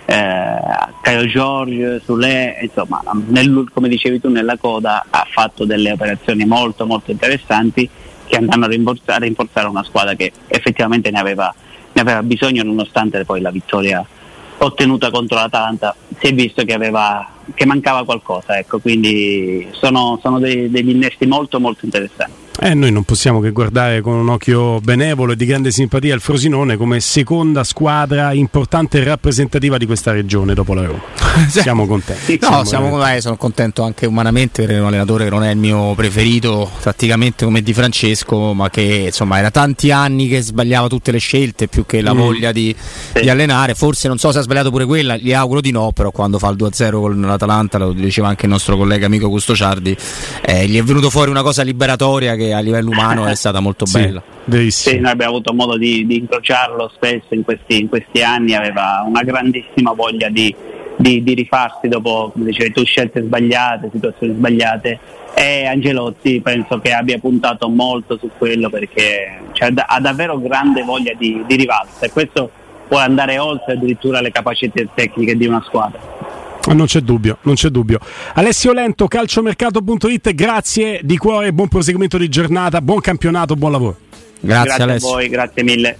Caio George, Soulé, insomma, come dicevi tu, nella coda ha fatto delle operazioni molto molto interessanti che andranno a rinforzare una squadra che effettivamente ne aveva bisogno, nonostante poi la vittoria ottenuta contro l'Atalanta. Si è visto che mancava qualcosa, ecco, quindi sono degli innesti molto molto interessanti. Noi non possiamo che guardare con un occhio benevolo e di grande simpatia il Frosinone come seconda squadra importante e rappresentativa di questa regione dopo la Roma. Siamo contenti. Sono contento anche umanamente per un allenatore che non è il mio preferito tatticamente come Di Francesco, ma che insomma era tanti anni che sbagliava tutte le scelte più che la voglia di allenare. Forse non so se ha sbagliato pure quella, gli auguro di no, però quando fa il 2-0 con l'Atalanta, lo diceva anche il nostro collega amico Custociardi, gli è venuto fuori una cosa liberatoria che a livello umano è stata molto bella. Sì, noi abbiamo avuto modo di incrociarlo spesso in questi anni, aveva una grandissima voglia di rifarsi dopo, come dicevi tu, scelte sbagliate, situazioni sbagliate, e Ancelotti penso che abbia puntato molto su quello, perché ha davvero grande voglia di rivalsa, e questo può andare oltre addirittura le capacità tecniche di una squadra. Non c'è dubbio. Alessio Lento, calciomercato.it, grazie di cuore, buon proseguimento di giornata, buon campionato, buon lavoro. Grazie Alessio. A voi, grazie mille.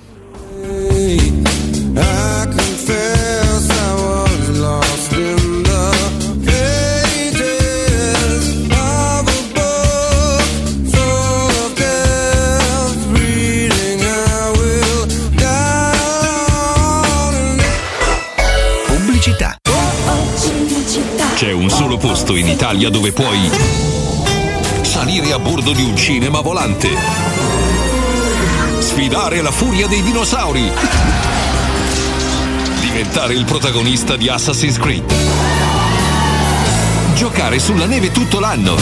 posto in Italia dove puoi salire a bordo di un cinema volante, sfidare la furia dei dinosauri, diventare il protagonista di Assassin's Creed, giocare sulla neve tutto l'anno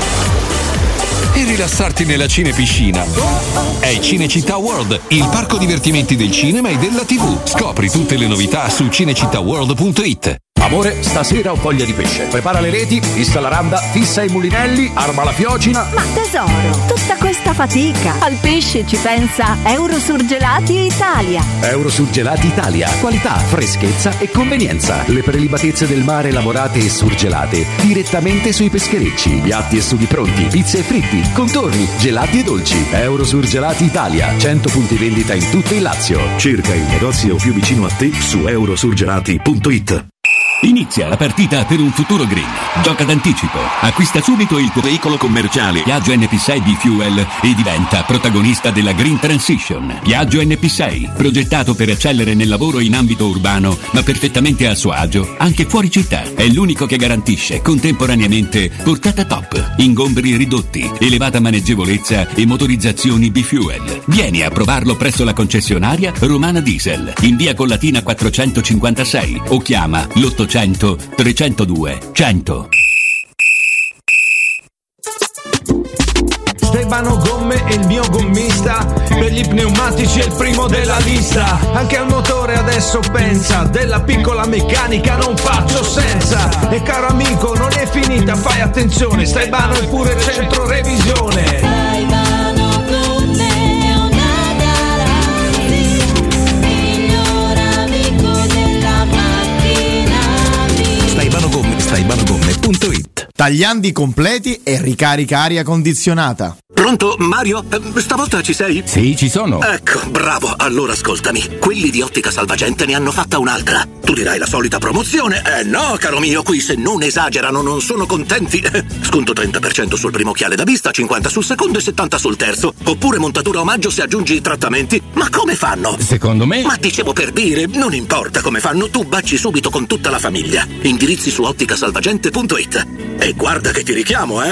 e rilassarti nella cinepiscina. È Cinecittà World, il parco divertimenti del cinema e della TV. Scopri tutte le novità su cinecittàworld.it. Amore, stasera ho voglia di pesce. Prepara le reti, fissa la randa, fissa i mulinelli, arma la fiocina. Ma tesoro, tutta questa fatica. Al pesce ci pensa Eurosurgelati Italia. Eurosurgelati Italia. Qualità, freschezza e convenienza. Le prelibatezze del mare lavorate e surgelate direttamente sui pescherecci. Piatti e sughi pronti, pizze e fritti, contorni, gelati e dolci. Eurosurgelati Italia. 100 punti vendita in tutto il Lazio. Cerca il negozio più vicino a te su eurosurgelati.it. Inizia la partita per un futuro green. Gioca d'anticipo. Acquista subito il tuo veicolo commerciale Piaggio NP6 B-Fuel e diventa protagonista della Green Transition. Piaggio NP6, progettato per eccellere nel lavoro in ambito urbano, ma perfettamente a suo agio anche fuori città. È l'unico che garantisce contemporaneamente portata top, ingombri ridotti, elevata maneggevolezza e motorizzazioni B-Fuel. Vieni a provarlo presso la concessionaria Romana Diesel, in via Collatina 456 o chiama l'800 302 100. Stefano Gomme è il mio gommista, per gli pneumatici è il primo della lista. Anche al motore adesso pensa, della piccola meccanica non faccio senza. E caro amico, non è finita, fai attenzione, Stefano è pure centro revisione. Staibanogomme.it. Tagliandi completi e ricarica aria condizionata. Pronto, Mario? Stavolta ci sei? Sì, ci sono. Ecco, bravo. Allora ascoltami. Quelli di Ottica Salvagente ne hanno fatta un'altra. Tu dirai la solita promozione. No, caro mio, qui se non esagerano non sono contenti. Sconto 30% sul primo occhiale da vista, 50 sul secondo e 70 sul terzo. Oppure montatura omaggio se aggiungi i trattamenti. Ma come fanno? Secondo me... Ma dicevo per dire, non importa come fanno, tu baci subito con tutta la famiglia. Indirizzi su otticasalvagente.it. E guarda che ti richiamo,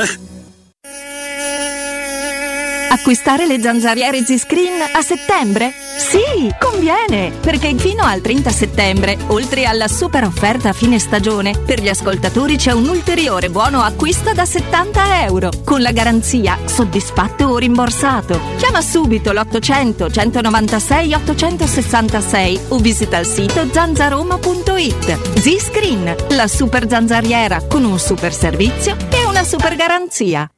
Acquistare le zanzariere Z-Screen a settembre? Sì, conviene! Perché fino al 30 settembre, oltre alla super offerta a fine stagione, per gli ascoltatori c'è un ulteriore buono acquisto da €70, con la garanzia soddisfatto o rimborsato. Chiama subito l'800 196 866 o visita il sito zanzaroma.it. Z-Screen, la super zanzariera con un super servizio e una super garanzia.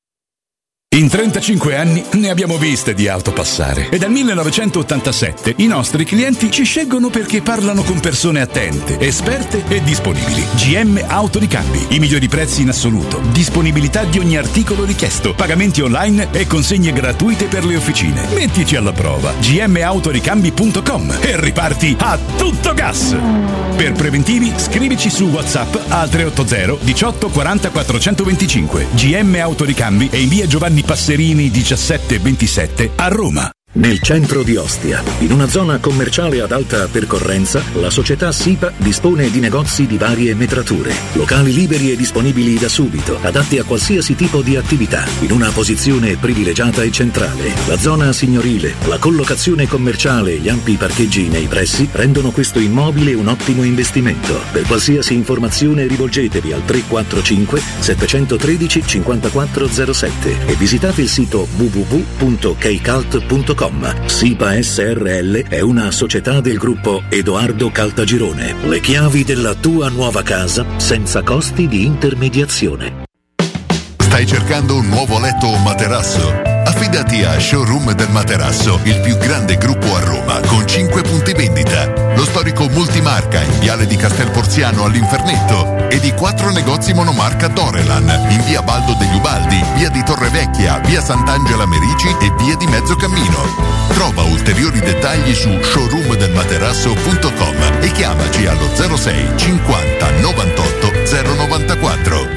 In 35 anni ne abbiamo viste di auto passare e dal 1987 i nostri clienti ci scelgono perché parlano con persone attente, esperte e disponibili. GM Autoricambi, i migliori prezzi in assoluto, disponibilità di ogni articolo richiesto, pagamenti online e consegne gratuite per le officine. Mettici alla prova. gmautoricambi.com e riparti a tutto gas. Per preventivi scrivici su WhatsApp al 380 18 40 425. GM Autoricambi e in via Giovanni Passerini 1727 a Roma. Nel centro di Ostia, in una zona commerciale ad alta percorrenza, la società SIPA dispone di negozi di varie metrature, locali liberi e disponibili da subito, adatti a qualsiasi tipo di attività, in una posizione privilegiata e centrale. La zona signorile, la collocazione commerciale e gli ampi parcheggi nei pressi rendono questo immobile un ottimo investimento. Per qualsiasi informazione rivolgetevi al 345 713 5407 e visitate il sito www.keicalt.com. SIPA SRL è una società del gruppo Edoardo Caltagirone. Le chiavi della tua nuova casa senza costi di intermediazione. Stai cercando un nuovo letto o materasso? Affidati a Showroom del Materasso, il più grande gruppo a Roma, con 5 punti vendita. Lo storico multimarca in Viale di Castelporziano all'Infernetto e di 4 negozi monomarca Dorelan in via Baldo degli Ubaldi, via di Torrevecchia, via Sant'Angela Merici e via di Mezzocammino. Trova ulteriori dettagli su showroomdelmaterasso.com e chiamaci allo 06 50 98 094.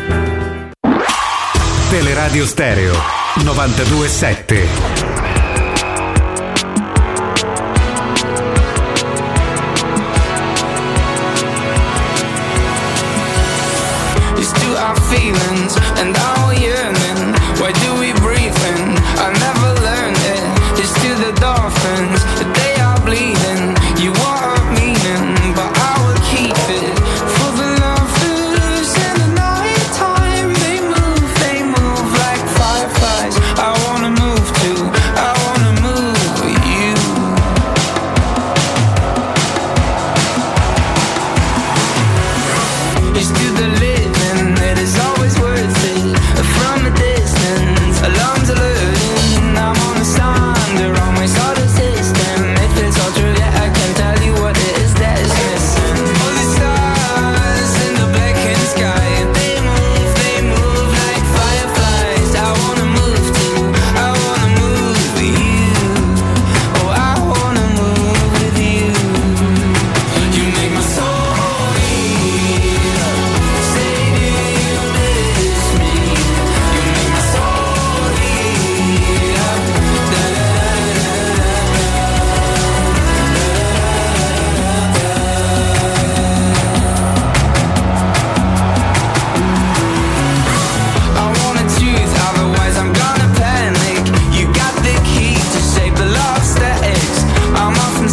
Teleradio Stereo 92.7. It's 2 hours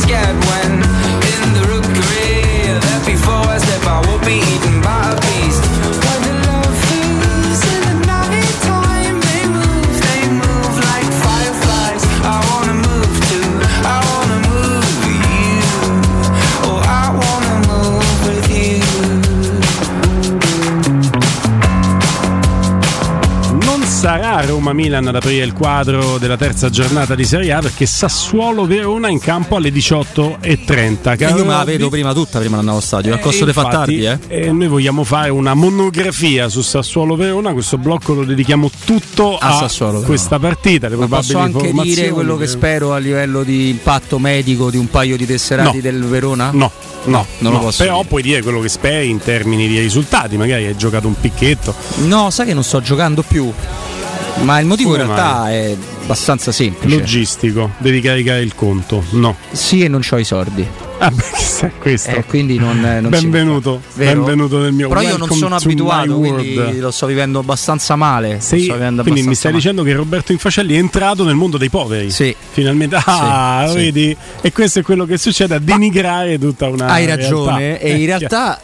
scared when in the rookery that before I step I will be eaten by a beast. When the love is in the night time, they move like fireflies. I wanna move too, I wanna move with you. Oh, I wanna move with you. Non sarà Roma-Milan ad aprire il quadro della terza giornata di Serie A, perché Sassuolo-Verona in campo alle 18:30. Io me la vedo prima tutta, prima andavo allo stadio. A costo di far tardi, noi vogliamo fare una monografia su Sassuolo-Verona. Questo blocco lo dedichiamo tutto a Sassuolo, questa partita. Le posso anche dire quello che spero a livello di impatto medico di un paio di tesserati del Verona? No, non lo posso però dire. Puoi dire quello che speri in termini di risultati. Magari hai giocato un picchetto. No, sai che non sto giocando più. Ma il motivo in realtà è abbastanza semplice. Logistico, devi caricare il conto. No. Sì, e non c'ho i soldi. Ah, beh, chissà questo. Quindi non benvenuto nel mio. Però io non sono abituato, quindi lo sto vivendo abbastanza male. Quindi mi stai dicendo che Roberto Infacelli è entrato nel mondo dei poveri? Sì. Finalmente. Vedi? E questo è quello che succede, a denigrare tutta una. Hai ragione, e in realtà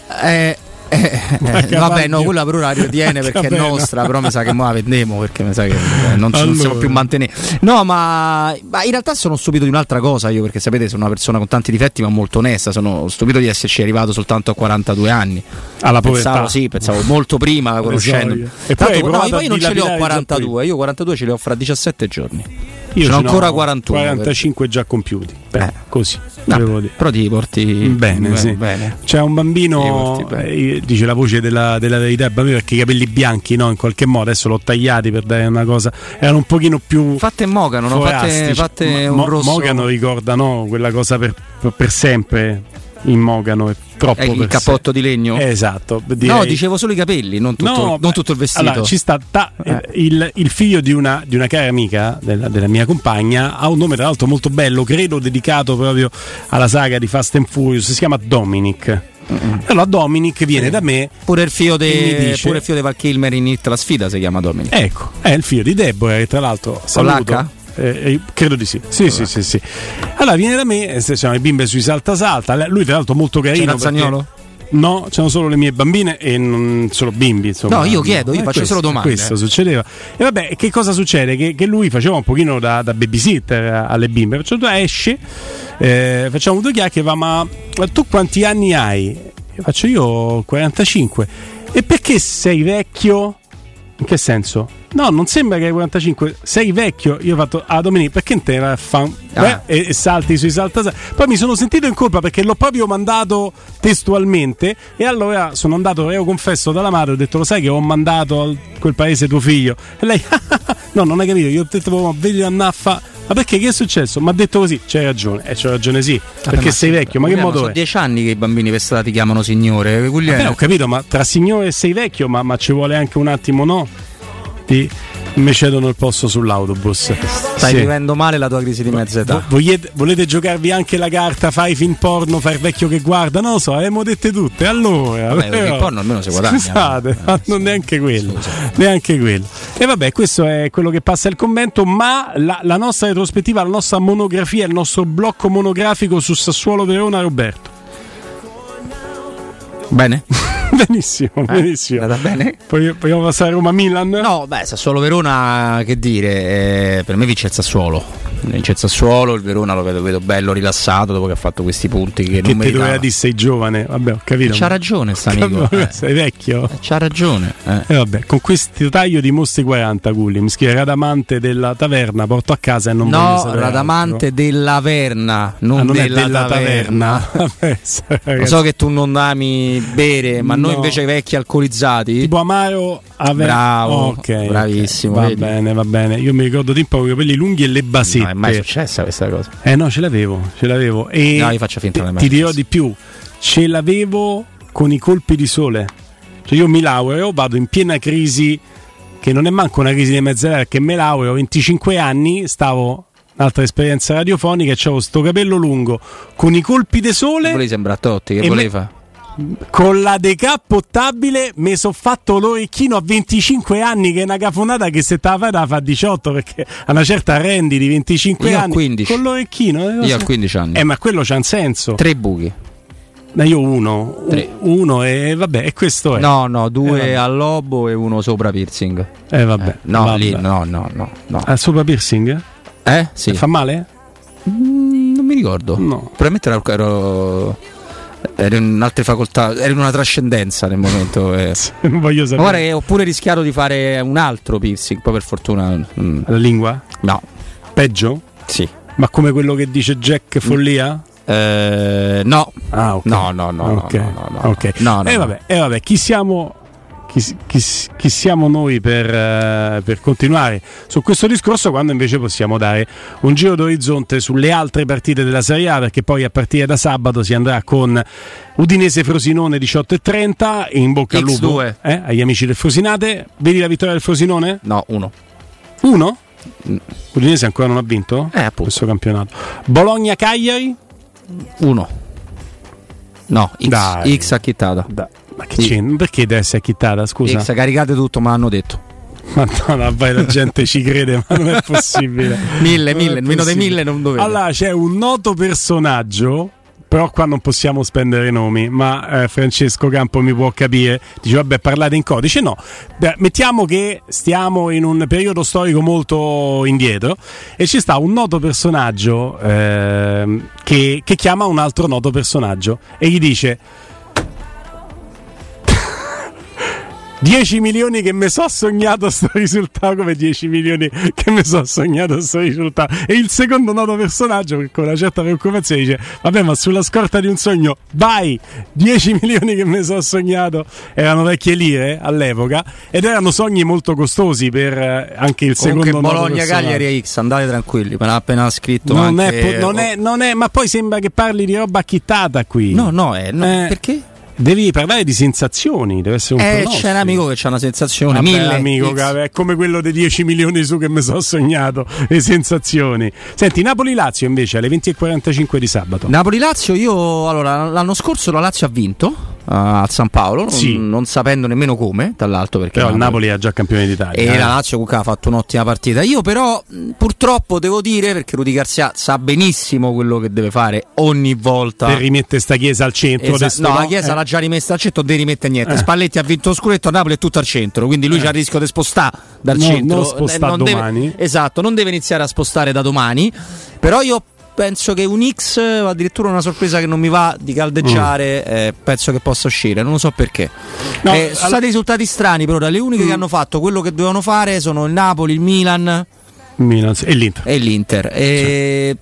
vabbè, no, quella per ora ritiene perché è nostra, però mi sa che mo la vendiamo, perché mi sa che non si può più mantenere. No, ma in realtà sono stupito di un'altra cosa io, perché sapete, sono una persona con tanti difetti ma molto onesta. Sono stupito di esserci arrivato soltanto a 42 anni. Alla povertà. Pensavo molto prima, conoscendo. E poi io non ce li ho 42, io 42 ce li ho fra 17 giorni. Io sono ancora 41, 45 già compiuti. Così. Però ti porti bene. C'è un bambino, dice la voce della verità, il bambino, perché i capelli bianchi, no, in qualche modo adesso l'ho tagliati per dare una cosa, erano un pochino più fatte Mogano, no? fatte un rosso. Mogano ricorda, no, quella cosa per sempre in Mogano è troppo il cappotto di legno? Esatto. No, dicevo solo i capelli, non tutto il vestito. Allora, ci sta il figlio di una cara amica della mia compagna, ha un nome tra l'altro molto bello, credo dedicato proprio alla saga di Fast and Furious, si chiama Dominic. Allora Dominic viene da me. Pure il figlio di Val Kilmer in Hit la sfida si chiama Dominic. Ecco, è il figlio di Deborah, che tra l'altro saluto. Credo di sì. Sì. Allora viene da me, siamo le bimbe sui salta. Lui tra l'altro molto carino. C'è Zagnolo? No, c'erano solo le mie bambine e non solo bimbi, insomma. No, io chiedo, faccio solo domande. Questo succedeva. E vabbè, che cosa succede? Che lui faceva un pochino da babysitter alle bimbe. Esce, facciamo due chiacchiere, ma tu quanti anni hai? Faccio io 45. E perché sei vecchio? In che senso? No, non sembra che hai 45, sei vecchio. Io ho fatto Domenico, perché te vai a fare e salti sui salta. Poi mi sono sentito in colpa perché l'ho proprio mandato testualmente, e allora sono andato, io confesso, dalla madre, ho detto: lo sai che ho mandato a quel paese tuo figlio? E lei no, non hai capito, io ho detto: vedi, annaffa. Ma perché, che è successo? Mi ha detto così. C'hai ragione, c'ho ragione, sì, perché sei vecchio. Ma che modo sono è? 10 anni che i bambini per strada ti chiamano signore. Ho capito, ma tra signore e sei vecchio, ma ci vuole anche un attimo, no? Mi cedono il posto sull'autobus. Stai vivendo male la tua crisi di mezza età. Volete giocarvi anche la carta fai film porno, fai il vecchio che guarda? Non lo so, abbiamo dette tutte. Allora, il porno almeno si guadagna. Scusate, non neanche quello. E vabbè, questo è quello che passa il commento. Ma la nostra retrospettiva, la nostra monografia, il nostro blocco monografico su Sassuolo Verona, Roberto. Bene. Benissimo. Andata bene? Vogliamo passare a Roma-Milan? No, Sassuolo Verona, che dire, per me vince il Sassuolo. Vince il Sassuolo, il Verona lo vedo bello rilassato dopo che ha fatto questi punti che non meritava. Doveva dire sei giovane, vabbè, ho capito. C'ha ragione sta amico. Sei vecchio. C'ha ragione. Vabbè, con questo taglio di mostri 40 Gulli, mi scrive Radamante della taverna, porto a casa e non voglio sapere. No, Radamante altro. Della Verna, non della taverna. Vabbè, lo so che tu non ami bere, ma noi invece vecchi alcolizzati. Tipo amaro. Bravo, okay, bravissimo. Va bene. Io mi ricordo tempo con i capelli lunghi e le basette. No, è mai successa questa cosa? No, ce l'avevo. E no, io faccio finta ti dirò di più. Ce l'avevo con i colpi di sole. Cioè io mi laureo, vado in piena crisi, che non è manco una crisi di mezz'era, perché me laureo, 25 anni, stavo un'altra esperienza radiofonica e c'avevo sto capello lungo con i colpi di sole. Volevi sembrare Totti, che voleva? con la decappottabile mi sono fatto l'orecchino a 25 anni, che è una cafonata che se te la fai te la fa a 18, perché a una certa rendi di 25 io anni 15. con l'orecchino. Io ho 15 anni. Ma quello c'ha un senso. 3 buchi. Io uno e vabbè, e questo è. No, 2 al lobo e 1 sopra piercing. Vabbè. No, lì no. Sopra piercing? Sì. Fa male? Non mi ricordo. No. Probabilmente ero in altre facoltà, ero in una trascendenza nel momento. Non voglio sapere. Ma guarda che ho pure rischiato di fare un altro piercing, poi per fortuna. La lingua? No. Peggio? Sì. Ma come quello che dice Jack Follia? No. Ah, ok. No. Ok. Vabbè, chi siamo noi per continuare su questo discorso, quando invece possiamo dare un giro d'orizzonte sulle altre partite della Serie A, perché poi a partire da sabato si andrà con Udinese-Frosinone 18:30. In bocca al lupo agli amici del Frosinate. Vedi la vittoria del Frosinone? No, 1. Udinese ancora non ha vinto questo campionato. Bologna-Cagliari 1. No, X acchittata. Ma che c'è? Perché deve essere acchittata? Scusa. X, caricate tutto, ma hanno detto. Madonna, vai, la gente ci crede, ma non è possibile. 1000, meno di 1000 non dovete. Allora c'è un noto personaggio, però qua non possiamo spendere nomi, ma Francesco Campo mi può capire. Dice vabbè, parlate in codice. No, mettiamo che stiamo in un periodo storico molto indietro e ci sta un noto personaggio che chiama un altro noto personaggio e gli dice 10 milioni che mi so sognato sto risultato, come 10 milioni che mi so sognato sto risultato. E il secondo noto personaggio, che con una certa preoccupazione dice vabbè, ma sulla scorta di un sogno vai, 10 milioni che mi so sognato. Erano vecchie lire all'epoca ed erano sogni molto costosi per anche il secondo noto personaggio. Bologna-Cagliari e X, andate tranquilli, me l'ha appena scritto. Non è, ma poi sembra che parli di roba acchittata qui. No, perché? Devi parlare di sensazioni, deve essere un pronostico. C'è un amico che c'ha una sensazione. 1000 amico, è come quello dei 10 milioni su che mi sono sognato. Le sensazioni. Senti, Napoli-Lazio invece alle 20:45 di sabato. Napoli-Lazio, l'anno scorso la Lazio ha vinto al San Paolo, non sapendo nemmeno come, dall'alto, perché però il Napoli è già campione d'Italia e la Lazio comunque ha fatto un'ottima partita. Io però purtroppo devo dire, perché Rudy Garcia sa benissimo quello che deve fare ogni volta per rimettere sta Chiesa al centro. La Chiesa l'ha già rimessa al centro, non deve rimettere niente. Spalletti ha vinto lo scudetto, Napoli è tutto al centro, quindi lui c'ha il rischio di spostare dal centro, non spostare domani. Non deve iniziare a spostare da domani. Però io penso che un X, addirittura una sorpresa che non mi va di caldeggiare, penso che possa uscire, non lo so perché. Sono stati risultati strani, però le uniche che hanno fatto quello che dovevano fare sono il Napoli, il Milan e l'Inter.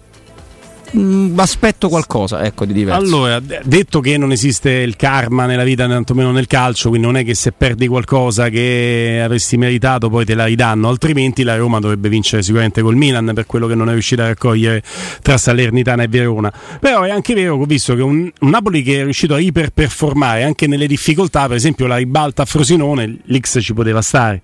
Aspetto qualcosa, di diverso. Allora, detto che non esiste il karma nella vita, tantomeno nel calcio, quindi non è che se perdi qualcosa che avresti meritato poi te la ridanno, altrimenti la Roma dovrebbe vincere sicuramente col Milan per quello che non è riuscita a raccogliere tra Salernitana e Verona. Però è anche vero che ho visto che un Napoli che è riuscito a iperperformare anche nelle difficoltà, per esempio la ribalta a Frosinone, l'X ci poteva stare.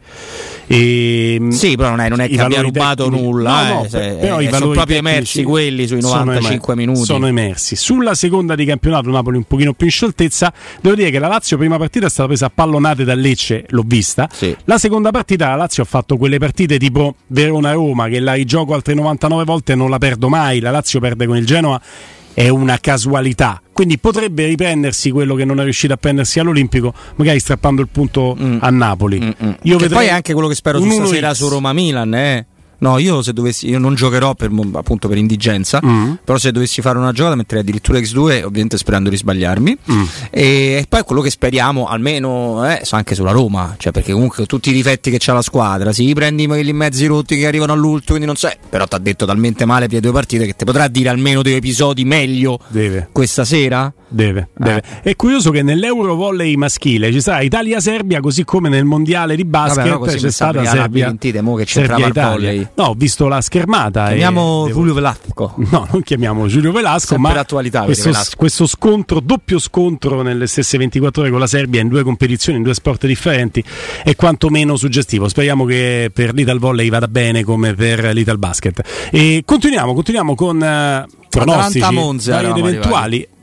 Sì, però non è che abbia rubato nulla, però i valori sono proprio emersi quelli sui 95 minuti. Sono emersi. Sulla seconda di campionato Napoli un pochino più in scioltezza. Devo dire che la Lazio prima partita è stata presa a pallonate da Lecce, l'ho vista. La seconda partita la Lazio ha fatto quelle partite tipo Verona-Roma che la rigioco altre 99 volte e non la perdo mai. La Lazio perde con il Genoa, è una casualità, quindi potrebbe riprendersi quello che non è riuscito a prendersi all'Olimpico, magari strappando il punto a Napoli. Io poi è anche quello che spero su stasera su Roma-Milan. No, io non giocherò appunto per indigenza, però se dovessi fare una giocata metterei addirittura X2, ovviamente sperando di sbagliarmi. E poi quello che speriamo almeno anche sulla Roma, cioè perché comunque tutti i difetti che c'ha la squadra, si prendi quelli mezzi rotti che arrivano all'ultimo, quindi non so, però ti ha detto talmente male per 2 partite che ti potrà dire almeno 2 episodi meglio questa sera? Deve. È curioso che nell'Eurovolley maschile ci sarà Italia-Serbia, così come nel mondiale di basket c'è stata Serbia-Italia. No, ho visto la schermata. Chiamiamo Giulio Velasco. No, non chiamiamo Giulio Velasco, sempre ma l'attualità, questo scontro, doppio scontro nelle stesse 24 ore con la Serbia in 2 competizioni, in 2 sport differenti, è quantomeno suggestivo. Speriamo che per l'Ital Volley vada bene come per l'Ital Basket. E continuiamo con pronostici ed eventuali.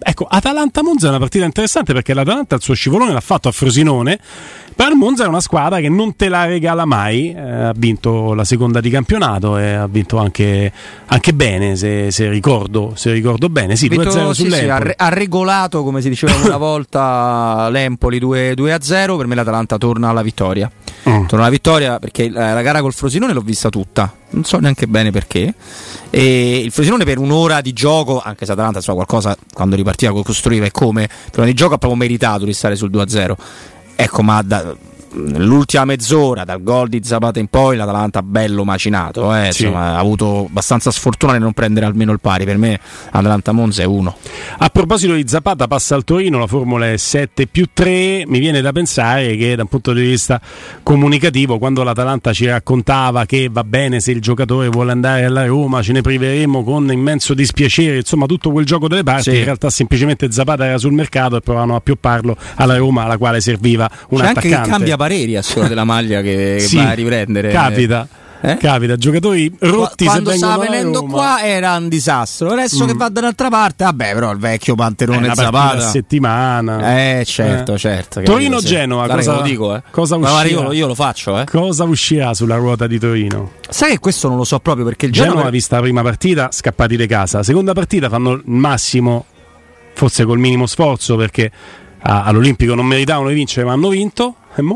Ecco, Atalanta-Monza è una partita interessante perché l'Atalanta il suo scivolone l'ha fatto a Frosinone, però il Monza è una squadra che non te la regala mai, ha vinto la seconda di campionato e ha vinto anche bene, se ricordo bene, sì, 2-0 sull'Empoli. Ha regolato, come si diceva una volta, l'Empoli 2-0, per me l'Atalanta torna alla vittoria. Torna alla vittoria perché la gara col Frosinone l'ho vista tutta, non so neanche bene perché, e il Frosinone per un'ora di gioco, anche se Atalanta qualcosa quando ripartiva costruiva e come, per un'ora di gioco ha proprio meritato di stare sul 2-0. Ecco, ma l'ultima mezz'ora dal gol di Zapata in poi l'Atalanta bello macinato, sì. Insomma, ha avuto abbastanza sfortuna di non prendere almeno il pari. Per me Atalanta-Monza è 1. A proposito di Zapata, passa al Torino, la formula è 7+3. Mi viene da pensare che da un punto di vista comunicativo, quando l'Atalanta ci raccontava che va bene se il giocatore vuole andare alla Roma, ce ne priveremo con immenso dispiacere, insomma tutto quel gioco delle parti, in realtà semplicemente Zapata era sul mercato e provavano a piopparlo alla Roma, alla quale serviva un attaccante. Anche che cambia pareri a seconda della maglia che sì, va a riprendere. Capita, giocatori rotti. Quando se stava venendo qua era un disastro, adesso che va dall'altra parte, vabbè, però il vecchio panterone Zapata a settimana. Certo. Torino-Genoa, cosa lo dico, cosa uscirà? Io lo faccio, Cosa uscirà sulla ruota di Torino? Sai che questo non lo so proprio perché il Genoa ha vista la prima partita, scappati di casa. La seconda partita fanno il massimo, forse col minimo sforzo, perché all'Olimpico non meritavano di vincere, ma hanno vinto. E mo?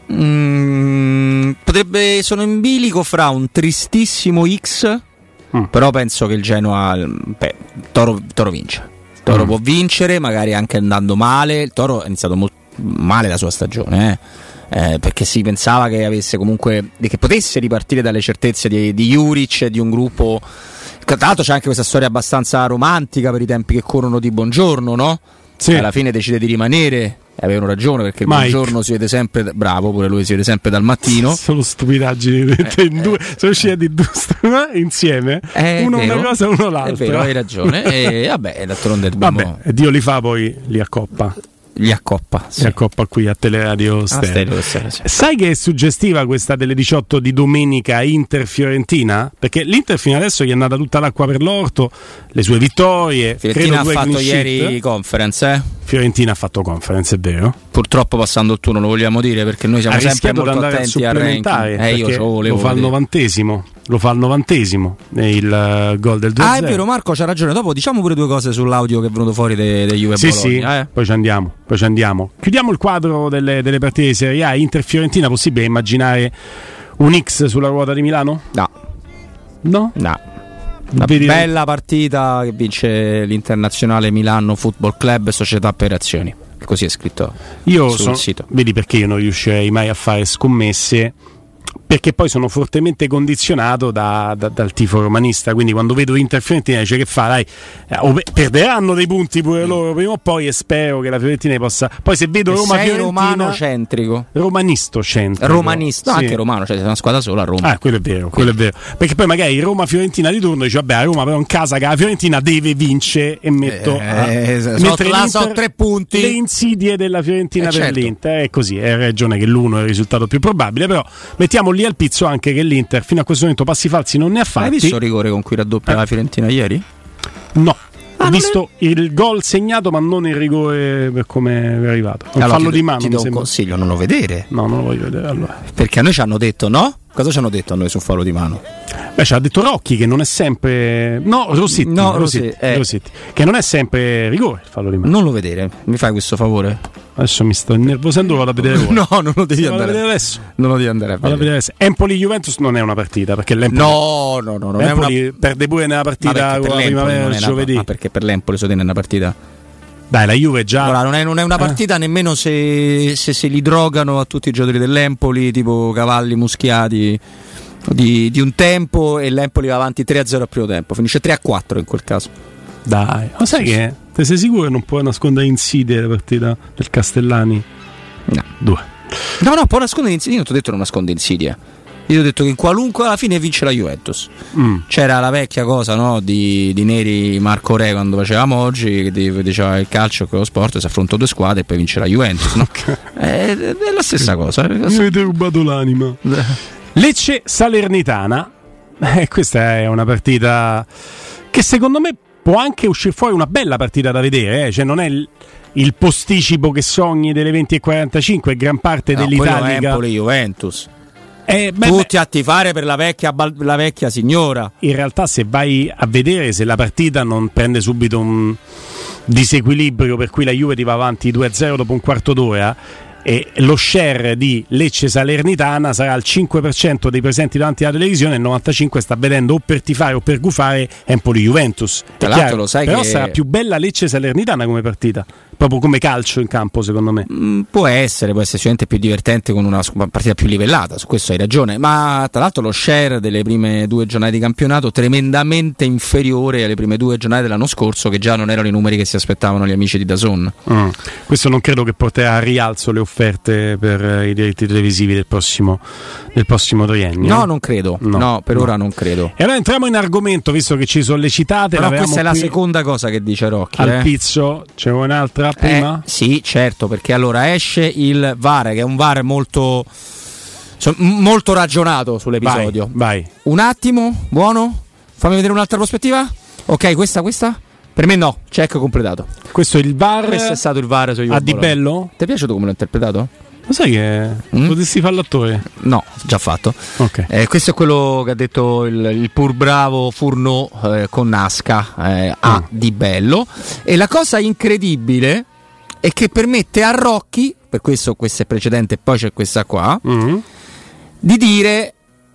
Sono in bilico fra un tristissimo X, però penso che il Genoa, Toro vince. Toro può vincere, magari anche andando male. Il Toro ha iniziato molto male la sua stagione, perché si pensava che avesse comunque che potesse ripartire dalle certezze di Juric e di un gruppo. Tra l'altro c'è anche questa storia abbastanza romantica per i tempi che corrono di Buongiorno, no? Sì. Alla fine decide di rimanere. Avevano ragione perché il Buongiorno si vede sempre, bravo pure lui, si vede sempre dal mattino. Sono stupidaggini in due, sono usciti di due insieme, uno una cosa uno l'altra. È vero, hai ragione. E vabbè, d'altronde dobbiamo... Dio li fa, poi li accoppa. Li accoppa qui a Teleradio Stereo. Sì. Sai che è suggestiva questa delle 18 di domenica Inter-Fiorentina? Perché l'Inter fino adesso gli è andata tutta l'acqua per l'orto, le sue vittorie. Fiorentina ha fatto ieri conference, Fiorentina ha fatto conference, è vero. Purtroppo passando il turno, lo vogliamo dire, perché noi siamo sempre molto attenti al ranking. Io lo fa al 90esimo. Lo fa al 90esimo il gol del 2-0. È vero, Marco c'ha ragione. Dopo diciamo pure due cose sull'audio che è venuto fuori dei Juve Bologna. Sì. Poi ci andiamo. Chiudiamo il quadro delle partite di Serie A. Inter-Fiorentina, possibile immaginare un X sulla ruota di Milano? No? Una bella partita che vince l'Internazionale Milano Football Club, società per azioni. Così è scritto sul sito. Vedi perché io non riuscirei mai a fare scommesse, perché poi sono fortemente condizionato dal tifo romanista, quindi quando vedo Inter Fiorentina dice che fa, dai, perderanno dei punti pure loro prima o poi, e spero che la Fiorentina possa, poi se vedo Roma Fiorentina romano-centrico, romanisto-centrico, sì. Anche romano, cioè una squadra sola a Roma. Quello è vero, perché poi magari Roma Fiorentina di turno dice vabbè, Roma però in casa che la Fiorentina deve vincere e metto so 3 punti le insidie della Fiorentina per certo. l'Inter, è così, hai ragione che l'1 è il risultato più probabile, però mettiamo lì al pizzo anche che l'Inter fino a questo momento passi falsi non ne ha fatti. Hai visto il rigore con cui raddoppia la Fiorentina ieri? No, ho visto il gol segnato ma non il rigore per come è arrivato. Un fallo di mano. Ti do un consiglio, non lo vedere. No, non lo voglio vedere allora. Perché a noi ci hanno detto no? Cosa ci hanno detto a noi sul fallo di mano? Ci ha detto Rocchi che non è sempre Rossetti, che non è sempre rigore il fallo di mano. Non lo vedere, mi fai questo favore? Adesso mi sto innervosendo, lo vado a vedere ora. No, non lo devi andare a vedere adesso. Non lo devi andare a vedere adesso. Empoli-Juventus non è una partita, perché l'Empoli no, Empoli perde pure nella partita con la primavera del giovedì. Ma perché per l'Empoli so è una partita? Dai, la Juve già. Allora, non è una partita nemmeno se li drogano a tutti i giocatori dell'Empoli, tipo cavalli muschiati di un tempo, e l'Empoli va avanti 3-0 al primo tempo, finisce 3-4 in quel caso. Dai, ma sai che te sei sicuro che non può nascondere insidie la partita del Castellani? No. 2. No, può nascondere insidie. Io non ti ho detto non nasconde insidie. Io ho detto che in qualunque alla fine vince la Juventus. C'era la vecchia cosa, no, di Neri Marco Re quando facevamo oggi, che diceva il calcio che lo sport si affronta due squadre e poi vince la Juventus, no? È la stessa cosa. Mi avete rubato l'anima. Lecce Salernitana. Questa è una partita che secondo me può anche uscire fuori una bella partita da vedere, cioè non è il posticipo che sogni delle 20:45, è gran parte dell'Italia. Empoli-Juventus. Tutti a tifare per la vecchia signora. In realtà, se vai a vedere, se la partita non prende subito un disequilibrio per cui la Juve ti va avanti 2-0 dopo un quarto d'ora, e lo share di Lecce Salernitana sarà al 5% dei presenti davanti alla televisione, e il 95% sta vedendo o per tifare o per gufare Empoli Juventus. Tra l'altro lo sai, però che sarà più bella Lecce Salernitana come partita, proprio come calcio in campo, secondo me. Può essere sicuramente più divertente con una partita più livellata, su questo hai ragione, ma tra l'altro lo share delle prime 2 giornate di campionato tremendamente inferiore alle prime 2 giornate dell'anno scorso, che già non erano i numeri che si aspettavano gli amici di DAZN. Questo non credo che porterà a rialzo le offerte per i diritti televisivi del prossimo triennio. No, non credo. No, per ora non credo. E allora entriamo in argomento, visto che ci sollecitate. Però questa è la seconda cosa che dice Rocchi. Al pizzo c'è un'altra prima? Sì, certo, perché allora esce il VAR, che è un VAR molto ragionato sull'episodio. Vai. Un attimo, buono? Fammi vedere un'altra prospettiva. Ok, questa? Per me no, check completato. Questo è il VAR. Questo è stato il VAR su a Di Bello? Ti è piaciuto come l'ho interpretato? Lo sai che potresti fare l'attore? No, già fatto. Okay. Questo è quello che ha detto il pur bravo Furno con Nasca a Di Bello. E la cosa incredibile è che permette a Rocchi, per questo questa è precedente e poi c'è questa qua, di dire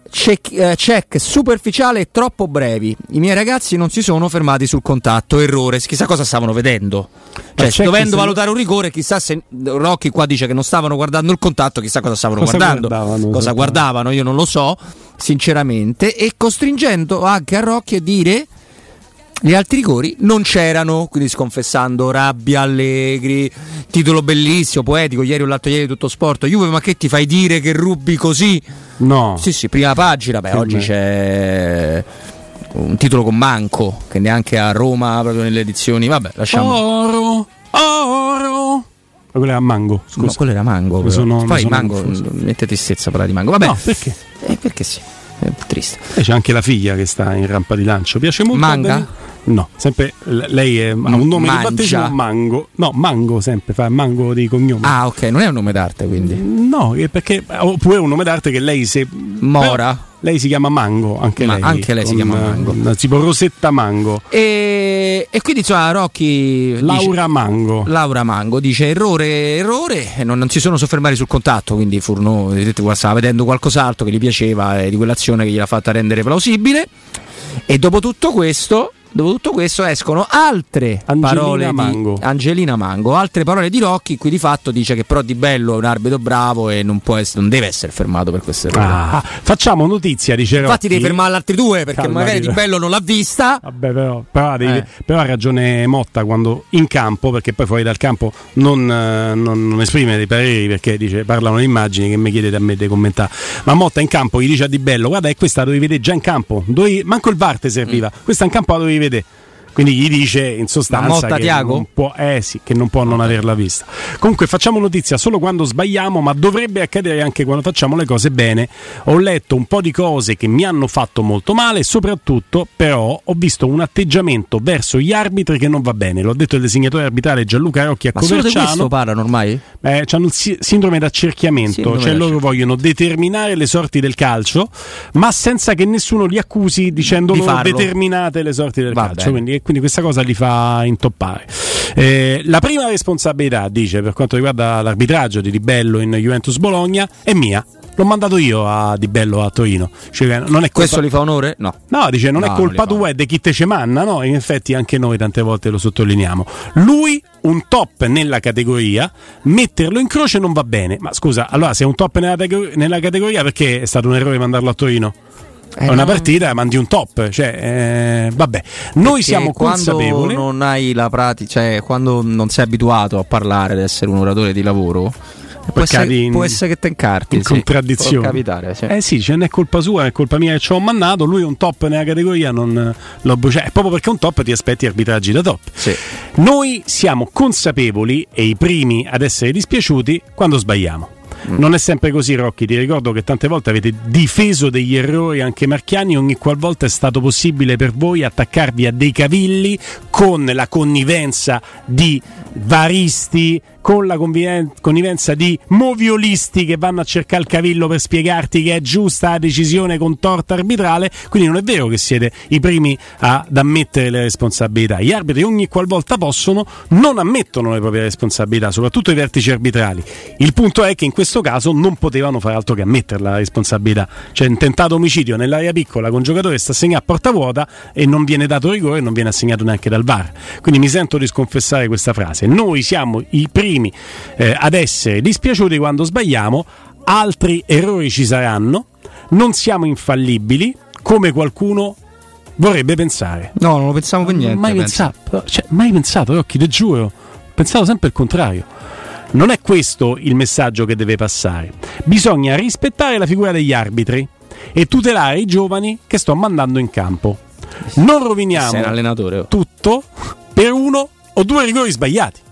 check superficiale e troppo brevi. I miei ragazzi non si sono fermati sul contatto, errore. Chissà cosa stavano vedendo, cioè dovendo valutare un rigore, chissà se Rocchi qua dice che non stavano guardando il contatto, chissà cosa stavano guardando, cosa guardavano, io non lo so sinceramente, e costringendo anche a Rocchi a dire gli altri rigori non c'erano, quindi sconfessando Rabbia, Allegri, titolo bellissimo, poetico, ieri o l'altro ieri tutto sport. Juve, ma che ti fai dire che rubi così? No. Sì, prima pagina. Oggi c'è un titolo con Manco, che neanche a Roma proprio nelle edizioni. Vabbè, lasciamo. Oro. Ma quello era Mango, scusa. No, quello era Mango. Poi Mango, mette tristezza parlare di Mango. Vabbè. No, perché? Perché sì. È triste. C'è anche la figlia che sta in rampa di lancio. Piace molto. Manga? No, sempre lei ha un nome di battesimo Mango. No, Mango sempre, fa Mango di cognome. Ah, ok, non è un nome d'arte quindi. No, perché oppure è un nome d'arte che lei Mora. Lei si chiama Mango, anche lei. Anche lei si chiama Mango. Tipo Rosetta Mango. E quindi insomma Rocchi Laura Mango dice errore e non si sono soffermati sul contatto, quindi Furno stava vedendo qualcos'altro che gli piaceva di quell'azione che gliel'ha fatta rendere plausibile. E dopo tutto questo escono altre parole di Angelina Mango, altre parole di Rocchi, qui di fatto dice che però Di Bello è un arbitro bravo e non deve essere fermato per questo errore. Facciamo notizia, dice Rocchi. Infatti devi fermare gli altri due, perché magari Di Bello non l'ha vista. Vabbè, però ha ragione Motta quando in campo, perché poi fuori dal campo non esprime dei pareri, perché dice parlano le immagini che mi chiedete a me di commentare. Ma Motta in campo gli dice a Di Bello: guarda, è questa la dovevi vedere già in campo, manco il VAR ti serviva, questa in campo la dovevi vedere. Quindi gli dice in sostanza che non può non averla vista. Comunque facciamo notizia solo quando sbagliamo, ma dovrebbe accadere anche quando facciamo le cose bene. Ho letto un po' di cose che mi hanno fatto molto male, soprattutto però ho visto un atteggiamento verso gli arbitri che non va bene. L'ho detto il designatore arbitrale Gianluca Rocchi a Coverciano. Ma solo di questo parlano ormai? C'hanno il sindrome d'accerchiamento, loro vogliono determinare le sorti del calcio, ma senza che nessuno li accusi dicendo loro determinate le sorti del calcio. Quindi questa cosa li fa intoppare. La prima responsabilità, dice, per quanto riguarda l'arbitraggio di Di Bello in Juventus Bologna è mia. L'ho mandato io a Di Bello a Torino. Cioè, non è colpa... Questo gli fa onore? No, dice non è colpa tua, è di chi te ce manna, no? In effetti anche noi tante volte lo sottolineiamo. Lui un top nella categoria, metterlo in croce non va bene. Ma scusa, allora se è un top nella categoria, perché è stato un errore mandarlo a Torino? È una partita, mandi un top, vabbè. Noi siamo consapevoli. Quando non hai la pratica, cioè quando non sei abituato a parlare, ad essere un oratore di lavoro, può essere che te incarti in contraddizione. Può capitare, non è colpa sua, è colpa mia che ci ho mandato. Lui è un top nella categoria, non l'ho bruciato. Proprio perché un top ti aspetti arbitraggi da top. Noi siamo consapevoli e i primi ad essere dispiaciuti quando sbagliamo. Non è sempre così, Rocchi. Ti ricordo che tante volte avete difeso degli errori anche marchiani ogni qualvolta è stato possibile per voi attaccarvi a dei cavilli con la connivenza di varisti, con la connivenza di moviolisti che vanno a cercare il cavillo per spiegarti che è giusta la decisione contorta arbitrale. Quindi non è vero che siete i primi ad ammettere le responsabilità. Gli arbitri ogni qualvolta possono non ammettono le proprie responsabilità, soprattutto i vertici arbitrali. Il punto è che in questo caso non potevano fare altro che ammettere la responsabilità. C'è un tentato omicidio nell'area piccola con giocatore che sta segnando a porta vuota e non viene dato rigore e non viene assegnato neanche dal VAR. Quindi mi sento di sconfessare questa frase. Noi siamo i primi ad essere dispiaciuti quando sbagliamo, altri errori ci saranno, non siamo infallibili come qualcuno vorrebbe pensare. No, non lo pensavo per niente. Mai pensato, Rocchi, te giuro, pensavo sempre il contrario. Non è questo il messaggio che deve passare. Bisogna rispettare la figura degli arbitri e tutelare i giovani che sto mandando in campo. Non roviniamo tutto per 1 o 2 rigori sbagliati.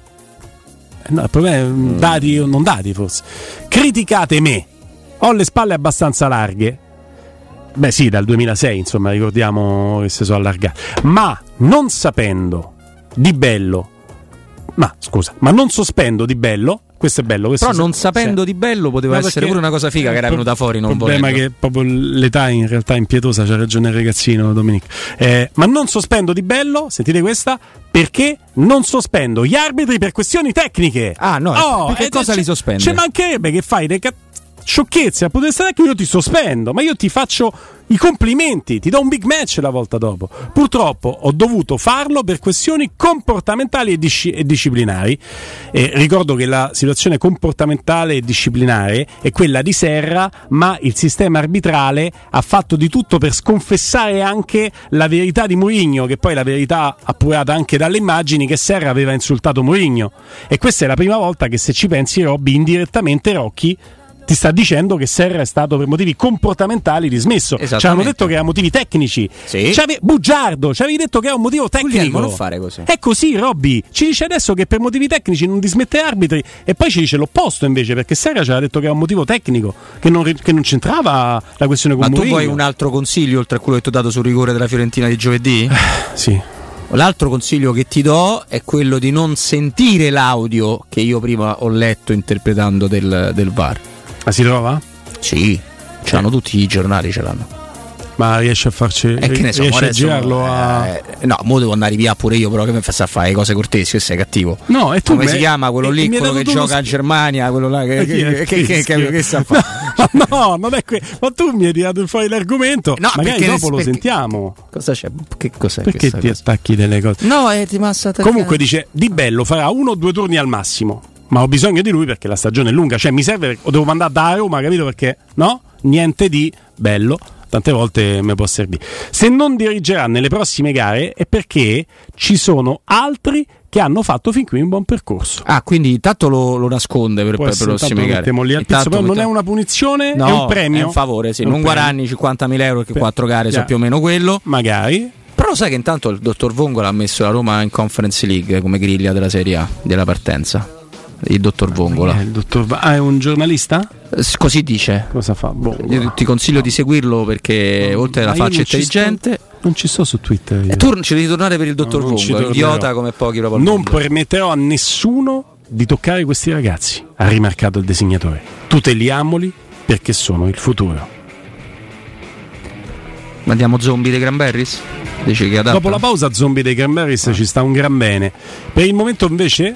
No, il problema è dati o non dati, forse. Criticate me, ho le spalle abbastanza larghe. Beh sì, dal 2006, insomma, ricordiamo che si sono allargate. Ma non sapendo Di Bello, ma non sospendo Di Bello. Questo è bello. Questo però non sapendo Di Bello poteva essere pure una cosa figa che era venuta fuori. Non il problema è che proprio l'età in realtà è impietosa, c'ha ragione il ragazzino Domenico. Ma non sospendo Di Bello, sentite questa, perché non sospendo gli arbitri per questioni tecniche. Ah no, perché cosa li sospende? Ci mancherebbe che fai dei sciocchezze a poter stare che io ti sospendo, ma io ti faccio i complimenti, ti do un big match la volta dopo. Purtroppo ho dovuto farlo per questioni comportamentali e disciplinari. Ricordo che la situazione comportamentale e disciplinare è quella di Serra, ma il sistema arbitrale ha fatto di tutto per sconfessare anche la verità di Mourinho, che poi è la verità appurata anche dalle immagini che Serra aveva insultato Mourinho. E questa è la prima volta che, se ci pensi, Robby, indirettamente Rocchi ti sta dicendo che Serra è stato per motivi comportamentali dismesso. Ci hanno detto che era motivi tecnici. Sì. Bugiardo, ci avevi detto che era un motivo tecnico. Non fare così. È così, Robby. Ci dice adesso che per motivi tecnici non dismette arbitri e poi ci dice l'opposto invece, perché Serra ci aveva detto che era un motivo tecnico, che non c'entrava la questione con Mourinho. Ma tu vuoi un altro consiglio oltre a quello che ti ho dato sul rigore della Fiorentina di giovedì? Sì. L'altro consiglio che ti do è quello di non sentire l'audio che io prima ho letto interpretando del VAR. Ma si trova? Sì, ce l'hanno tutti i giornali, ce l'hanno. Ma riesce a farci che ne so, riesce a girarlo no, mo devo andare via pure io, però che mi fai a fare cose cortesi, che sei cattivo. No, e tu come si chiama quello lì, quello che gioca a Germania, quello là che sa fare? No, non è ma tu mi hai tirato fuori l'argomento. No, magari dopo lo sentiamo. Cosa c'è? Che cos'è? Perché ti attacchi delle cose? No, ti massa. Comunque dice Di Bello farà 1 o 2 turni al massimo. Ma ho bisogno di lui perché la stagione è lunga, cioè mi serve, o devo mandare da Roma, capito? Perché no? Niente di Bello, tante volte mi può servire. Se non dirigerà nelle prossime gare è perché ci sono altri che hanno fatto fin qui un buon percorso. Ah, quindi intanto lo nasconde per le prossime gare. Lì al pizzo, però non è una punizione, no, è un premio. È un favore, sì. Non guadagni 50.000 euro, che 4 gare sono più o meno quello. Magari. Però sai che intanto il dottor Vongola ha messo la Roma in Conference League come griglia della Serie A, della partenza. Il dottor Vongola. È un giornalista? Così dice. Cosa fa? Io ti consiglio di seguirlo perché oltre alla faccia intelligente. Non ci sto su Twitter. Ci devi tornare per il dottor Vongola, idiota come pochi proprio. Non permetterò a nessuno di toccare questi ragazzi, ha rimarcato il designatore. Tuteliamoli perché sono il futuro. Mandiamo Zombie dei Cranberries? Dici che dopo la pausa Zombie dei Cranberries ci sta un gran bene. Per il momento invece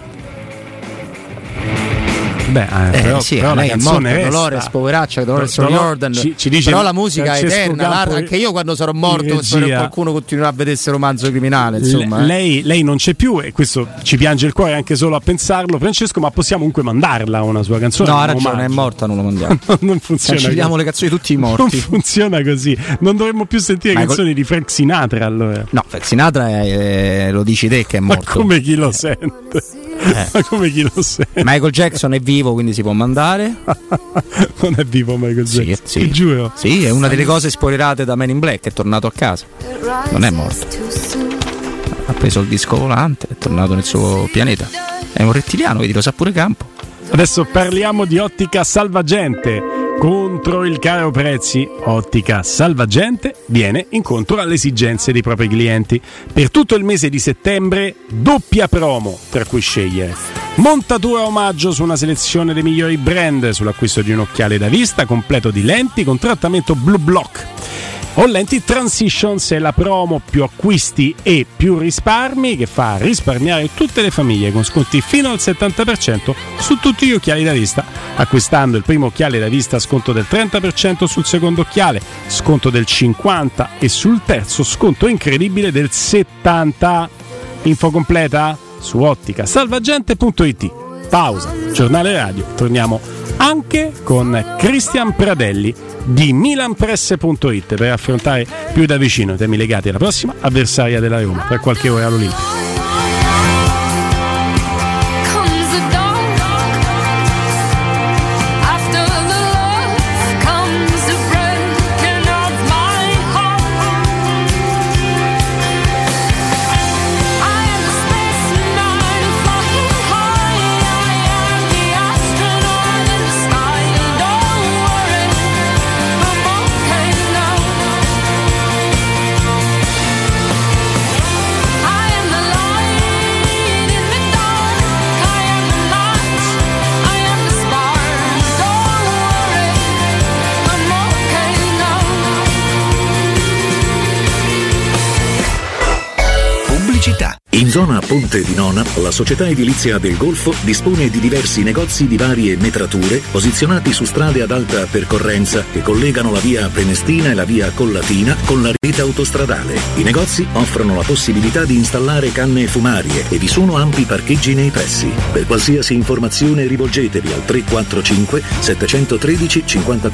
però la canzone resta. Dolores, poveraccia, Dolores Jordan. Ci dice però la musica è eterna. Anche io quando sarò morto spero che qualcuno continuerà a vedere questo romanzo criminale. Insomma, lei non c'è più e questo ci piange il cuore anche solo a pensarlo, Francesco. Ma possiamo comunque mandarla una sua canzone? No, ha ragione, è morta, non lo mandiamo. Non funziona. Cancelliamo le canzoni di tutti i morti. Non funziona così. Non dovremmo più sentire canzoni di Frank Sinatra allora. No, Frank Sinatra lo dici te che è morto. Ma come chi lo sente? Ma come chi lo sente? Michael Jackson è vivo, quindi si può mandare. Non è vivo Michael Jackson? Sì. Ti giuro. Sì, è una delle cose spoilerate da Men in Black, è tornato a casa. Non è morto. Ha preso il disco volante, è tornato nel suo pianeta. È un rettiliano, vedi, lo sa pure Campo. Adesso parliamo di Ottica Salvagente. Contro il caro prezzi, Ottica Salvagente viene incontro alle esigenze dei propri clienti. Per tutto il mese di settembre, doppia promo tra cui scegliere. Montatura omaggio su una selezione dei migliori brand sull'acquisto di un occhiale da vista completo di lenti con trattamento Blue Block. O lenti Transitions è la promo più acquisti e più risparmi che fa risparmiare tutte le famiglie con sconti fino al 70% su tutti gli occhiali da vista. Acquistando il primo occhiale da vista sconto del 30% sul secondo occhiale, sconto del 50% e sul terzo sconto incredibile del 70%. Info completa su otticasalvagente.it. Pausa, giornale radio, torniamo anche con Cristian Pradelli di milanpresse.it per affrontare più da vicino i temi legati alla prossima avversaria della Roma per qualche ora all'Olimpico. In zona Ponte di Nona, la società edilizia del Golfo dispone di diversi negozi di varie metrature posizionati su strade ad alta percorrenza che collegano la via Prenestina e la via Collatina con la rete autostradale. I negozi offrono la possibilità di installare canne fumarie e vi sono ampi parcheggi nei pressi. Per qualsiasi informazione rivolgetevi al 345 713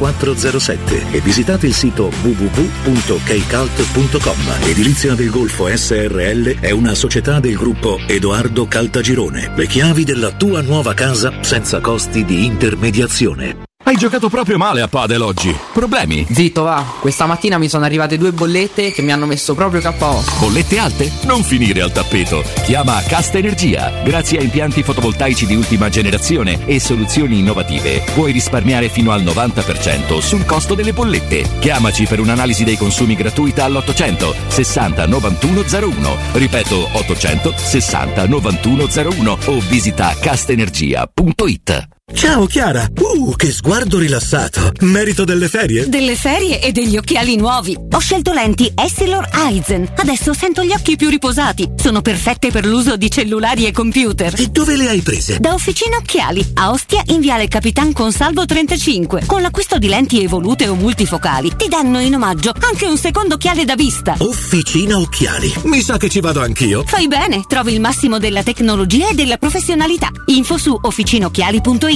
5407 e visitate il sito www.keicalt.com. Edilizia del Golfo SRL è una società del gruppo Edoardo Caltagirone. Le chiavi della tua nuova casa senza costi di intermediazione. Hai giocato proprio male a padel oggi. Problemi? Zitto va, questa mattina mi sono arrivate 2 bollette che mi hanno messo proprio KO. Bollette alte? Non finire al tappeto. Chiama Casta Energia. Grazie a impianti fotovoltaici di ultima generazione e soluzioni innovative puoi risparmiare fino al 90% sul costo delle bollette. Chiamaci per un'analisi dei consumi gratuita all'800 60 91 01. Ripeto, 800 60 91 01 o visita castenergia.it. Ciao Chiara, che sguardo rilassato, merito delle ferie? Delle ferie e degli occhiali nuovi. Ho scelto lenti Essilor Eisen, adesso sento gli occhi più riposati, sono perfette per l'uso di cellulari e computer. E dove le hai prese? Da Officina Occhiali, a Ostia in viale Capitan Consalvo 35. Con l'acquisto di lenti evolute o multifocali ti danno in omaggio anche un secondo occhiale da vista. Officina Occhiali, mi sa che ci vado anch'io. Fai bene, trovi il massimo della tecnologia e della professionalità. Info su officinocchiali.it.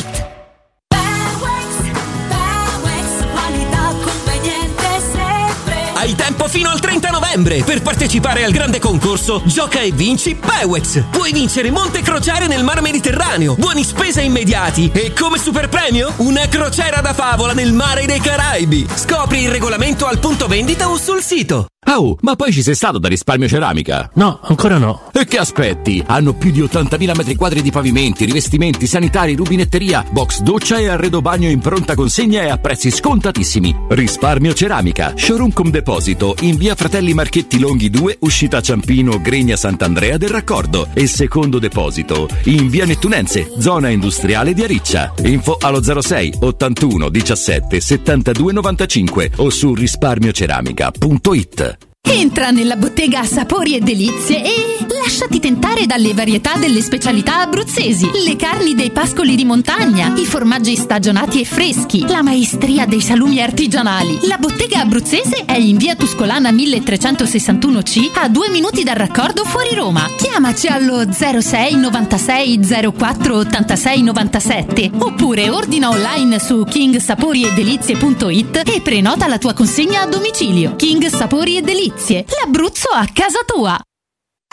Hai tempo fino al 30 novembre per partecipare al grande concorso Gioca e vinci Pewex. Puoi vincere monte crociere nel mar Mediterraneo, buoni spese immediati e come super premio una crociera da favola nel mare dei Caraibi. Scopri il regolamento al punto vendita o sul sito. Oh, ma poi ci sei stato da Risparmio Ceramica? No, ancora no. E che aspetti? Hanno più di 80.000 metri quadri di pavimenti, rivestimenti, sanitari, rubinetteria, box doccia e arredo bagno in pronta consegna e a prezzi scontatissimi. Risparmio Ceramica, showroom con deposito in via Fratelli Marchetti Longhi 2, uscita Ciampino, Gregna Sant'Andrea del Raccordo e secondo deposito in via Nettunense, zona industriale di Ariccia. Info allo 06 81 17 72 95 o su risparmioceramica.it. Entra nella bottega Sapori e Delizie e lasciati tentare dalle varietà delle specialità abruzzesi, le carni dei pascoli di montagna, i formaggi stagionati e freschi, la maestria dei salumi artigianali. La bottega abruzzese è in via Tuscolana 1361C, a 2 minuti dal raccordo fuori Roma. Chiamaci allo 06 96 04 86 97 oppure ordina online su kingsaporiedelizie.it e prenota la tua consegna a domicilio. King Sapori e Delizie, l'Abruzzo a casa tua.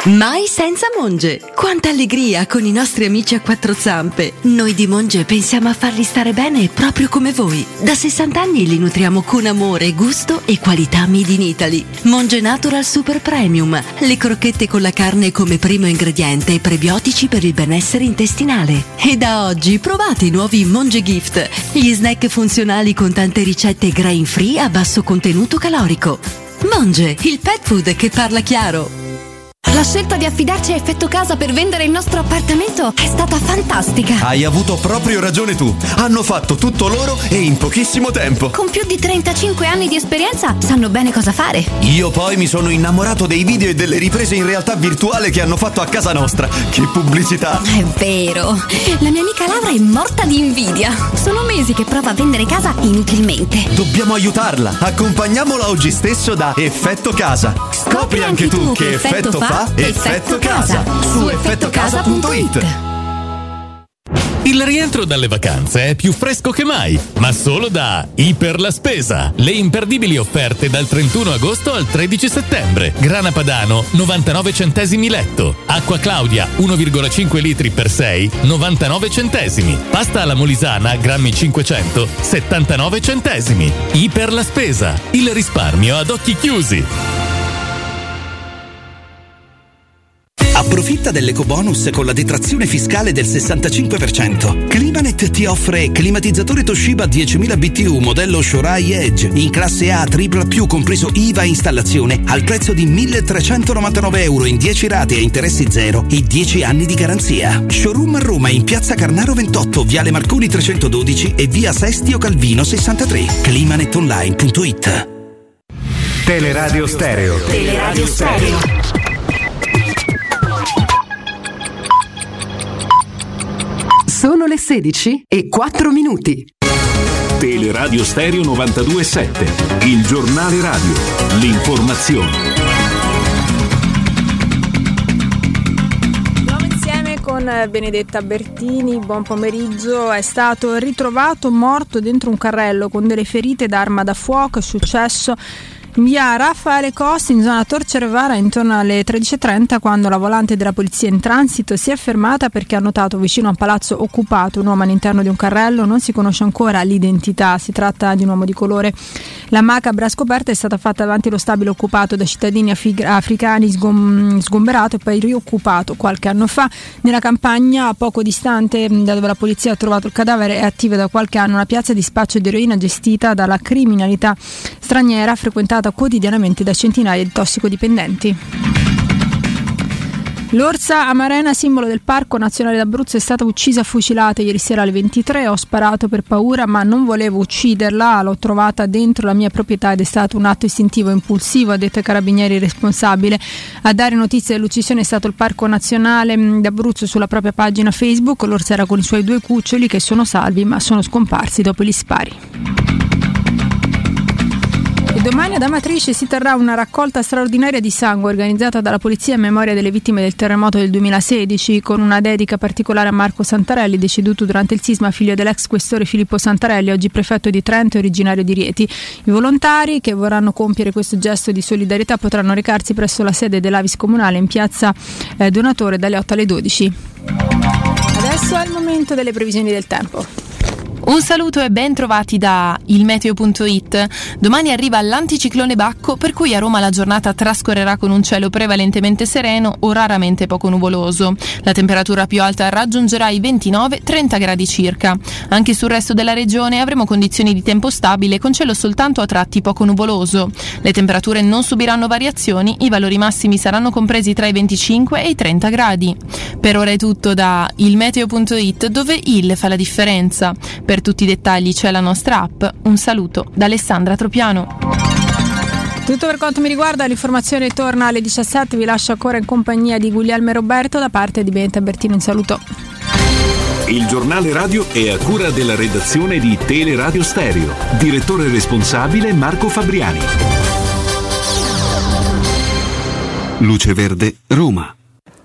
Mai senza Monge. Quanta allegria con i nostri amici a quattro zampe. Noi di Monge pensiamo a farli stare bene proprio come voi. Da 60 anni li nutriamo con amore, gusto e qualità made in Italy. Monge Natural Super Premium. Le crocchette con la carne come primo ingrediente e prebiotici per il benessere intestinale. E da oggi provate i nuovi Monge Gift. Gli snack funzionali con tante ricette grain free a basso contenuto calorico. Monge, il pet food che parla chiaro. La scelta di affidarci a Effetto Casa per vendere il nostro appartamento è stata fantastica. Hai avuto proprio ragione tu. Hanno fatto tutto loro e in pochissimo tempo. Con più di 35 anni di esperienza sanno bene cosa fare. Io poi mi sono innamorato dei video e delle riprese in realtà virtuale che hanno fatto a casa nostra. Che pubblicità! È vero. La mia amica Laura è morta di invidia. Sono mesi che prova a vendere casa inutilmente. Dobbiamo aiutarla. Accompagniamola oggi stesso da Effetto Casa. Scopri anche tu che effetto fa Effetto Casa su effettocasa.it. Il rientro dalle vacanze è più fresco che mai, ma solo da Iper la Spesa. Le imperdibili offerte dal 31 agosto al 13 settembre. Grana padano 99 centesimi letto. Acqua Claudia 1,5 litri per 6 99 centesimi. Pasta alla molisana grammi 500 79 centesimi. Iper la Spesa. Il risparmio ad occhi chiusi. Approfitta dell'ecobonus con la detrazione fiscale del 65%. Climanet ti offre climatizzatore Toshiba 10.000 BTU modello Shorai Edge in classe A AAA+, compreso IVA e installazione, al prezzo di €1.399 in 10 rate a interessi zero e 10 anni di garanzia. Showroom a Roma in Piazza Carnaro 28, Viale Marconi 312 e Via Sestio Calvino 63. Climanetonline.it. Teleradio Stereo. Teleradio Stereo. Sono le 16:04. Teleradio Stereo 92.7, il giornale radio, l'informazione. Andiamo insieme con Benedetta Bertini, buon pomeriggio. È stato ritrovato morto dentro un carrello con delle ferite d'arma da fuoco, è successo in via Raffaele Costi in zona Torcerevara intorno alle 13:30, quando la volante della polizia in transito si è fermata perché ha notato vicino a un palazzo occupato un uomo all'interno di un carrello. Non si conosce ancora l'identità, si tratta di un uomo di colore. La macabra scoperta è stata fatta davanti allo stabile occupato da cittadini africani, sgomberato e poi rioccupato qualche anno fa. Nella campagna poco distante da dove la polizia ha trovato il cadavere è attiva da qualche anno una piazza di spaccio di eroina gestita dalla criminalità straniera, frequentata quotidianamente da centinaia di tossicodipendenti. L'orsa amarena, simbolo del Parco Nazionale d'Abruzzo, è stata uccisa a fucilate ieri sera alle 23. Ho sparato per paura, ma non volevo ucciderla. L'ho trovata dentro la mia proprietà ed è stato un atto istintivo e impulsivo, ha detto ai carabinieri responsabile. A dare notizia dell'uccisione è stato il Parco Nazionale d'Abruzzo sulla propria pagina Facebook. L'orsa era con i suoi 2 cuccioli che sono salvi, ma sono scomparsi dopo gli spari. E domani ad Amatrice si terrà una raccolta straordinaria di sangue organizzata dalla polizia in memoria delle vittime del terremoto del 2016, con una dedica particolare a Marco Santarelli, deceduto durante il sisma, figlio dell'ex questore Filippo Santarelli, oggi prefetto di Trento e originario di Rieti. I volontari che vorranno compiere questo gesto di solidarietà potranno recarsi presso la sede dell'Avis Comunale in piazza Donatore dalle 8 alle 12. Adesso è il momento delle previsioni del tempo. Un saluto e ben trovati da ilmeteo.it. Domani arriva l'anticiclone Bacco, per cui a Roma la giornata trascorrerà con un cielo prevalentemente sereno o raramente poco nuvoloso. La temperatura più alta raggiungerà i 29-30 gradi circa. Anche sul resto della regione avremo condizioni di tempo stabile con cielo soltanto a tratti poco nuvoloso. Le temperature non subiranno variazioni, i valori massimi saranno compresi tra i 25 e i 30 gradi. Per ora è tutto da ilmeteo.it, dove il fa la differenza. Per tutti i dettagli c'è la nostra app. Un saluto da Alessandra Tropiano. Tutto per quanto mi riguarda, l'informazione torna alle 17. Vi lascio ancora in compagnia di Guglielmo e Roberto da parte di Benedetta Bertini. Un saluto. Il giornale radio è a cura della redazione di Teleradio Stereo. Direttore responsabile Marco Fabriani. Luce Verde, Roma.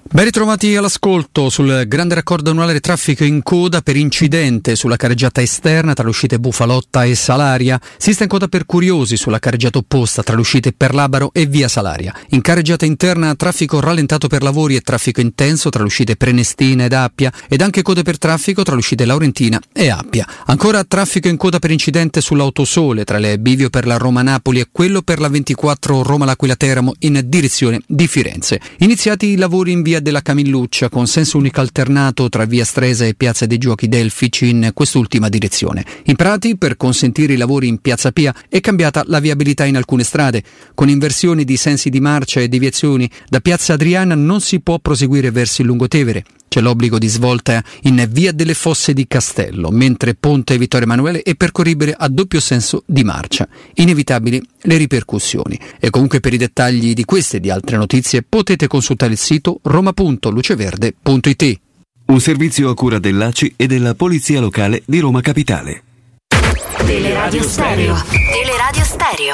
Ben ritrovati all'ascolto sul grande raccordo annuale traffico in coda per incidente sulla carreggiata esterna tra le uscite Bufalotta e Salaria. Si sta in coda per curiosi sulla carreggiata opposta tra le uscite Perlabaro e via Salaria. In carreggiata interna traffico rallentato per lavori e traffico intenso tra le uscite Prenestina ed Appia ed anche code per traffico tra le uscite Laurentina e Appia. Ancora traffico in coda per incidente sull'Autosole tra le bivio per la Roma-Napoli e quello per la 24 Roma-L'Aquila Teramo in direzione di Firenze. Iniziati i lavori in via della Camilluccia con senso unico alternato tra via Stresa e piazza dei Giochi Delfici in quest'ultima direzione. In Prati, per consentire i lavori in piazza Pia, è cambiata la viabilità in alcune strade. Con inversioni di sensi di marcia e deviazioni, da piazza Adriana non si può proseguire verso il Lungotevere. C'è l'obbligo di svolta in via delle Fosse di Castello, mentre Ponte Vittorio Emanuele è percorribile a doppio senso di marcia. Inevitabili le ripercussioni. E comunque per i dettagli di queste e di altre notizie potete consultare il sito roma.luceverde.it. Un servizio a cura dell'ACI e della Polizia Locale di Roma Capitale. Teleradio Stereo. Teleradio Stereo.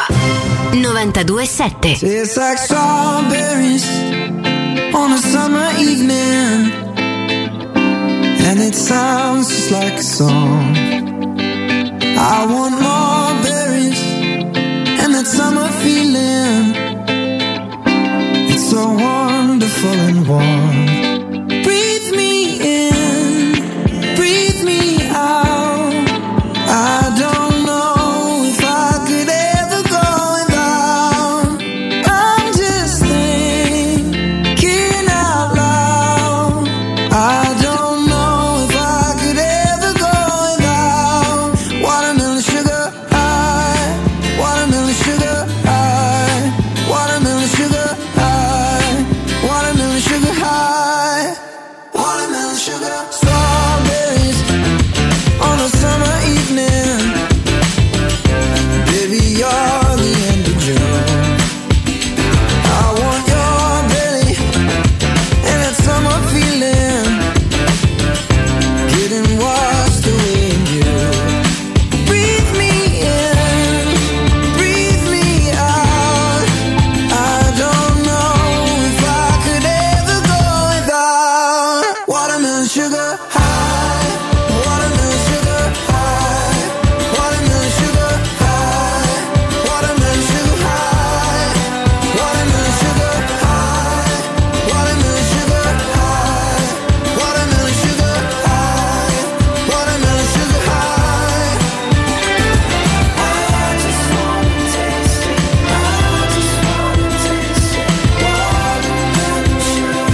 92.7. Tastes like strawberries on a summer evening, and it sounds just like a song. I want more berries and that summer feeling. It's so wonderful and warm. Breathe me in, breathe me out. I don't know if I could ever go without. I'm just thinking out loud. I don't know if I could ever go without watermelon sugar high, watermelon sugar high, watermelon sugar high, watermelon sugar high, watermelon sugar. Strawberries on a summer evening, baby, you're the end of June. I want your belly and that summer feeling, getting washed away in you. Breathe me in, breathe me out. I don't know if I could ever go without watermelon sugar high, watermelon sugar high, watermelon sugar high, watermelon sugar high, watermelon sugar high, watermelon sugar high, watermelon sugar high, watermelon sugar high. I just wanna taste it, I just wanna taste it, watermelon sugar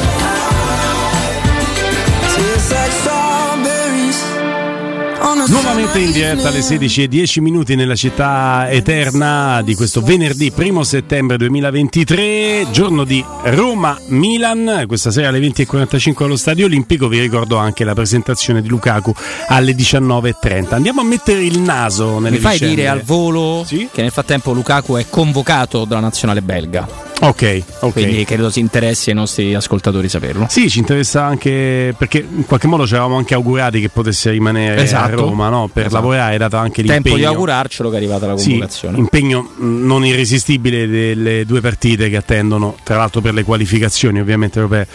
high. Tastes like strawberries on a Nuovamente in diretta alle 16:10 nella città eterna di questo venerdì 1 settembre 2023, giorno di Roma-Milan, questa sera alle 20:45 allo Stadio Olimpico. Vi ricordo anche la presentazione di Lukaku alle 19:30. Andiamo a mettere il naso nelle Mi fai vicende. dire al volo che nel frattempo Lukaku è convocato dalla nazionale belga. Ok. Quindi credo si interessi ai nostri ascoltatori saperlo. Sì, ci interessa anche perché in qualche modo ci eravamo anche augurati che potesse rimanere a Roma, no? Per lavorare, è dato anche l'impegno. Tempo di augurarcelo che è arrivata la convocazione. Sì, impegno non irresistibile delle due partite che attendono, tra l'altro per le qualificazioni ovviamente europee.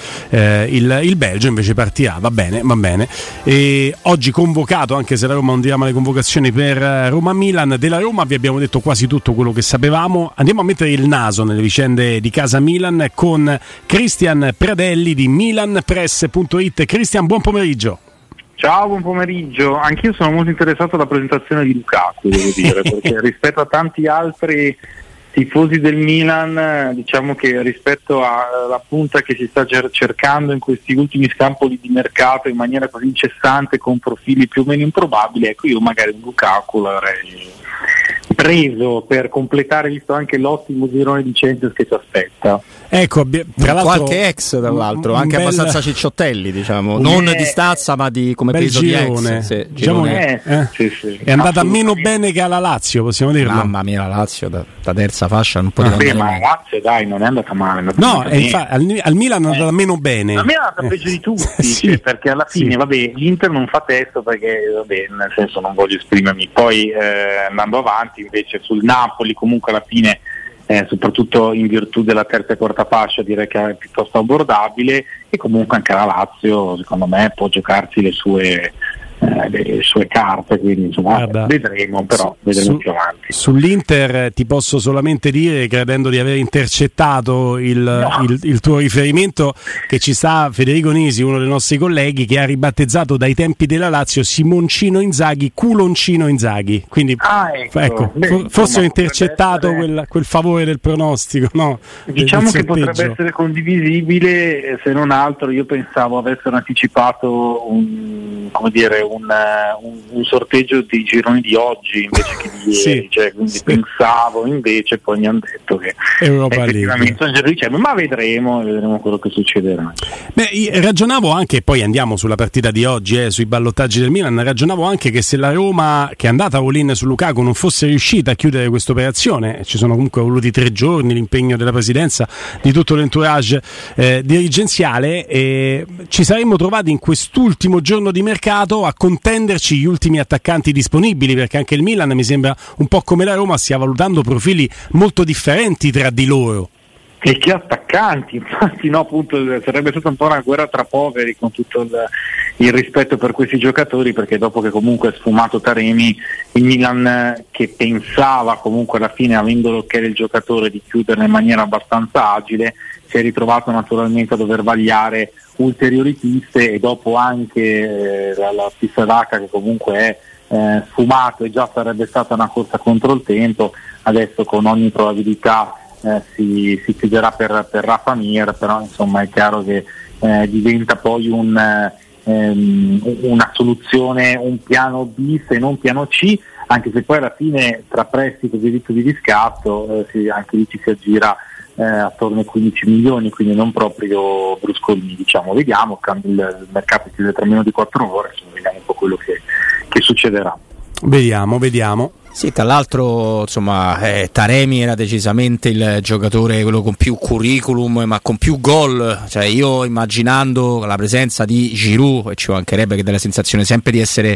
Il Belgio invece partirà, va bene. E oggi convocato, anche se la Roma non dirà le convocazioni, per Roma-Milan. Della Roma vi abbiamo detto quasi tutto quello che sapevamo. Andiamo a mettere il naso nelle vicende di casa Milan con Cristian Pradelli di milanpress.it. Cristian, buon pomeriggio. Ciao, buon pomeriggio. Anch'io sono molto interessato alla presentazione di Lukaku, devo dire, perché rispetto a tanti altri tifosi del Milan, diciamo che rispetto alla punta che si sta cercando in questi ultimi scampoli di mercato in maniera così incessante con profili più o meno improbabili, ecco, io magari un Lukaku l'avrei preso per completare, visto anche l'ottimo girone di Champions che ci aspetta. Ecco, tra l'altro qualche ex tra l'altro, anche abbastanza cicciottelli, diciamo, non di stazza ma di come peso girone. Di ex. Diciamo sì. È andata meno bene che alla Lazio, possiamo dirlo. Mamma mia, la Lazio da terza fascia non poteva andare ma la Lazio non è andata male. No, al Milan è andata meno bene. A me è andata peggio di tutti, sì, perché alla fine, l'Inter non fa testo perché, nel senso non voglio esprimermi. Poi andando avanti invece sul Napoli, comunque alla fine soprattutto in virtù della terza e quarta fascia direi che è piuttosto abbordabile. e comunque anche la Lazio secondo me può giocarsi le sue carte, quindi insomma vedremo più avanti. Sull'Inter ti posso solamente dire, credendo di aver intercettato il tuo riferimento, che ci sta Federico Nisi, uno dei nostri colleghi, che ha ribattezzato dai tempi della Lazio Simoncino Inzaghi Culoncino Inzaghi, quindi forse ho intercettato quel favore del pronostico, no? Diciamo che potrebbe essere condivisibile, se non altro io pensavo avessero anticipato un sorteggio di gironi di oggi invece che di ieri, quindi pensavo, invece poi mi hanno detto che effettivamente sono giro di ma vedremo quello che succederà. Ragionavo anche, poi andiamo sulla partita di oggi, sui ballottaggi del Milan, ragionavo anche che se la Roma, che è andata all-in su Lukaku, non fosse riuscita a chiudere questa operazione, ci sono comunque voluti 3 giorni, l'impegno della presidenza, di tutto l'entourage dirigenziale, ci saremmo trovati in quest'ultimo giorno di mercato a contenderci gli ultimi attaccanti disponibili, perché anche il Milan, mi sembra un po' come la Roma, stia valutando profili molto differenti tra di loro. E che attaccanti, infatti appunto sarebbe stata un po' una guerra tra poveri, con tutto il rispetto per questi giocatori, perché dopo che comunque è sfumato Taremi, il Milan, che pensava comunque alla fine, avendo l'ok del giocatore, di chiudere in maniera abbastanza agile, si è ritrovato naturalmente a dover vagliare ulteriori piste, e dopo anche la pista d'H, che comunque è sfumato e già sarebbe stata una corsa contro il tempo, adesso con ogni probabilità si chiuderà per Rafa Mir, però insomma è chiaro che diventa poi una soluzione, un piano B se non piano C, anche se poi alla fine tra prestito e diritto di riscatto anche lì ci si aggira attorno ai 15 milioni, quindi non proprio bruscolini, diciamo. Vediamo, il mercato si chiude tra meno di 4 ore, vediamo un po' quello che succederà. Vediamo. Sì, tra l'altro insomma Taremi era decisamente il giocatore, quello con più curriculum ma con più gol, cioè io immaginando la presenza di Giroud, e ci mancherebbe, che dà la sensazione sempre di essere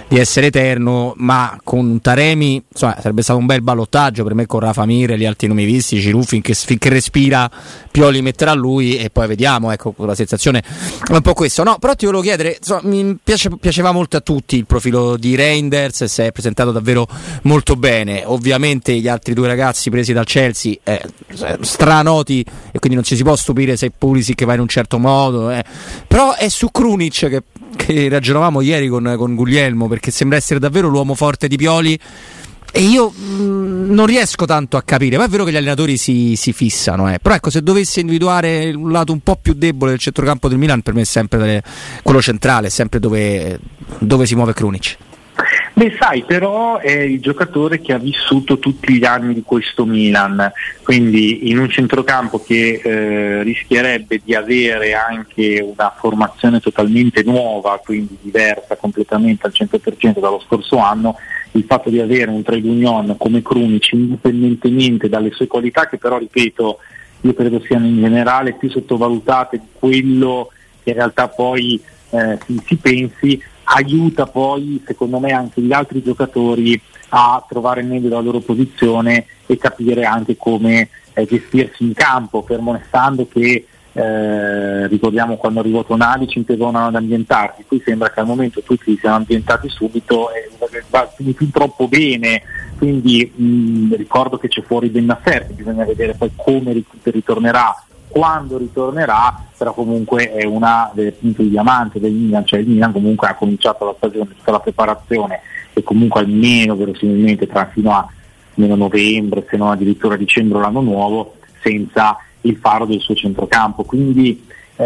eterno, ma con Taremi insomma sarebbe stato un bel ballottaggio per me, con Rafa Mir e gli altri nomi visti. Giroud finché respira Pioli metterà lui, e poi vediamo, ecco, la sensazione è un po' questo. No, però ti volevo chiedere, insomma, mi piaceva molto a tutti il profilo di Reinders, si è presentato davvero molto bene. Ovviamente gli altri 2 ragazzi presi dal Chelsea stranoti, e quindi non ci si può stupire se Pulisic va in un certo modo, però è su Krunic che ragionavamo ieri con Guglielmo, perché sembra essere davvero l'uomo forte di Pioli, e io non riesco tanto a capire. Ma è vero che gli allenatori si fissano, però ecco, se dovesse individuare un lato un po' più debole del centrocampo del Milan, per me è sempre quello centrale, è sempre dove si muove Krunic. Sai, però è il giocatore che ha vissuto tutti gli anni di questo Milan, quindi in un centrocampo che rischierebbe di avere anche una formazione totalmente nuova, quindi diversa completamente al 100% dallo scorso anno, il fatto di avere un trade union come Krunic, indipendentemente dalle sue qualità, che però, ripeto, io credo siano in generale più sottovalutate di quello che in realtà poi si pensi, aiuta poi secondo me anche gli altri giocatori a trovare meglio la loro posizione e capire anche come gestirsi in campo, fermo restando che ricordiamo quando arrivò Tonali ci impiegavano ad ambientarsi, qui sembra che al momento tutti si siano ambientati subito e va fin troppo bene, quindi ricordo che c'è fuori Bennacer, bisogna vedere poi come ritornerà, quando ritornerà, però comunque è una delle punte di diamante del Milan, cioè il Milan comunque ha cominciato la stagione, tutta la preparazione, e comunque almeno verosimilmente fino a almeno novembre, se non addirittura dicembre l'anno nuovo, senza il faro del suo centrocampo, quindi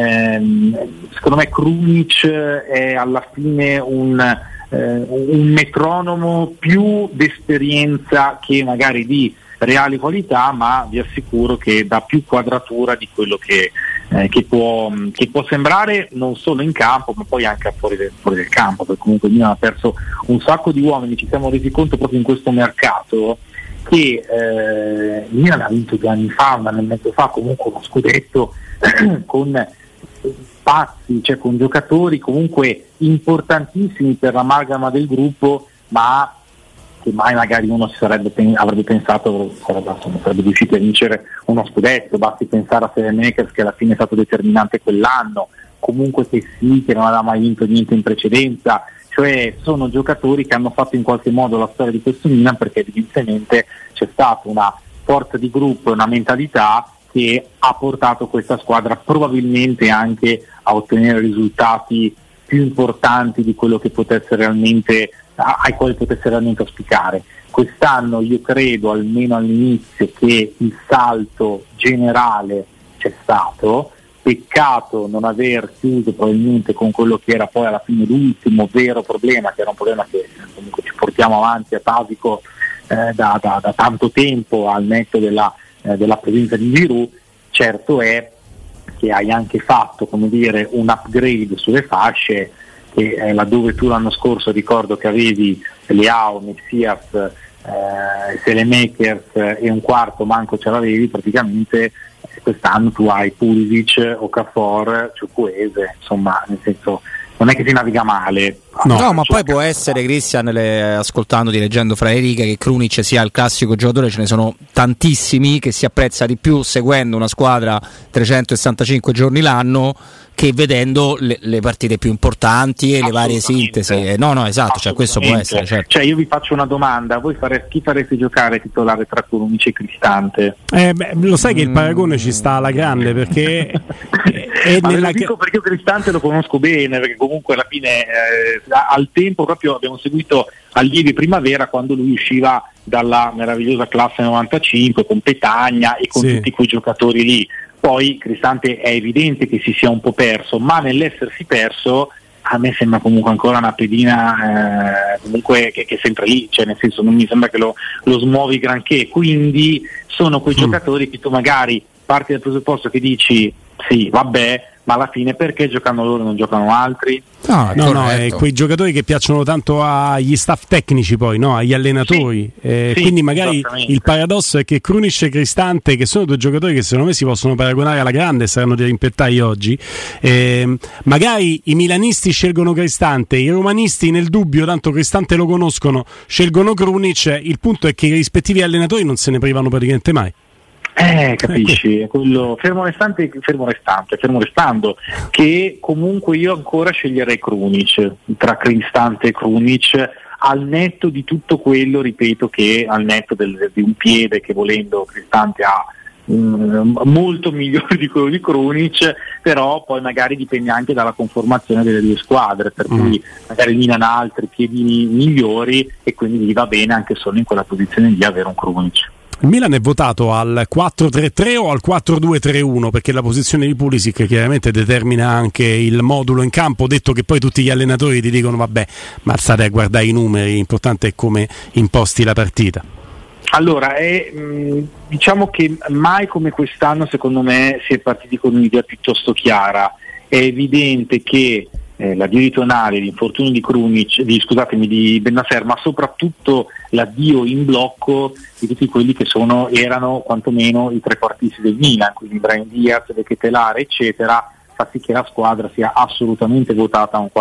secondo me Krunic è alla fine un metronomo più d'esperienza che magari di reali qualità, ma vi assicuro che dà più quadratura di quello che può sembrare non solo in campo ma poi anche fuori del campo, perché comunque il Milan ha perso un sacco di uomini. Ci siamo resi conto proprio in questo mercato che il Milan ha vinto 2 anni fa, 1 anno e mezzo fa, comunque uno scudetto con spazi, cioè con giocatori comunque importantissimi per l'amalgama del gruppo, ma che mai magari uno avrebbe pensato sarebbe riuscito a vincere uno scudetto. Basti pensare a Selemakers, che alla fine è stato determinante quell'anno, comunque che non aveva mai vinto niente in precedenza. Cioè sono giocatori che hanno fatto in qualche modo la storia di questo Milan, perché evidentemente c'è stata una forza di gruppo e una mentalità che ha portato questa squadra probabilmente anche a ottenere risultati più importanti di quello che potesse realmente, ai quali potesse realmente auspicare. Quest'anno io credo, almeno all'inizio, che il salto generale c'è stato. Peccato non aver chiuso probabilmente con quello che era poi alla fine l'ultimo vero problema, che era un problema che comunque ci portiamo avanti a Tasico da tanto tempo, al netto della presenza di Giroud. Certo è che hai anche fatto, come dire, un upgrade sulle fasce, che laddove tu l'anno scorso ricordo che avevi Leao, Messias, Selemakers e un quarto manco ce l'avevi, praticamente quest'anno tu hai Pulisic, Okafor, Chukwueze, insomma, nel senso, non è che si naviga male. No, ma poi può essere, Christian, ascoltandoti, leggendo fra le righe, che Krunic sia il classico giocatore, ce ne sono tantissimi, che si apprezza di più seguendo una squadra 365 giorni l'anno che vedendo le partite più importanti e le varie sintesi. No, esatto, cioè questo può essere, certo. Cioè io vi faccio una domanda: voi chi fareste giocare titolare tra Krunic e Cristante? Lo sai che il paragone ci sta alla grande, perché lo dico perché io Cristante lo conosco bene, perché comunque alla fine al tempo proprio abbiamo seguito Allievi Primavera, quando lui usciva dalla meravigliosa classe 95 con Petagna e con tutti quei giocatori lì. Poi Cristante è evidente che si sia un po' perso, ma nell'essersi perso a me sembra comunque ancora una pedina comunque che è sempre lì, cioè nel senso non mi sembra che lo smuovi granché. Quindi sono quei giocatori che tu magari parti dal presupposto che dici sì, vabbè, ma alla fine perché giocano loro e non giocano altri? No, è quei giocatori che piacciono tanto agli staff tecnici, poi no, agli allenatori. Quindi magari il paradosso è che Krunic e Cristante, che sono due giocatori che secondo me si possono paragonare alla grande, saranno dei rimpettai oggi, magari i milanisti scelgono Cristante, i romanisti nel dubbio, tanto Cristante lo conoscono, scelgono Krunic. Il punto è che i rispettivi allenatori non se ne privano praticamente mai. Capisci, quello fermo restando che comunque io ancora sceglierei Krunic tra Cristante e Krunic, al netto di tutto quello, ripeto, che al netto di un piede che volendo Cristante ha molto migliore di quello di Krunic, però poi magari dipende anche dalla conformazione delle due squadre, per cui magari il Milan ha altri piedi migliori e quindi gli va bene anche solo in quella posizione di avere un Krunic. Il Milan è votato al 4-3-3 o al 4-2-3-1, perché la posizione di Pulisic chiaramente determina anche il modulo in campo, detto che poi tutti gli allenatori ti dicono vabbè, ma state a guardare i numeri, l'importante è come imposti la partita. Allora, diciamo che mai come quest'anno secondo me si è partiti con un'idea piuttosto chiara. È evidente che l'addio di Tonali, l'infortunio di Krunic, di Bennacer, ma soprattutto l'addio in blocco di tutti quelli che erano quantomeno i trequartisti del Milan, quindi Brahim Diaz, De Ketelaere eccetera, fa sì che la squadra sia assolutamente votata a un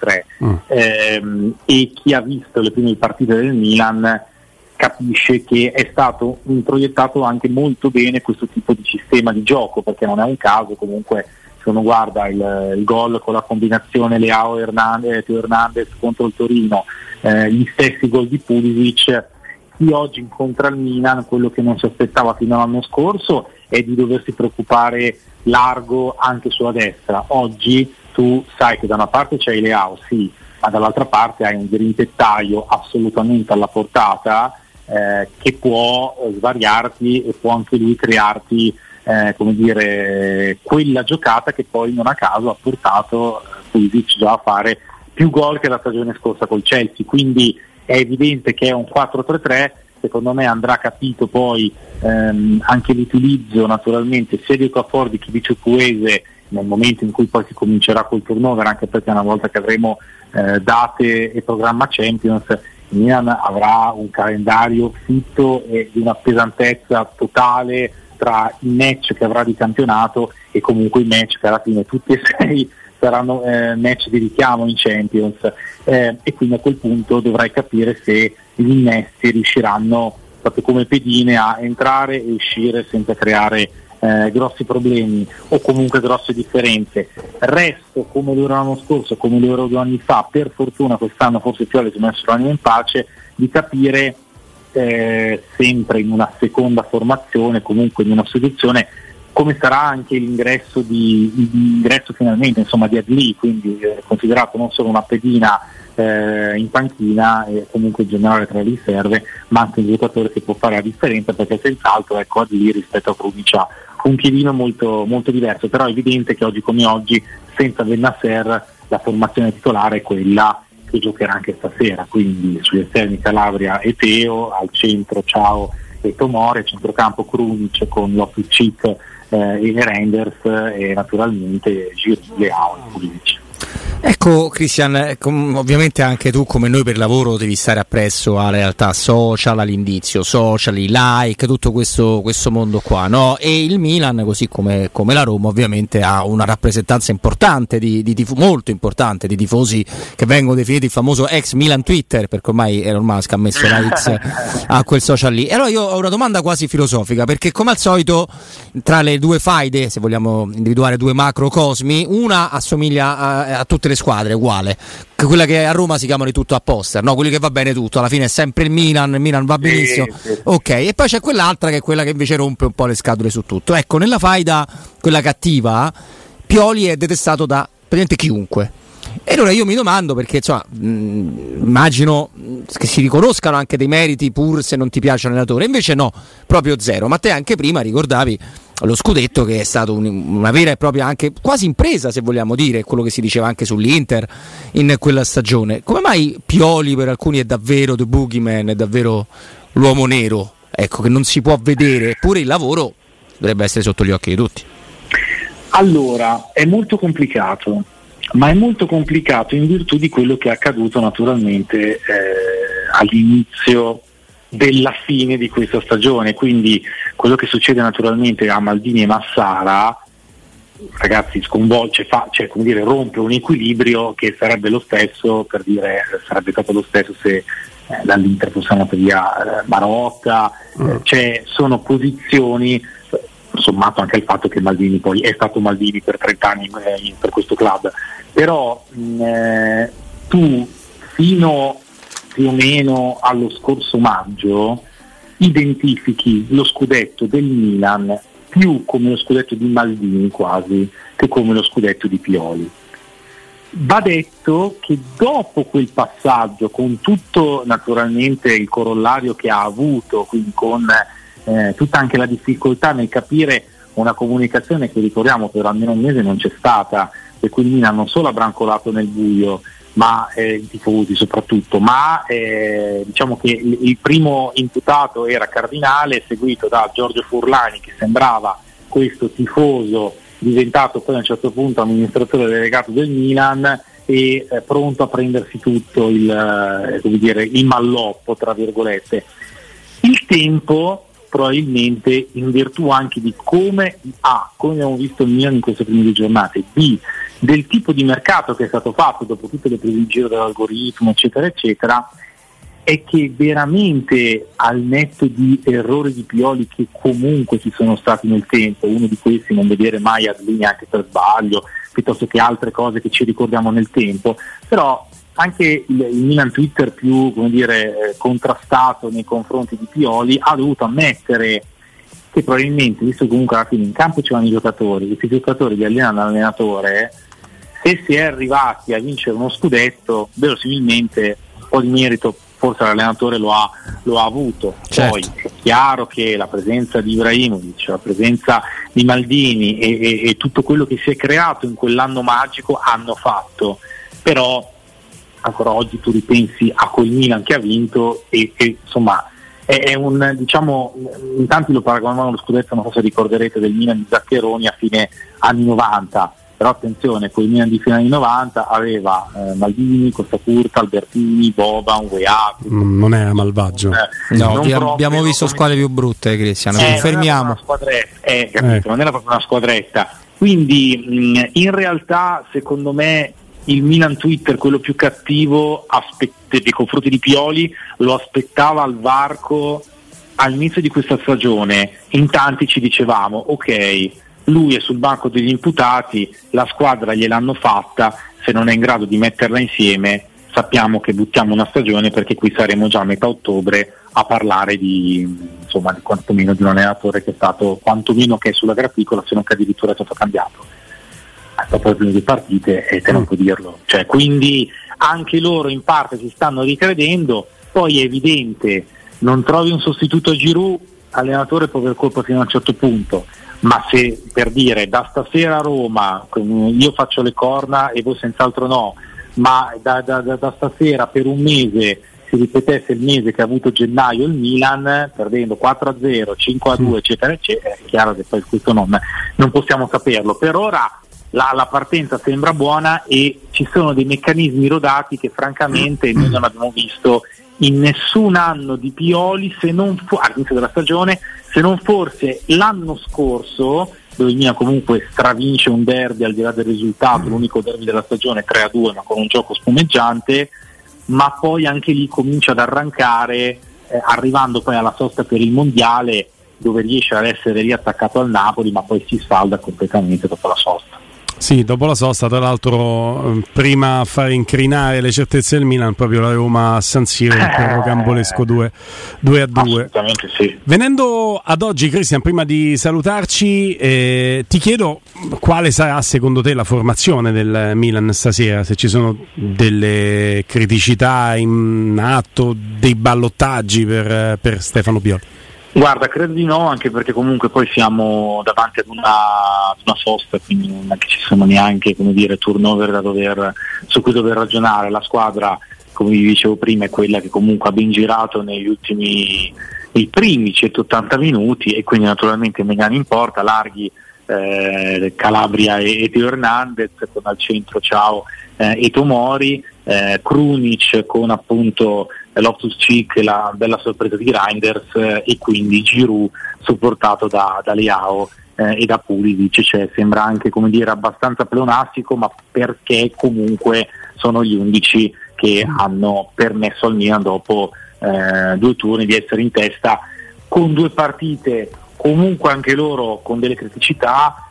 4-3-3 e chi ha visto le prime partite del Milan capisce che è stato proiettato anche molto bene questo tipo di sistema di gioco, perché non è un caso comunque. Se uno guarda il gol con la combinazione Leao Teo Hernandez contro il Torino, gli stessi gol di Pulisic, chi oggi incontra il Milan, quello che non si aspettava fino all'anno scorso è di doversi preoccupare largo anche sulla destra. Oggi tu sai che da una parte c'hai Leao, sì, ma dall'altra parte hai un dirimpettaio assolutamente alla portata che può svariarti e può anche lui crearti quella giocata che poi non a caso ha portato Pulisic già a fare più gol che la stagione scorsa col Chelsea. Quindi è evidente che è un 4-3-3, secondo me andrà capito poi anche l'utilizzo naturalmente sia di Okafor di Chukwueze nel momento in cui poi si comincerà col turnover, anche perché una volta che avremo date e programma Champions, il Milan avrà un calendario fitto e di una pesantezza totale tra i match che avrà di campionato e comunque i match che alla fine tutti e sei saranno match di richiamo in Champions, e quindi a quel punto dovrai capire se gli innesti riusciranno proprio come pedine a entrare e uscire senza creare grossi problemi o comunque grosse differenze. Resto, come lo era l'anno scorso, come lo era 2 anni fa, per fortuna quest'anno forse Pioli si è messo l'anima in pace, di capire sempre in una seconda formazione, comunque in una soluzione, come sarà anche l'ingresso l'ingresso finalmente insomma di Adli, quindi considerato non solo una pedina in panchina e comunque in generale tra le riserve, ma anche un giocatore che può fare la differenza, perché senz'altro Adli rispetto a Krunic ha un piedino molto, molto diverso, però è evidente che oggi come oggi senza Bennacer la formazione titolare è quella che giocherà anche stasera, quindi sugli esterni Calabria e Teo, al centro Ciao e Tomori, centrocampo Krunic con Loftus-Cheek e Reinders e naturalmente Giroud, Leao e Pulisic. Ecco Cristian, ovviamente anche tu come noi per lavoro devi stare appresso alle realtà social, all'indizio, social, i like, tutto questo mondo qua, no? E il Milan, così come la Roma, ovviamente ha una rappresentanza importante molto importante di tifosi che vengono definiti il famoso ex Milan Twitter, perché ormai Elon Musk ha messo la X a quel social lì. E allora io ho una domanda quasi filosofica, perché come al solito tra le due faide, se vogliamo individuare due macrocosmi, una assomiglia a tutte le squadre uguale, quella che a Roma si chiamano di tutto a poster, no? Quelli che va bene tutto, alla fine è sempre il Milan va benissimo, ok, e poi c'è quell'altra che è quella che invece rompe un po' le scatole su tutto. Ecco, nella faida quella cattiva Pioli è detestato da praticamente chiunque, e allora io mi domando, perché insomma immagino che si riconoscano anche dei meriti pur se non ti piace l'allenatore, invece no, proprio zero. Ma te anche prima ricordavi lo scudetto, che è stato una vera e propria anche quasi impresa, se vogliamo dire, quello che si diceva anche sull'Inter in quella stagione. Come mai Pioli per alcuni è davvero the boogeyman, è davvero l'uomo nero, ecco, che non si può vedere, eppure il lavoro dovrebbe essere sotto gli occhi di tutti? Allora, è molto complicato, ma è molto complicato in virtù di quello che è accaduto naturalmente all'inizio della fine di questa stagione, quindi quello che succede naturalmente a Maldini e Massara, ragazzi, sconvolge, cioè come dire, rompe un equilibrio che sarebbe lo stesso, per dire, sarebbe stato lo stesso se dall'Inter fosse andata via Marotta, cioè sono posizioni, sommato anche il fatto che Maldini poi è stato Maldini per 30 anni per questo club, però tu fino più o meno allo scorso maggio identifichi lo scudetto del Milan più come lo scudetto di Maldini quasi che come lo scudetto di Pioli. Va detto che dopo quel passaggio, con tutto naturalmente il corollario che ha avuto, quindi con tutta anche la difficoltà nel capire una comunicazione che ricordiamo per almeno un mese non c'è stata, per cui il Milan non solo ha brancolato nel buio, ma i tifosi soprattutto, ma diciamo che il primo imputato era Cardinale, seguito da Giorgio Furlani, che sembrava questo tifoso diventato poi a un certo punto amministratore delegato del Milan e pronto a prendersi tutto il malloppo, tra virgolette. Il tempo probabilmente, in virtù anche di come abbiamo visto il Milan in queste prime 2 giornate, del tipo di mercato che è stato fatto dopo tutte le prese in giro dell'algoritmo eccetera eccetera, è che veramente, al netto di errori di Pioli che comunque ci sono stati nel tempo, uno di questi non vedere mai Adli neanche per sbaglio, piuttosto che altre cose che ci ricordiamo nel tempo, però anche il Milan Twitter più, come dire, contrastato nei confronti di Pioli ha dovuto ammettere che probabilmente, visto che comunque alla fine in campo c'erano i giocatori, questi giocatori li allenano l'allenatore, se si è arrivati a vincere uno scudetto, verosimilmente un po' di merito forse l'allenatore lo ha avuto. Certo. Poi è chiaro che la presenza di Ibrahimovic, la presenza di Maldini e tutto quello che si è creato in quell'anno magico hanno fatto, però ancora oggi tu ripensi a quel Milan che ha vinto e insomma è un, diciamo, in tanti lo paragonavano allo scudetto, non so se ricorderete, del Milan di Zaccheroni a fine anni 90, però attenzione, quel Milan di fine anni 90 aveva Maldini, Costa Curta, Albertini, Boban, Weah. Non era malvagio. Abbiamo visto squadre più brutte, Cristiano, ci fermiamo. Non era proprio una squadretta, Quindi in realtà secondo me il Milan Twitter, quello più cattivo nei confronti di Pioli, lo aspettava al varco all'inizio di questa stagione. In tanti ci dicevamo ok, lui è sul banco degli imputati, la squadra gliel'hanno fatta, se non è in grado di metterla insieme sappiamo che buttiamo una stagione, perché qui saremo già a metà ottobre a parlare di quantomeno di un allenatore che è stato quantomeno che è sulla graticola, se non che addirittura è stato cambiato dopo le prime due partite, e te non puoi dirlo, cioè, quindi anche loro in parte si stanno ricredendo. Poi è evidente, non trovi un sostituto a Giroud, allenatore può aver colpa fino a un certo punto, ma se per dire da stasera a Roma io faccio le corna e voi senz'altro no, ma da stasera per un mese si ripetesse il mese che ha avuto gennaio il Milan, perdendo 4-0, 5-2 eccetera eccetera, è chiaro che poi questo non possiamo saperlo. Per ora la partenza sembra buona e ci sono dei meccanismi rodati che francamente noi non abbiamo visto in nessun anno di Pioli, se non all'inizio della stagione, se non forse l'anno scorso, dove il Milan comunque stravince un derby al di là del risultato, l'unico derby della stagione 3-2, ma con un gioco spumeggiante, ma poi anche lì comincia ad arrancare, arrivando poi alla sosta per il mondiale, dove riesce ad essere riattaccato al Napoli, ma poi si sfalda completamente dopo la sosta. Sì, dopo la sosta, tra l'altro, prima a fare incrinare le certezze del Milan, proprio la Roma a San Siro, un rocambolesco 2-2. Assolutamente sì. Venendo ad oggi, Cristian, prima di salutarci, ti chiedo quale sarà secondo te la formazione del Milan stasera, se ci sono delle criticità in atto, dei ballottaggi per Stefano Pioli. Guarda, credo di no, anche perché comunque poi siamo davanti ad una sosta, quindi non è che ci sono neanche, come dire, turnover su cui dover ragionare. La squadra, come vi dicevo prima, è quella che comunque ha ben girato nei primi 180 minuti, e quindi naturalmente Megani in porta, larghi Calabria e Teo Hernandez, con al centro e Tomori, Krunic con appunto Loftus-Cheek, la bella sorpresa di Reinders, e quindi Giroud supportato da Leao e da Pulisic. Cioè, sembra anche, come dire, abbastanza pleonastico, ma perché comunque sono gli 11 che hanno permesso al Milan dopo 2 turni di essere in testa, con 2 partite comunque anche loro con delle criticità,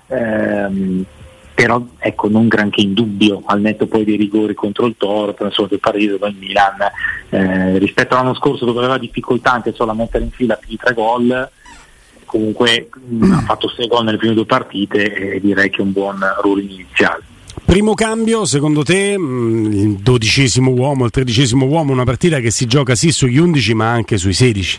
però ecco, non granché in dubbio, al netto poi dei rigori contro il Toro, però sono 2 partite dove il Milan, rispetto all'anno scorso dove aveva difficoltà anche solo a mettere in fila più di 3 gol, comunque ha fatto 6 gol nelle prime 2 partite, e direi che è un buon ruolo iniziale. Primo cambio, secondo te, il 12° uomo, il 13° uomo, una partita che si gioca sì sugli 11 ma anche sui 16?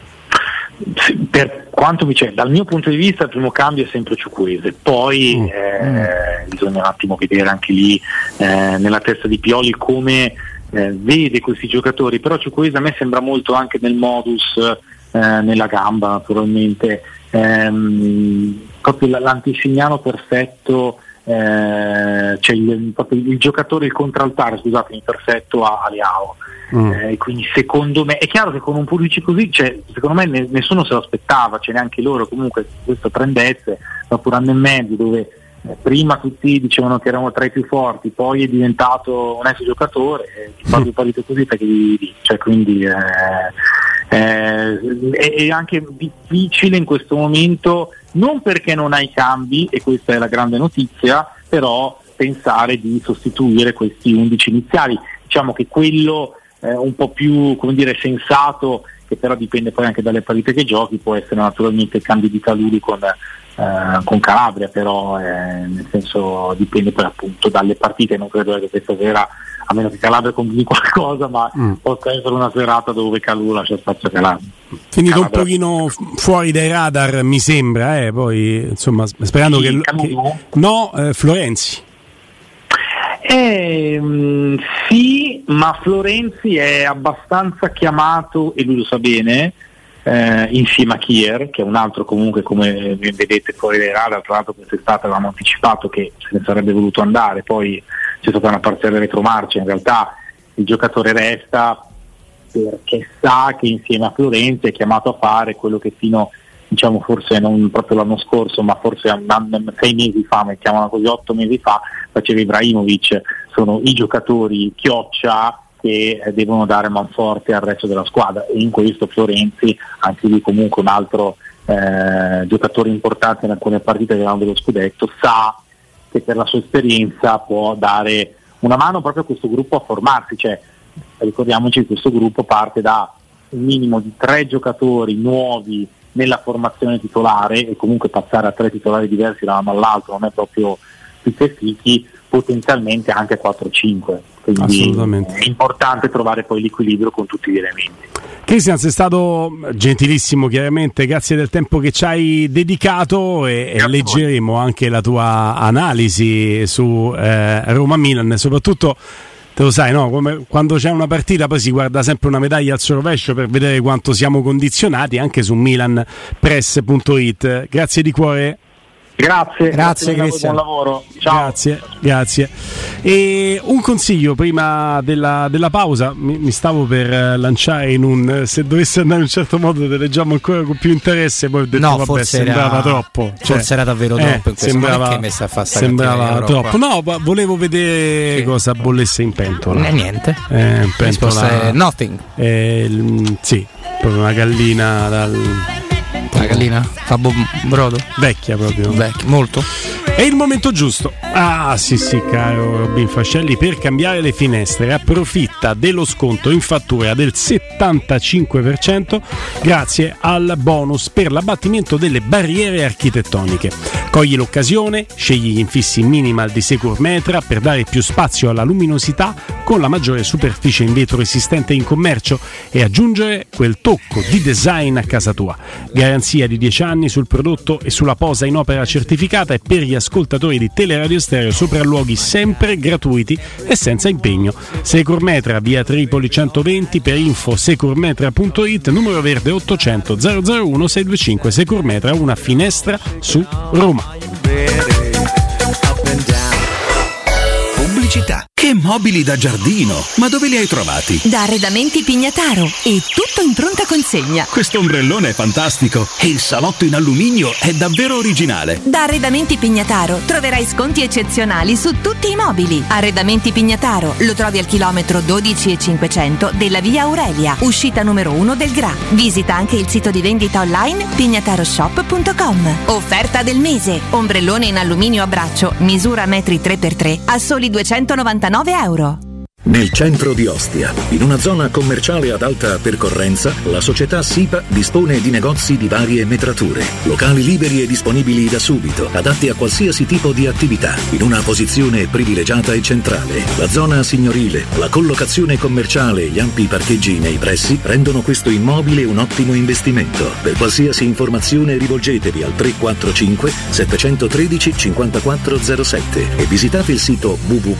Per quanto dal mio punto di vista il primo cambio è sempre Ciukwueze, poi bisogna un attimo vedere anche lì nella testa di Pioli come vede questi giocatori, però Ciukwueze a me sembra molto anche nel modus, nella gamba naturalmente, proprio l'antesignano perfetto, cioè il giocatore, il contraltare, scusatemi, perfetto a Leao. Quindi secondo me è chiaro che con un Pulisic così, cioè, secondo me nessuno se lo aspettava, cioè neanche loro, comunque questo prendesse dopo un anno e mezzo dove prima tutti dicevano che erano tra i più forti, poi è diventato un ex giocatore, ti parli partite così perché cioè, quindi è anche difficile in questo momento, non perché non hai cambi, e questa è la grande notizia, però pensare di sostituire questi 11 iniziali. Diciamo che quello un po' più, come dire, sensato, che però dipende poi anche dalle partite che giochi, può essere naturalmente il cambio di Kalulu con Calabria, però nel senso dipende poi appunto dalle partite. Non credo che questa sera, a meno che Calabria combini qualcosa, ma possa essere una serata dove Kalulu lascia spazio a Calabria. Finito un pochino fuori dai radar, mi sembra, poi insomma sperando che Florenzi. Sì, ma Florenzi è abbastanza chiamato, e lui lo sa bene, insieme a Kier, che è un altro comunque, come vedete fuori dai radar. Tra l'altro quest'estate avevamo anticipato che se ne sarebbe voluto andare, poi c'è stata una parziale retromarcia. In realtà il giocatore resta perché sa che insieme a Florenzi è chiamato a fare quello che fino diciamo forse non proprio l'anno scorso, ma forse 6 mesi fa, mettiamola così, 8 mesi fa, faceva Ibrahimovic. Sono i giocatori chioccia che devono dare manforte al resto della squadra, e in questo Florenzi, anche lui comunque un altro giocatore importante in alcune partite dell'anno dello scudetto, sa che per la sua esperienza può dare una mano proprio a questo gruppo a formarsi. Cioè, ricordiamoci che questo gruppo parte da un minimo di 3 giocatori nuovi nella formazione titolare, e comunque passare a 3 titolari diversi da uno all'altro non è proprio fichi, potenzialmente anche 4-5, quindi è importante trovare poi l'equilibrio con tutti gli elementi. Cristian, sei stato gentilissimo, chiaramente, grazie del tempo che ci hai dedicato, e leggeremo anche la tua analisi su Roma-Milan, soprattutto te lo sai, no? Come quando c'è una partita poi si guarda sempre una medaglia al suo rovescio per vedere quanto siamo condizionati, anche su milanpress.it. Grazie di cuore. Grazie Cristian. Buon lavoro. Ciao. Grazie. E un consiglio prima della pausa, mi stavo per lanciare in un, se dovesse andare in un certo modo te leggiamo ancora con più interesse, poi ho detto no, vabbè, sembrava troppo. Forse era davvero troppo in questo, sembrava troppo. No, volevo vedere cosa bollesse in pentola. Niente. Pentola nothing. Sì, proprio una gallina Una gallina? Fa brodo? Vecchia proprio. Vecchia, molto. È il momento giusto. Ah sì, caro Robin Fascelli, per cambiare le finestre approfitta dello sconto in fattura del 75% grazie al bonus per l'abbattimento delle barriere architettoniche. Cogli l'occasione, scegli gli infissi minimal di Securmetra per dare più spazio alla luminosità con la maggiore superficie in vetro esistente in commercio e aggiungere quel tocco di design a casa tua. Garanzia di 10 anni sul prodotto e sulla posa in opera certificata, e per gli ascoltatori di Teleradio Stereo sopralluoghi sempre gratuiti e senza impegno. Securmetra, via Tripoli 120, per info securmetra.it, numero verde 800 001 625. Securmetra, una finestra su Roma. Pubblicità. Che mobili da giardino! Ma dove li hai trovati? Da Arredamenti Pignataro, e tutto in pronta consegna. Questo ombrellone è fantastico e il salotto in alluminio è davvero originale. Da Arredamenti Pignataro troverai sconti eccezionali su tutti i mobili. Arredamenti Pignataro lo trovi al chilometro 12,500 della via Aurelia, uscita numero 1 del Gra. Visita anche il sito di vendita online pignataroshop.com. Offerta del mese: ombrellone in alluminio a braccio, misura metri 3x3 a soli €299. Nel centro di Ostia, in una zona commerciale ad alta percorrenza, la società SIPA dispone di negozi di varie metrature, locali liberi e disponibili da subito, adatti a qualsiasi tipo di attività, in una posizione privilegiata e centrale. La zona signorile, la collocazione commerciale e gli ampi parcheggi nei pressi rendono questo immobile un ottimo investimento. Per qualsiasi informazione rivolgetevi al 345 713 5407 e visitate il sito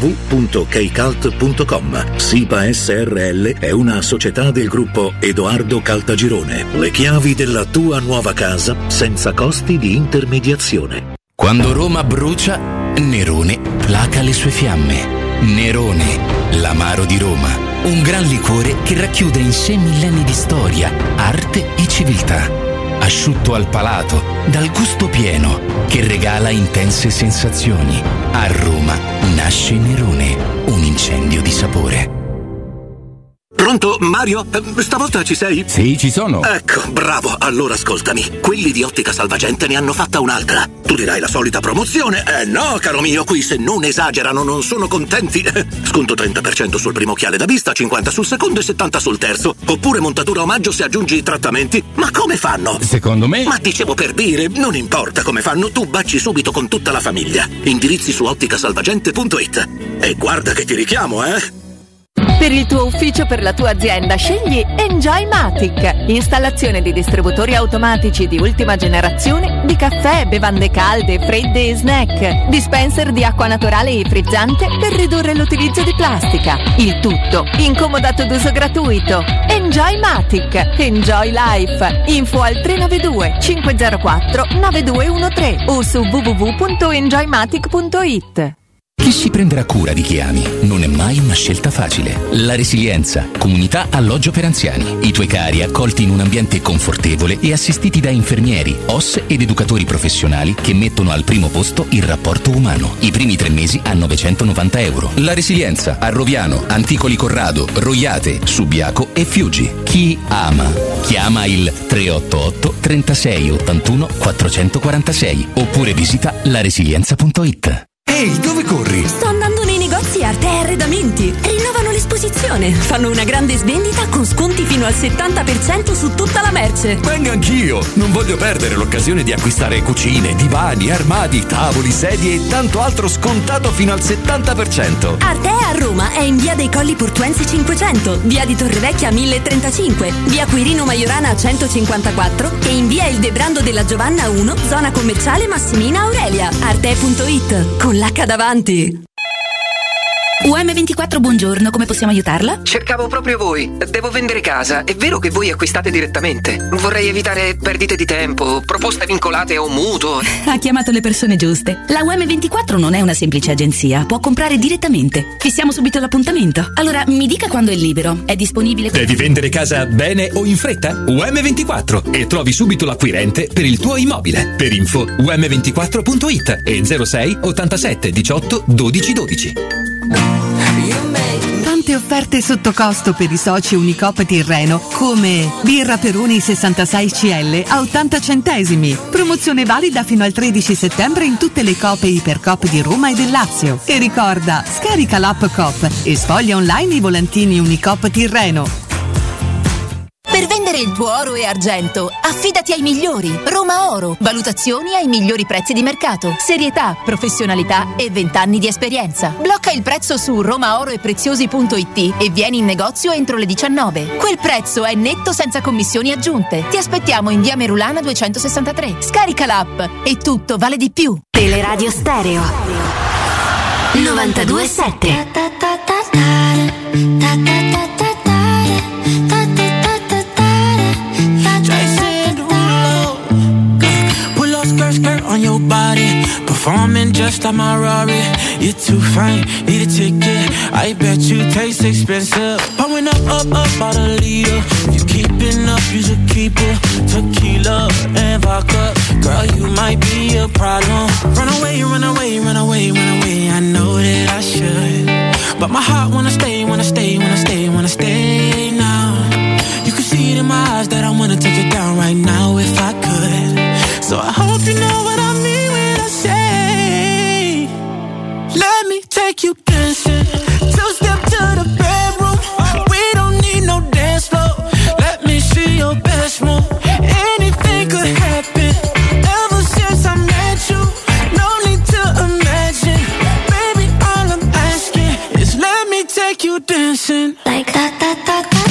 www.keicalt.com. SIPA SRL è una società del gruppo Edoardo Caltagirone. Le chiavi della tua nuova casa senza costi di intermediazione. Quando Roma brucia, Nerone placa le sue fiamme. Nerone, l'amaro di Roma. Un gran liquore che racchiude in sé millenni di storia, arte e civiltà. Asciutto al palato, dal gusto pieno, che regala intense sensazioni. A Roma nasce Nerone, un incendio di sapore. Pronto, Mario? Stavolta ci sei? Sì, ci sono. Ecco, bravo. Allora ascoltami. Quelli di Ottica Salvagente ne hanno fatta un'altra. Tu dirai la solita promozione. No, caro mio, qui se non esagerano non sono contenti. Sconto 30% sul primo occhiale da vista, 50 sul secondo e 70 sul terzo. Oppure montatura omaggio se aggiungi i trattamenti. Ma come fanno? Secondo me... Ma dicevo per dire, non importa come fanno, tu baci subito con tutta la famiglia. Indirizzi su otticasalvagente.it. E guarda che ti richiamo, Per il tuo ufficio, per la tua azienda, scegli Enjoymatic. Installazione di distributori automatici di ultima generazione di caffè, bevande calde, fredde e snack. Dispenser di acqua naturale e frizzante per ridurre l'utilizzo di plastica. Il tutto in comodato d'uso gratuito. Enjoymatic. Enjoy Life. Info al 392 504 9213 o su www.enjoymatic.it. Chi si prenderà cura di chi ami non è mai una scelta facile. La Resilienza, comunità alloggio per anziani. I tuoi cari accolti in un ambiente confortevole e assistiti da infermieri, OS ed educatori professionali che mettono al primo posto il rapporto umano. I primi 3 mesi a €990. La Resilienza a Roviano, Anticoli Corrado, Roiate, Subiaco e Fiuggi. Chi ama? Chiama il 388 36 81 446 oppure visita laresilienza.it. Ehi, dove corri? Sto andando nei negozi Arte e Arredamenti. Rinnovano l'esposizione. Fanno una grande svendita con sconti fino al 70% su tutta la merce. Vengo anch'io. Non voglio perdere l'occasione di acquistare cucine, divani, armadi, tavoli, sedie e tanto altro scontato fino al 70%. Arte a Roma è in via dei Colli Portuensi 500, via di Torrevecchia 1035, via Quirino Maiorana 154 e in via Il Debrando della Giovanna 1, zona commerciale Massimina Aurelia. Arte.it con l'H davanti. UM24, buongiorno, come possiamo aiutarla? Cercavo proprio voi. Devo vendere casa. È vero che voi acquistate direttamente? Vorrei evitare perdite di tempo, proposte vincolate a un mutuo. Ha chiamato le persone giuste. La UM24 non è una semplice agenzia, può comprare direttamente. Fissiamo subito l'appuntamento. Allora, mi dica quando è libero. È disponibile? Devi vendere casa bene o in fretta? UM24 e trovi subito l'acquirente per il tuo immobile. Per info um24.it e 06 87 18 12 12. Tante offerte sotto costo per i soci Unicoop Tirreno, come birra Peroni 66 CL a 80 centesimi. Promozione valida fino al 13 settembre in tutte le Coop e Ipercoop di Roma e del Lazio. E ricorda, scarica l'app Coop e sfoglia online i volantini Unicoop Tirreno. Per vendere il tuo oro e argento, affidati ai migliori. Roma Oro. Valutazioni ai migliori prezzi di mercato. Serietà, professionalità e 20 anni di esperienza. Blocca il prezzo su romaoroepreziosi.it e vieni in negozio entro le 19. Quel prezzo è netto senza commissioni aggiunte. Ti aspettiamo in via Merulana 263. Scarica l'app e tutto vale di più. Teleradio Stereo 92.7. Skirt on your body, performing just like my Rari. You're too fine, need a ticket. I bet you taste expensive. Pouring up about a liter. If you keeping up, you should keep it. Tequila and vodka, girl, you might be a problem. Run away, run away, run away, run away. I know that I should, but my heart wanna stay, wanna stay, wanna stay, wanna stay now. You can see it in my eyes that I wanna take it down right now if I could. So I hope you know what I mean when I say, let me take you dancing. Two-step to the bedroom. We don't need no dance floor. Let me see your best move. Anything could happen. Ever since I met you, no need to imagine. Baby, all I'm asking is let me take you dancing. Like that, that, that, that.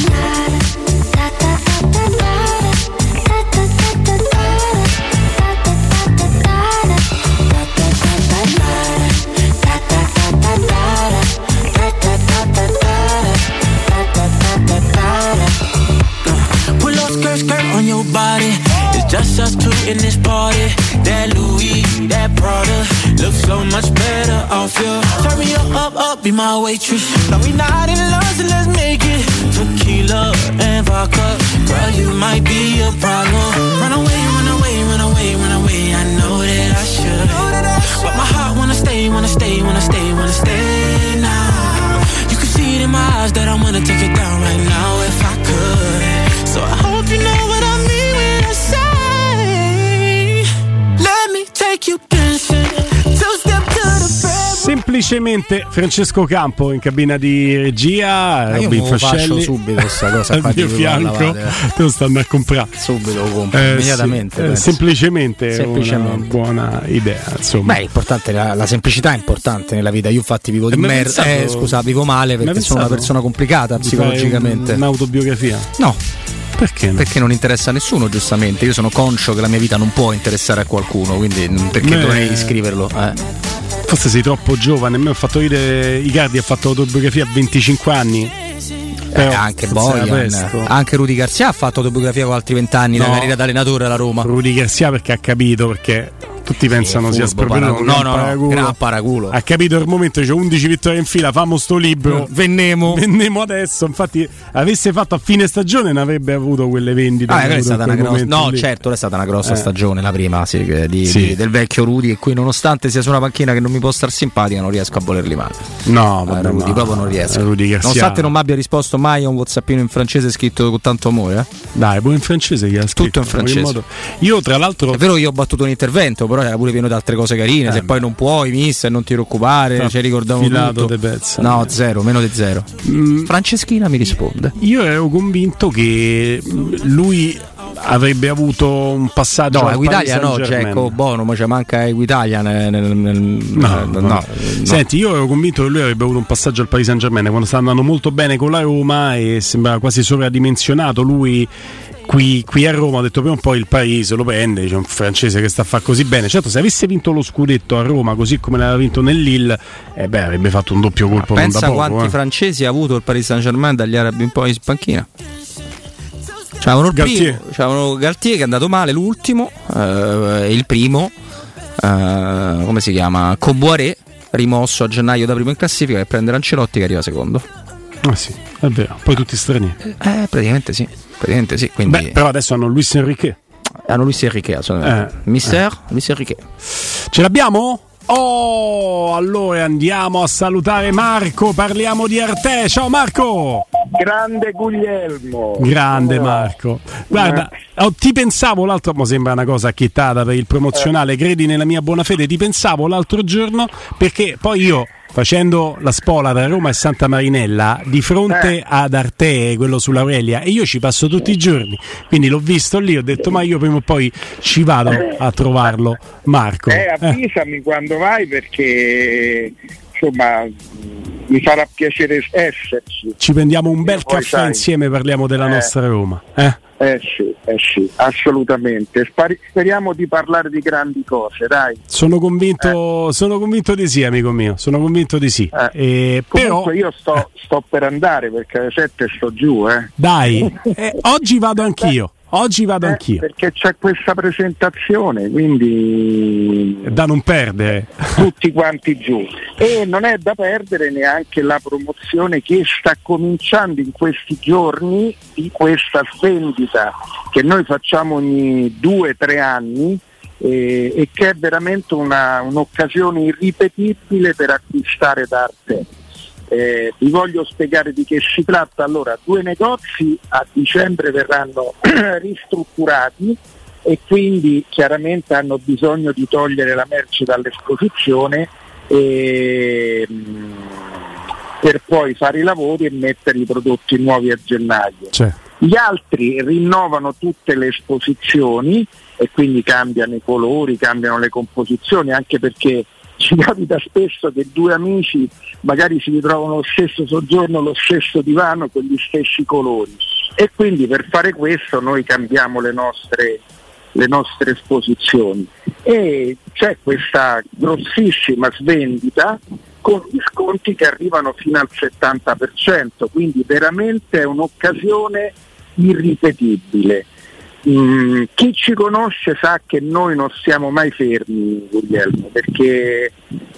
Skirt on your body, it's just us two in this party. That Louis, that Prada, looks so much better off you. Turn me up, be my waitress. No, we not in love, so let's make it. Tequila and vodka, girl, you might be a problem. Run away, run away, run away, run away. I know that I should, but my heart wanna stay, wanna stay, wanna stay, wanna stay now. You can see it in my eyes that I wanna take it down right now if I could. So I hope you know what I mean when I say, let me take you dancing. Two-step to the bedroom. Semplicemente Francesco Campo in cabina di regia, Robin Fascelli. Faccio subito questa cosa al mio fianco. Te lo stanno a comprare. Subito lo compro, immediatamente. Semplicemente una buona idea, insomma. Beh, importante, la semplicità è importante nella vita. Io infatti vivo di merda. Vivo male perché sono una persona complicata psicologicamente. Un'autobiografia? No. Perché no? Perché non interessa a nessuno, giustamente. Io sono conscio che la mia vita non può interessare a qualcuno, quindi perché dovrei scriverlo? Forse sei troppo giovane. A me ho fatto dire Icardi ha fatto autobiografia a 25 anni. Anche Bojan, anche Rudy Garcia ha fatto autobiografia con altri 20 anni, la carriera da allenatore alla Roma. Rudy Garcia perché ha capito, perché Tutti pensano sia Spropiolo. No, gran paraculo. Ha capito il momento, c'è 11 vittorie in fila, famo sto libro. Vennemo adesso. Infatti, avesse fatto a fine stagione, ne avrebbe avuto quelle vendite. È stata una grossa, certo, è stata una grossa stagione, la prima, del vecchio Rudy, e qui, nonostante sia su una panchina che non mi può star simpatica, non riesco a volerli male. No, Rudy, proprio non riesco. Nonostante non mi abbia risposto mai a un WhatsAppino in francese scritto con tanto amore. Dai, poi in francese che ha scritto. Tutto in francese. Io, tra l'altro, è vero, io ho battuto un intervento, però era pure pieno di altre cose carine. Se poi non puoi, mister, non ti preoccupare, ci ricordavo tutto. No, zero, meno di zero. Franceschina mi risponde. Io ero convinto che lui avrebbe avuto un passaggio a Equitalia, Jack Bono, ma ci manca Equitalia no. Senti, io ero convinto che lui avrebbe avuto un passaggio al Paris Saint-Germain quando sta andando molto bene con la Roma e sembrava quasi sovradimensionato lui. Qui a Roma, ho detto prima un po' il Paris lo prende, c'è un francese che sta a fare così bene. Certo, se avesse vinto lo scudetto a Roma così come l'aveva vinto nel Lille, avrebbe fatto un doppio colpo. Pensa quanti francesi ha avuto il Paris Saint-Germain dagli arabi in poi in panchina. C'avevano il Galtier. C'avevano Galtier che è andato male, l'ultimo, il primo, come si chiama? Comboiré, rimosso a gennaio da primo in classifica, e prendere Ancelotti che arriva secondo. Ah sì, è vero, poi tutti stranieri. Praticamente sì. Quindi... però adesso hanno Luis Enrique. Mister Luis Enrique. Ce l'abbiamo? Allora andiamo a salutare Marco, parliamo di Arte. Ciao Marco! Grande Guglielmo. Grande Marco. Guarda, ti pensavo l'altro, mo sembra una cosa acchittata per il promozionale, credi nella mia buona fede, ti pensavo l'altro giorno perché poi io facendo la spola tra Roma e Santa Marinella di fronte ad Arte, quello sull'Aurelia, e io ci passo tutti i giorni, quindi l'ho visto lì, ho detto ma io prima o poi ci vado a trovarlo, Marco. Avvisami quando vai perché insomma mi farà piacere esserci. Ci prendiamo un bel caffè insieme, parliamo della nostra Roma. Sì, assolutamente. Speriamo di parlare di grandi cose, dai. Sono convinto di sì, amico mio. Sono convinto di sì. Però io sto per andare perché alle 7 sto giù. Dai, oggi vado anch'io. Perché c'è questa presentazione, quindi da non perdere. Tutti quanti giù. E non è da perdere neanche la promozione che sta cominciando in questi giorni di questa svendita che noi facciamo ogni 2-3 anni e che è veramente un'occasione irripetibile per acquistare d'arte. Vi voglio spiegare di che si tratta. Allora, 2 negozi a dicembre verranno ristrutturati e quindi chiaramente hanno bisogno di togliere la merce dall'esposizione per poi fare i lavori e mettere i prodotti nuovi a gennaio. Gli altri rinnovano tutte le esposizioni e quindi cambiano i colori, cambiano le composizioni, anche perché ci capita spesso che 2 amici magari si ritrovano lo stesso soggiorno, lo stesso divano con gli stessi colori, e quindi per fare questo noi cambiamo le nostre esposizioni e c'è questa grossissima svendita con gli sconti che arrivano fino al 70%, quindi veramente è un'occasione irripetibile. Chi ci conosce sa che noi non siamo mai fermi, Guglielmo, perché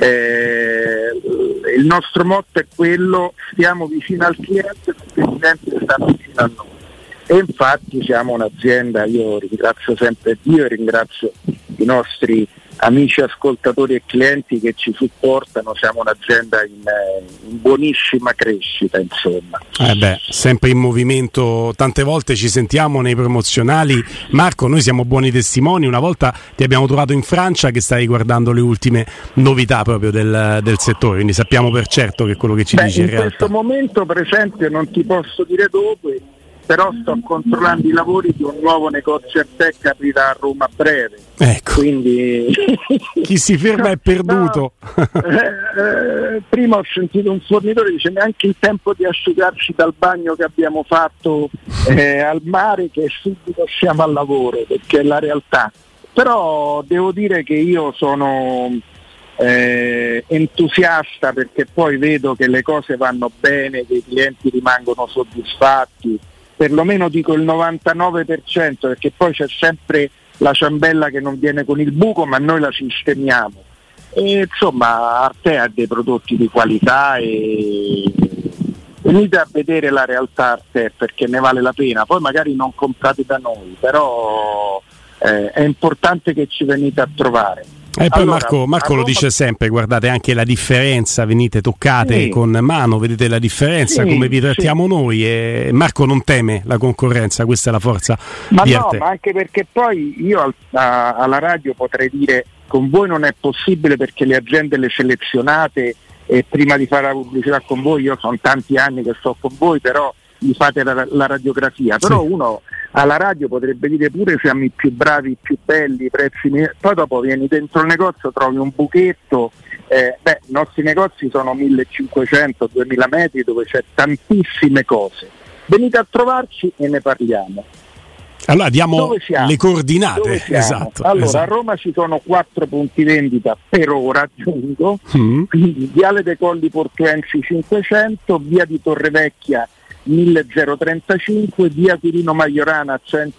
il nostro motto è quello: stiamo vicino al cliente perché il cliente sta vicino a noi. E infatti siamo un'azienda, io ringrazio sempre Dio e ringrazio i nostri amici ascoltatori e clienti che ci supportano, siamo un'azienda in buonissima crescita, insomma. Sempre in movimento, tante volte ci sentiamo nei promozionali. Marco, noi siamo buoni testimoni, una volta ti abbiamo trovato in Francia che stai guardando le ultime novità proprio del settore, quindi sappiamo per certo che quello che ci dici in realtà. In questo momento, per esempio, non ti posso dire dove, però sto controllando i lavori di un nuovo negozio Arte che aprirà a Roma a breve. Ecco. Quindi chi si ferma è perduto. Prima ho sentito un fornitore dice neanche il tempo di asciugarci dal bagno che abbiamo fatto al mare, che subito siamo al lavoro, perché è la realtà. Però devo dire che io sono entusiasta perché poi vedo che le cose vanno bene, che i clienti rimangono soddisfatti, perlomeno dico il 99%, perché poi c'è sempre la ciambella che non viene con il buco, ma noi la sistemiamo. E insomma Arte ha dei prodotti di qualità e venite a vedere la realtà Arte, perché ne vale la pena. Poi magari non comprate da noi, però è importante che ci venite a trovare. E poi Allora, Marco lo dice sempre, guardate anche la differenza, venite, toccate con mano, vedete la differenza, come vi trattiamo noi, e Marco non teme la concorrenza, questa è la forza di Arte. Ma anche perché poi io alla radio potrei dire con voi non è possibile perché le agende le selezionate e prima di fare la pubblicità con voi, io sono tanti anni che sto con voi, però mi fate la radiografia, però uno alla radio potrebbe dire pure siamo i più bravi, i più belli, i prezzi, poi dopo vieni dentro il negozio, trovi un buchetto, i nostri negozi sono 1500-2000 metri dove c'è tantissime cose, venite a trovarci e ne parliamo. Allora diamo le coordinate. Esatto. Allora a Roma ci sono 4 punti vendita per ora, aggiungo, quindi Viale dei Colli Portuensi 500, via di Torrevecchia 1035, via Quirino Maiorana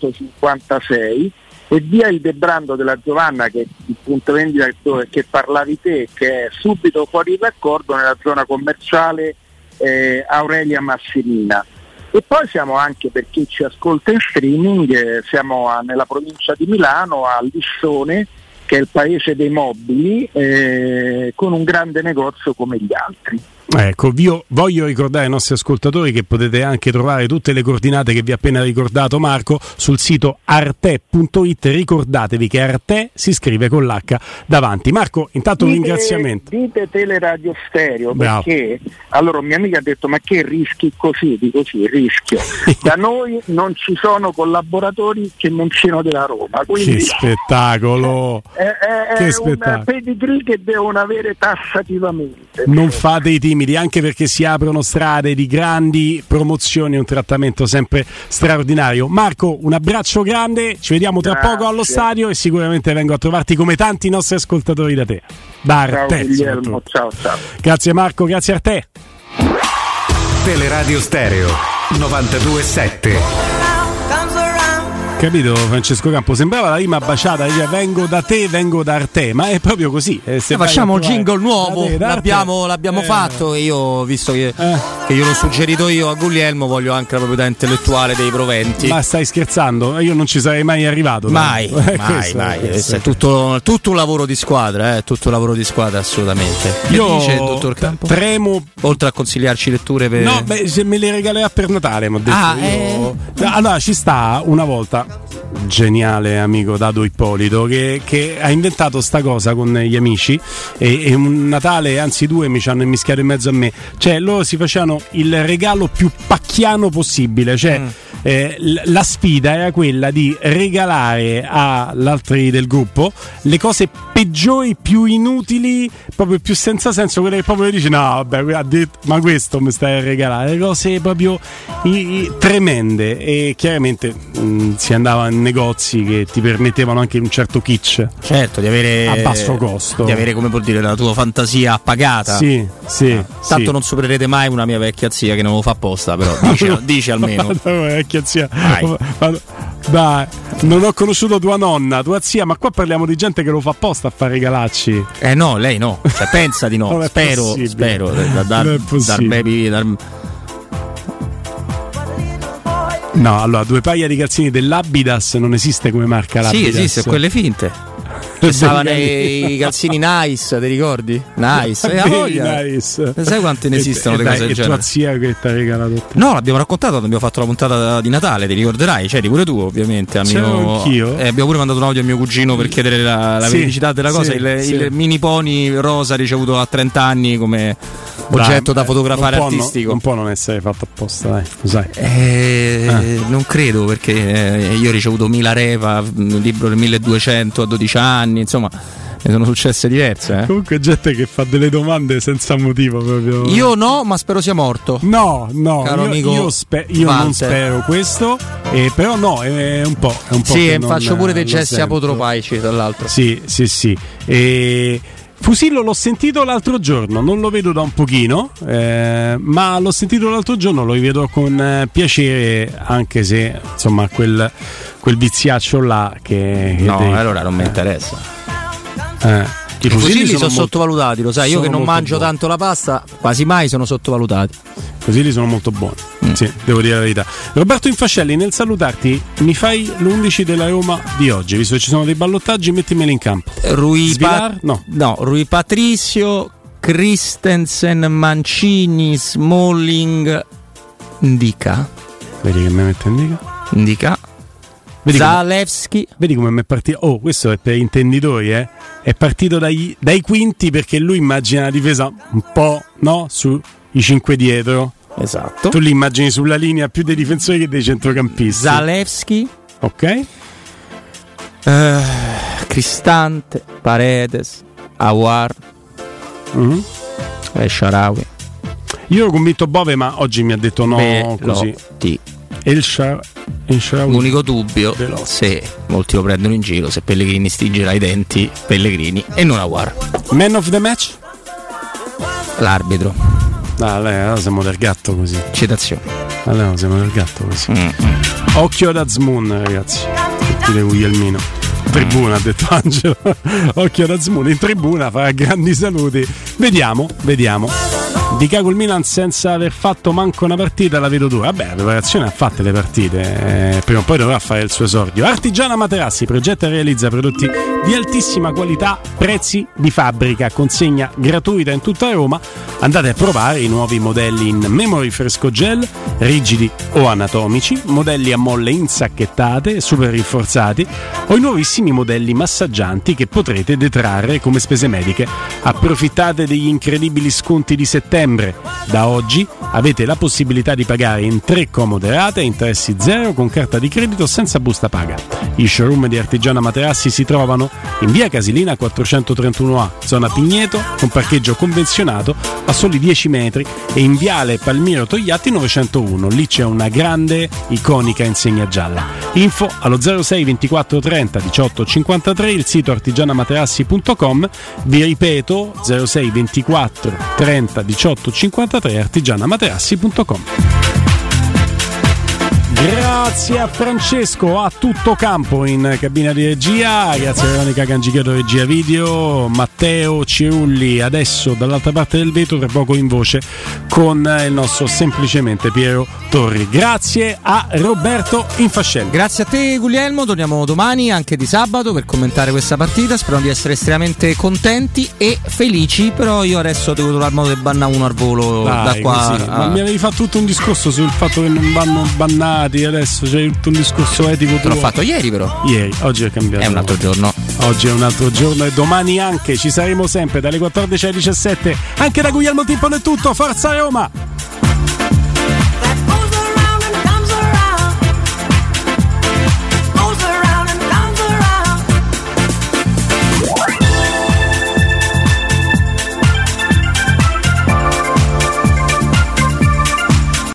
156 e via il Debrando della Giovanna, che è il punto vendita che parlavi te, che è subito fuori il raccordo nella zona commerciale Aurelia Massimina. E poi siamo anche, per chi ci ascolta in streaming, siamo nella provincia di Milano, a Lissone, che è il paese dei mobili, con un grande negozio come gli altri. Ecco, io voglio ricordare ai nostri ascoltatori che potete anche trovare tutte le coordinate che vi ha appena ricordato Marco sul sito arte.it. Ricordatevi che Arte si scrive con l'H davanti. Marco, intanto un ringraziamento. Dite Teleradio Stereo. Bravo. Perché allora mia amica ha detto ma che rischi così? Dico sì, rischio. Da noi non ci sono collaboratori che non siano della Roma, quindi che spettacolo! È un pedigree che devono avere tassativamente. Non fate i timidi, anche perché si aprono strade di grandi promozioni e un trattamento sempre straordinario. Marco, un abbraccio grande, ci vediamo tra poco allo stadio e sicuramente vengo a trovarti come tanti nostri ascoltatori da te. Da Arte. Ciao Guglielmo, ciao. Grazie Marco, grazie a te. Teleradio Stereo 92.7. Capito Francesco Campo? Sembrava la rima baciata, cioè vengo da te, vengo da Arte, ma è proprio così. Facciamo un jingle nuovo, l'abbiamo fatto e io, visto che io l'ho suggerito io a Guglielmo, voglio anche la proprietà intellettuale dei proventi. Ma stai scherzando? Io non ci sarei mai arrivato. Mai. Questo è tutto un lavoro di squadra, tutto un lavoro di squadra assolutamente. Io dice il dottor Campo? Tremo. Oltre a consigliarci letture per... No, se me le regalerà per Natale, mi ho detto. Allora ci sta una volta geniale amico Dado Ippolito che ha inventato sta cosa con gli amici e un Natale, anzi 2, mi ci hanno immischiato in mezzo a me, cioè loro si facevano il regalo più pacchiano possibile, cioè la sfida era quella di regalare agli altri del gruppo le cose peggiori, più inutili, proprio più senza senso, quelle che proprio dici no vabbè, ma questo mi stai a regalare, cose proprio tremende, e chiaramente si andava in negozi che ti permettevano anche un certo kitsch, certo, di avere a basso costo, di avere, come vuol dire, la tua fantasia appagata. Tanto non supererete mai una mia vecchia zia che non lo fa apposta, però dice almeno. Vecchia zia, dai, non ho conosciuto tua nonna, tua zia, ma qua parliamo di gente che lo fa apposta a fare regalacci. No, lei no, cioè, pensa di no. spero No, allora 2 paia di calzini dell'Abidas non esiste come marca l'Abidas. Sì, esiste, quelle finte. Stavano i calzini Nice, ti ricordi? Nice, Nice. Sai quante ne esistono di cose del genere? E tua zia che ti ha regalato? No, l'abbiamo raccontato, abbiamo fatto la puntata di Natale, ti ricorderai, c'eri pure tu ovviamente. Anch'io. Abbiamo pure mandato un audio a mio cugino per chiedere la veridicità della cosa. Il mini pony rosa ricevuto a 30 anni come oggetto da fotografare artistico. Un po' non essere fatto apposta, dai, lo sai. Non credo, perché io ho ricevuto 1000 Reva, un libro del 1200 a 12 anni, insomma ne sono successe diverse. Comunque gente che fa delle domande senza motivo proprio. Io no, ma spero sia morto. No, caro amico, io non spero questo, però no, è un po'. Sì, faccio pure dei gesti apotropaici, tra l'altro. Sì. Fusillo l'ho sentito l'altro giorno, non lo vedo da un pochino, ma l'ho sentito l'altro giorno, lo rivedo con piacere, anche se insomma quel quel viziaccio là che no, devi... allora non mi interessa. I fusilli sono sottovalutati, lo sai, io che non mangio tanto la pasta, quasi mai sono sottovalutati. I fusilli sono molto buoni, sì, devo dire la verità. Roberto Infascelli, nel salutarti mi fai l'11 della Roma di oggi, visto che ci sono dei ballottaggi, mettimeli in campo. Rui Patricio, Christensen, Mancini, Smalling, Ndika. Vedi che mi mette Ndika. Zalewski. Vedi come mi è partito. Oh, questo è per intenditori, È partito dai quinti, perché lui immagina la difesa un po', no? Sui 5 dietro. Esatto. Tu li immagini sulla linea più dei difensori che dei centrocampisti. Zalewski. Ok. Cristante, Paredes, Aouar, Shaarawy. Io ero convinto Bove, ma oggi mi ha detto no, così. L'unico dubbio, se molti lo prendono in giro, se Pellegrini stringerà i denti, Pellegrini e non Aouar. Man of the match? L'arbitro. Allora siamo del gatto così. Citazione. Allora siamo del gatto così. Occhio ad Azmoun, ragazzi. Tutti di Guglielmino. Tribuna, ha detto Angelo. Occhio ad Azmoun in tribuna, farà grandi saluti. Vediamo. Di cago il Milan senza aver fatto manco una partita la vedo dura. Vabbè, la preparazione ha fatte le partite, prima o poi dovrà fare il suo esordio. Artigiana Materassi progetta e realizza prodotti di altissima qualità, prezzi di fabbrica, consegna gratuita in tutta Roma. Andate a provare i nuovi modelli in memory fresco gel, rigidi o anatomici, modelli a molle insacchettate, super rinforzati, o i nuovissimi modelli massaggianti che potrete detrarre come spese mediche. Approfittate degli incredibili sconti di settembre. Da oggi avete la possibilità di pagare in 3 comode rate a interessi zero con carta di credito senza busta paga. I showroom di Artigiana Materassi si trovano in via Casilina 431A, zona Pigneto, con parcheggio convenzionato a soli 10 metri, e in viale Palmiro Togliatti 901. Lì c'è una grande iconica insegna gialla. Info allo 06 24 30 18 53, il sito artigianamaterassi.com. Vi ripeto 06 24 30 18 53, artigianamaterassi.com. Grazie a Francesco a tutto campo in cabina di regia, grazie a Veronica Cangichiodo regia video, Matteo Cirulli adesso dall'altra parte del vetro, tra poco in voce con il nostro semplicemente Piero Torri. Grazie a Roberto Infascelli. Grazie a te Guglielmo, torniamo domani anche di sabato per commentare questa partita, spero di essere estremamente contenti e felici, però io adesso devo trovare il modo di bannare uno al volo. Dai, da qua così. Ma mi avevi fatto tutto un discorso sul fatto che non vanno bannati, adesso c'è tutto un discorso etico tuo. L'ho fatto ieri però. Ieri, oggi è cambiato. È un altro giorno. Oggi è un altro giorno e domani anche ci saremo sempre dalle 14 alle 17. Anche da Guglielmo Timpano è tutto, forza Roma!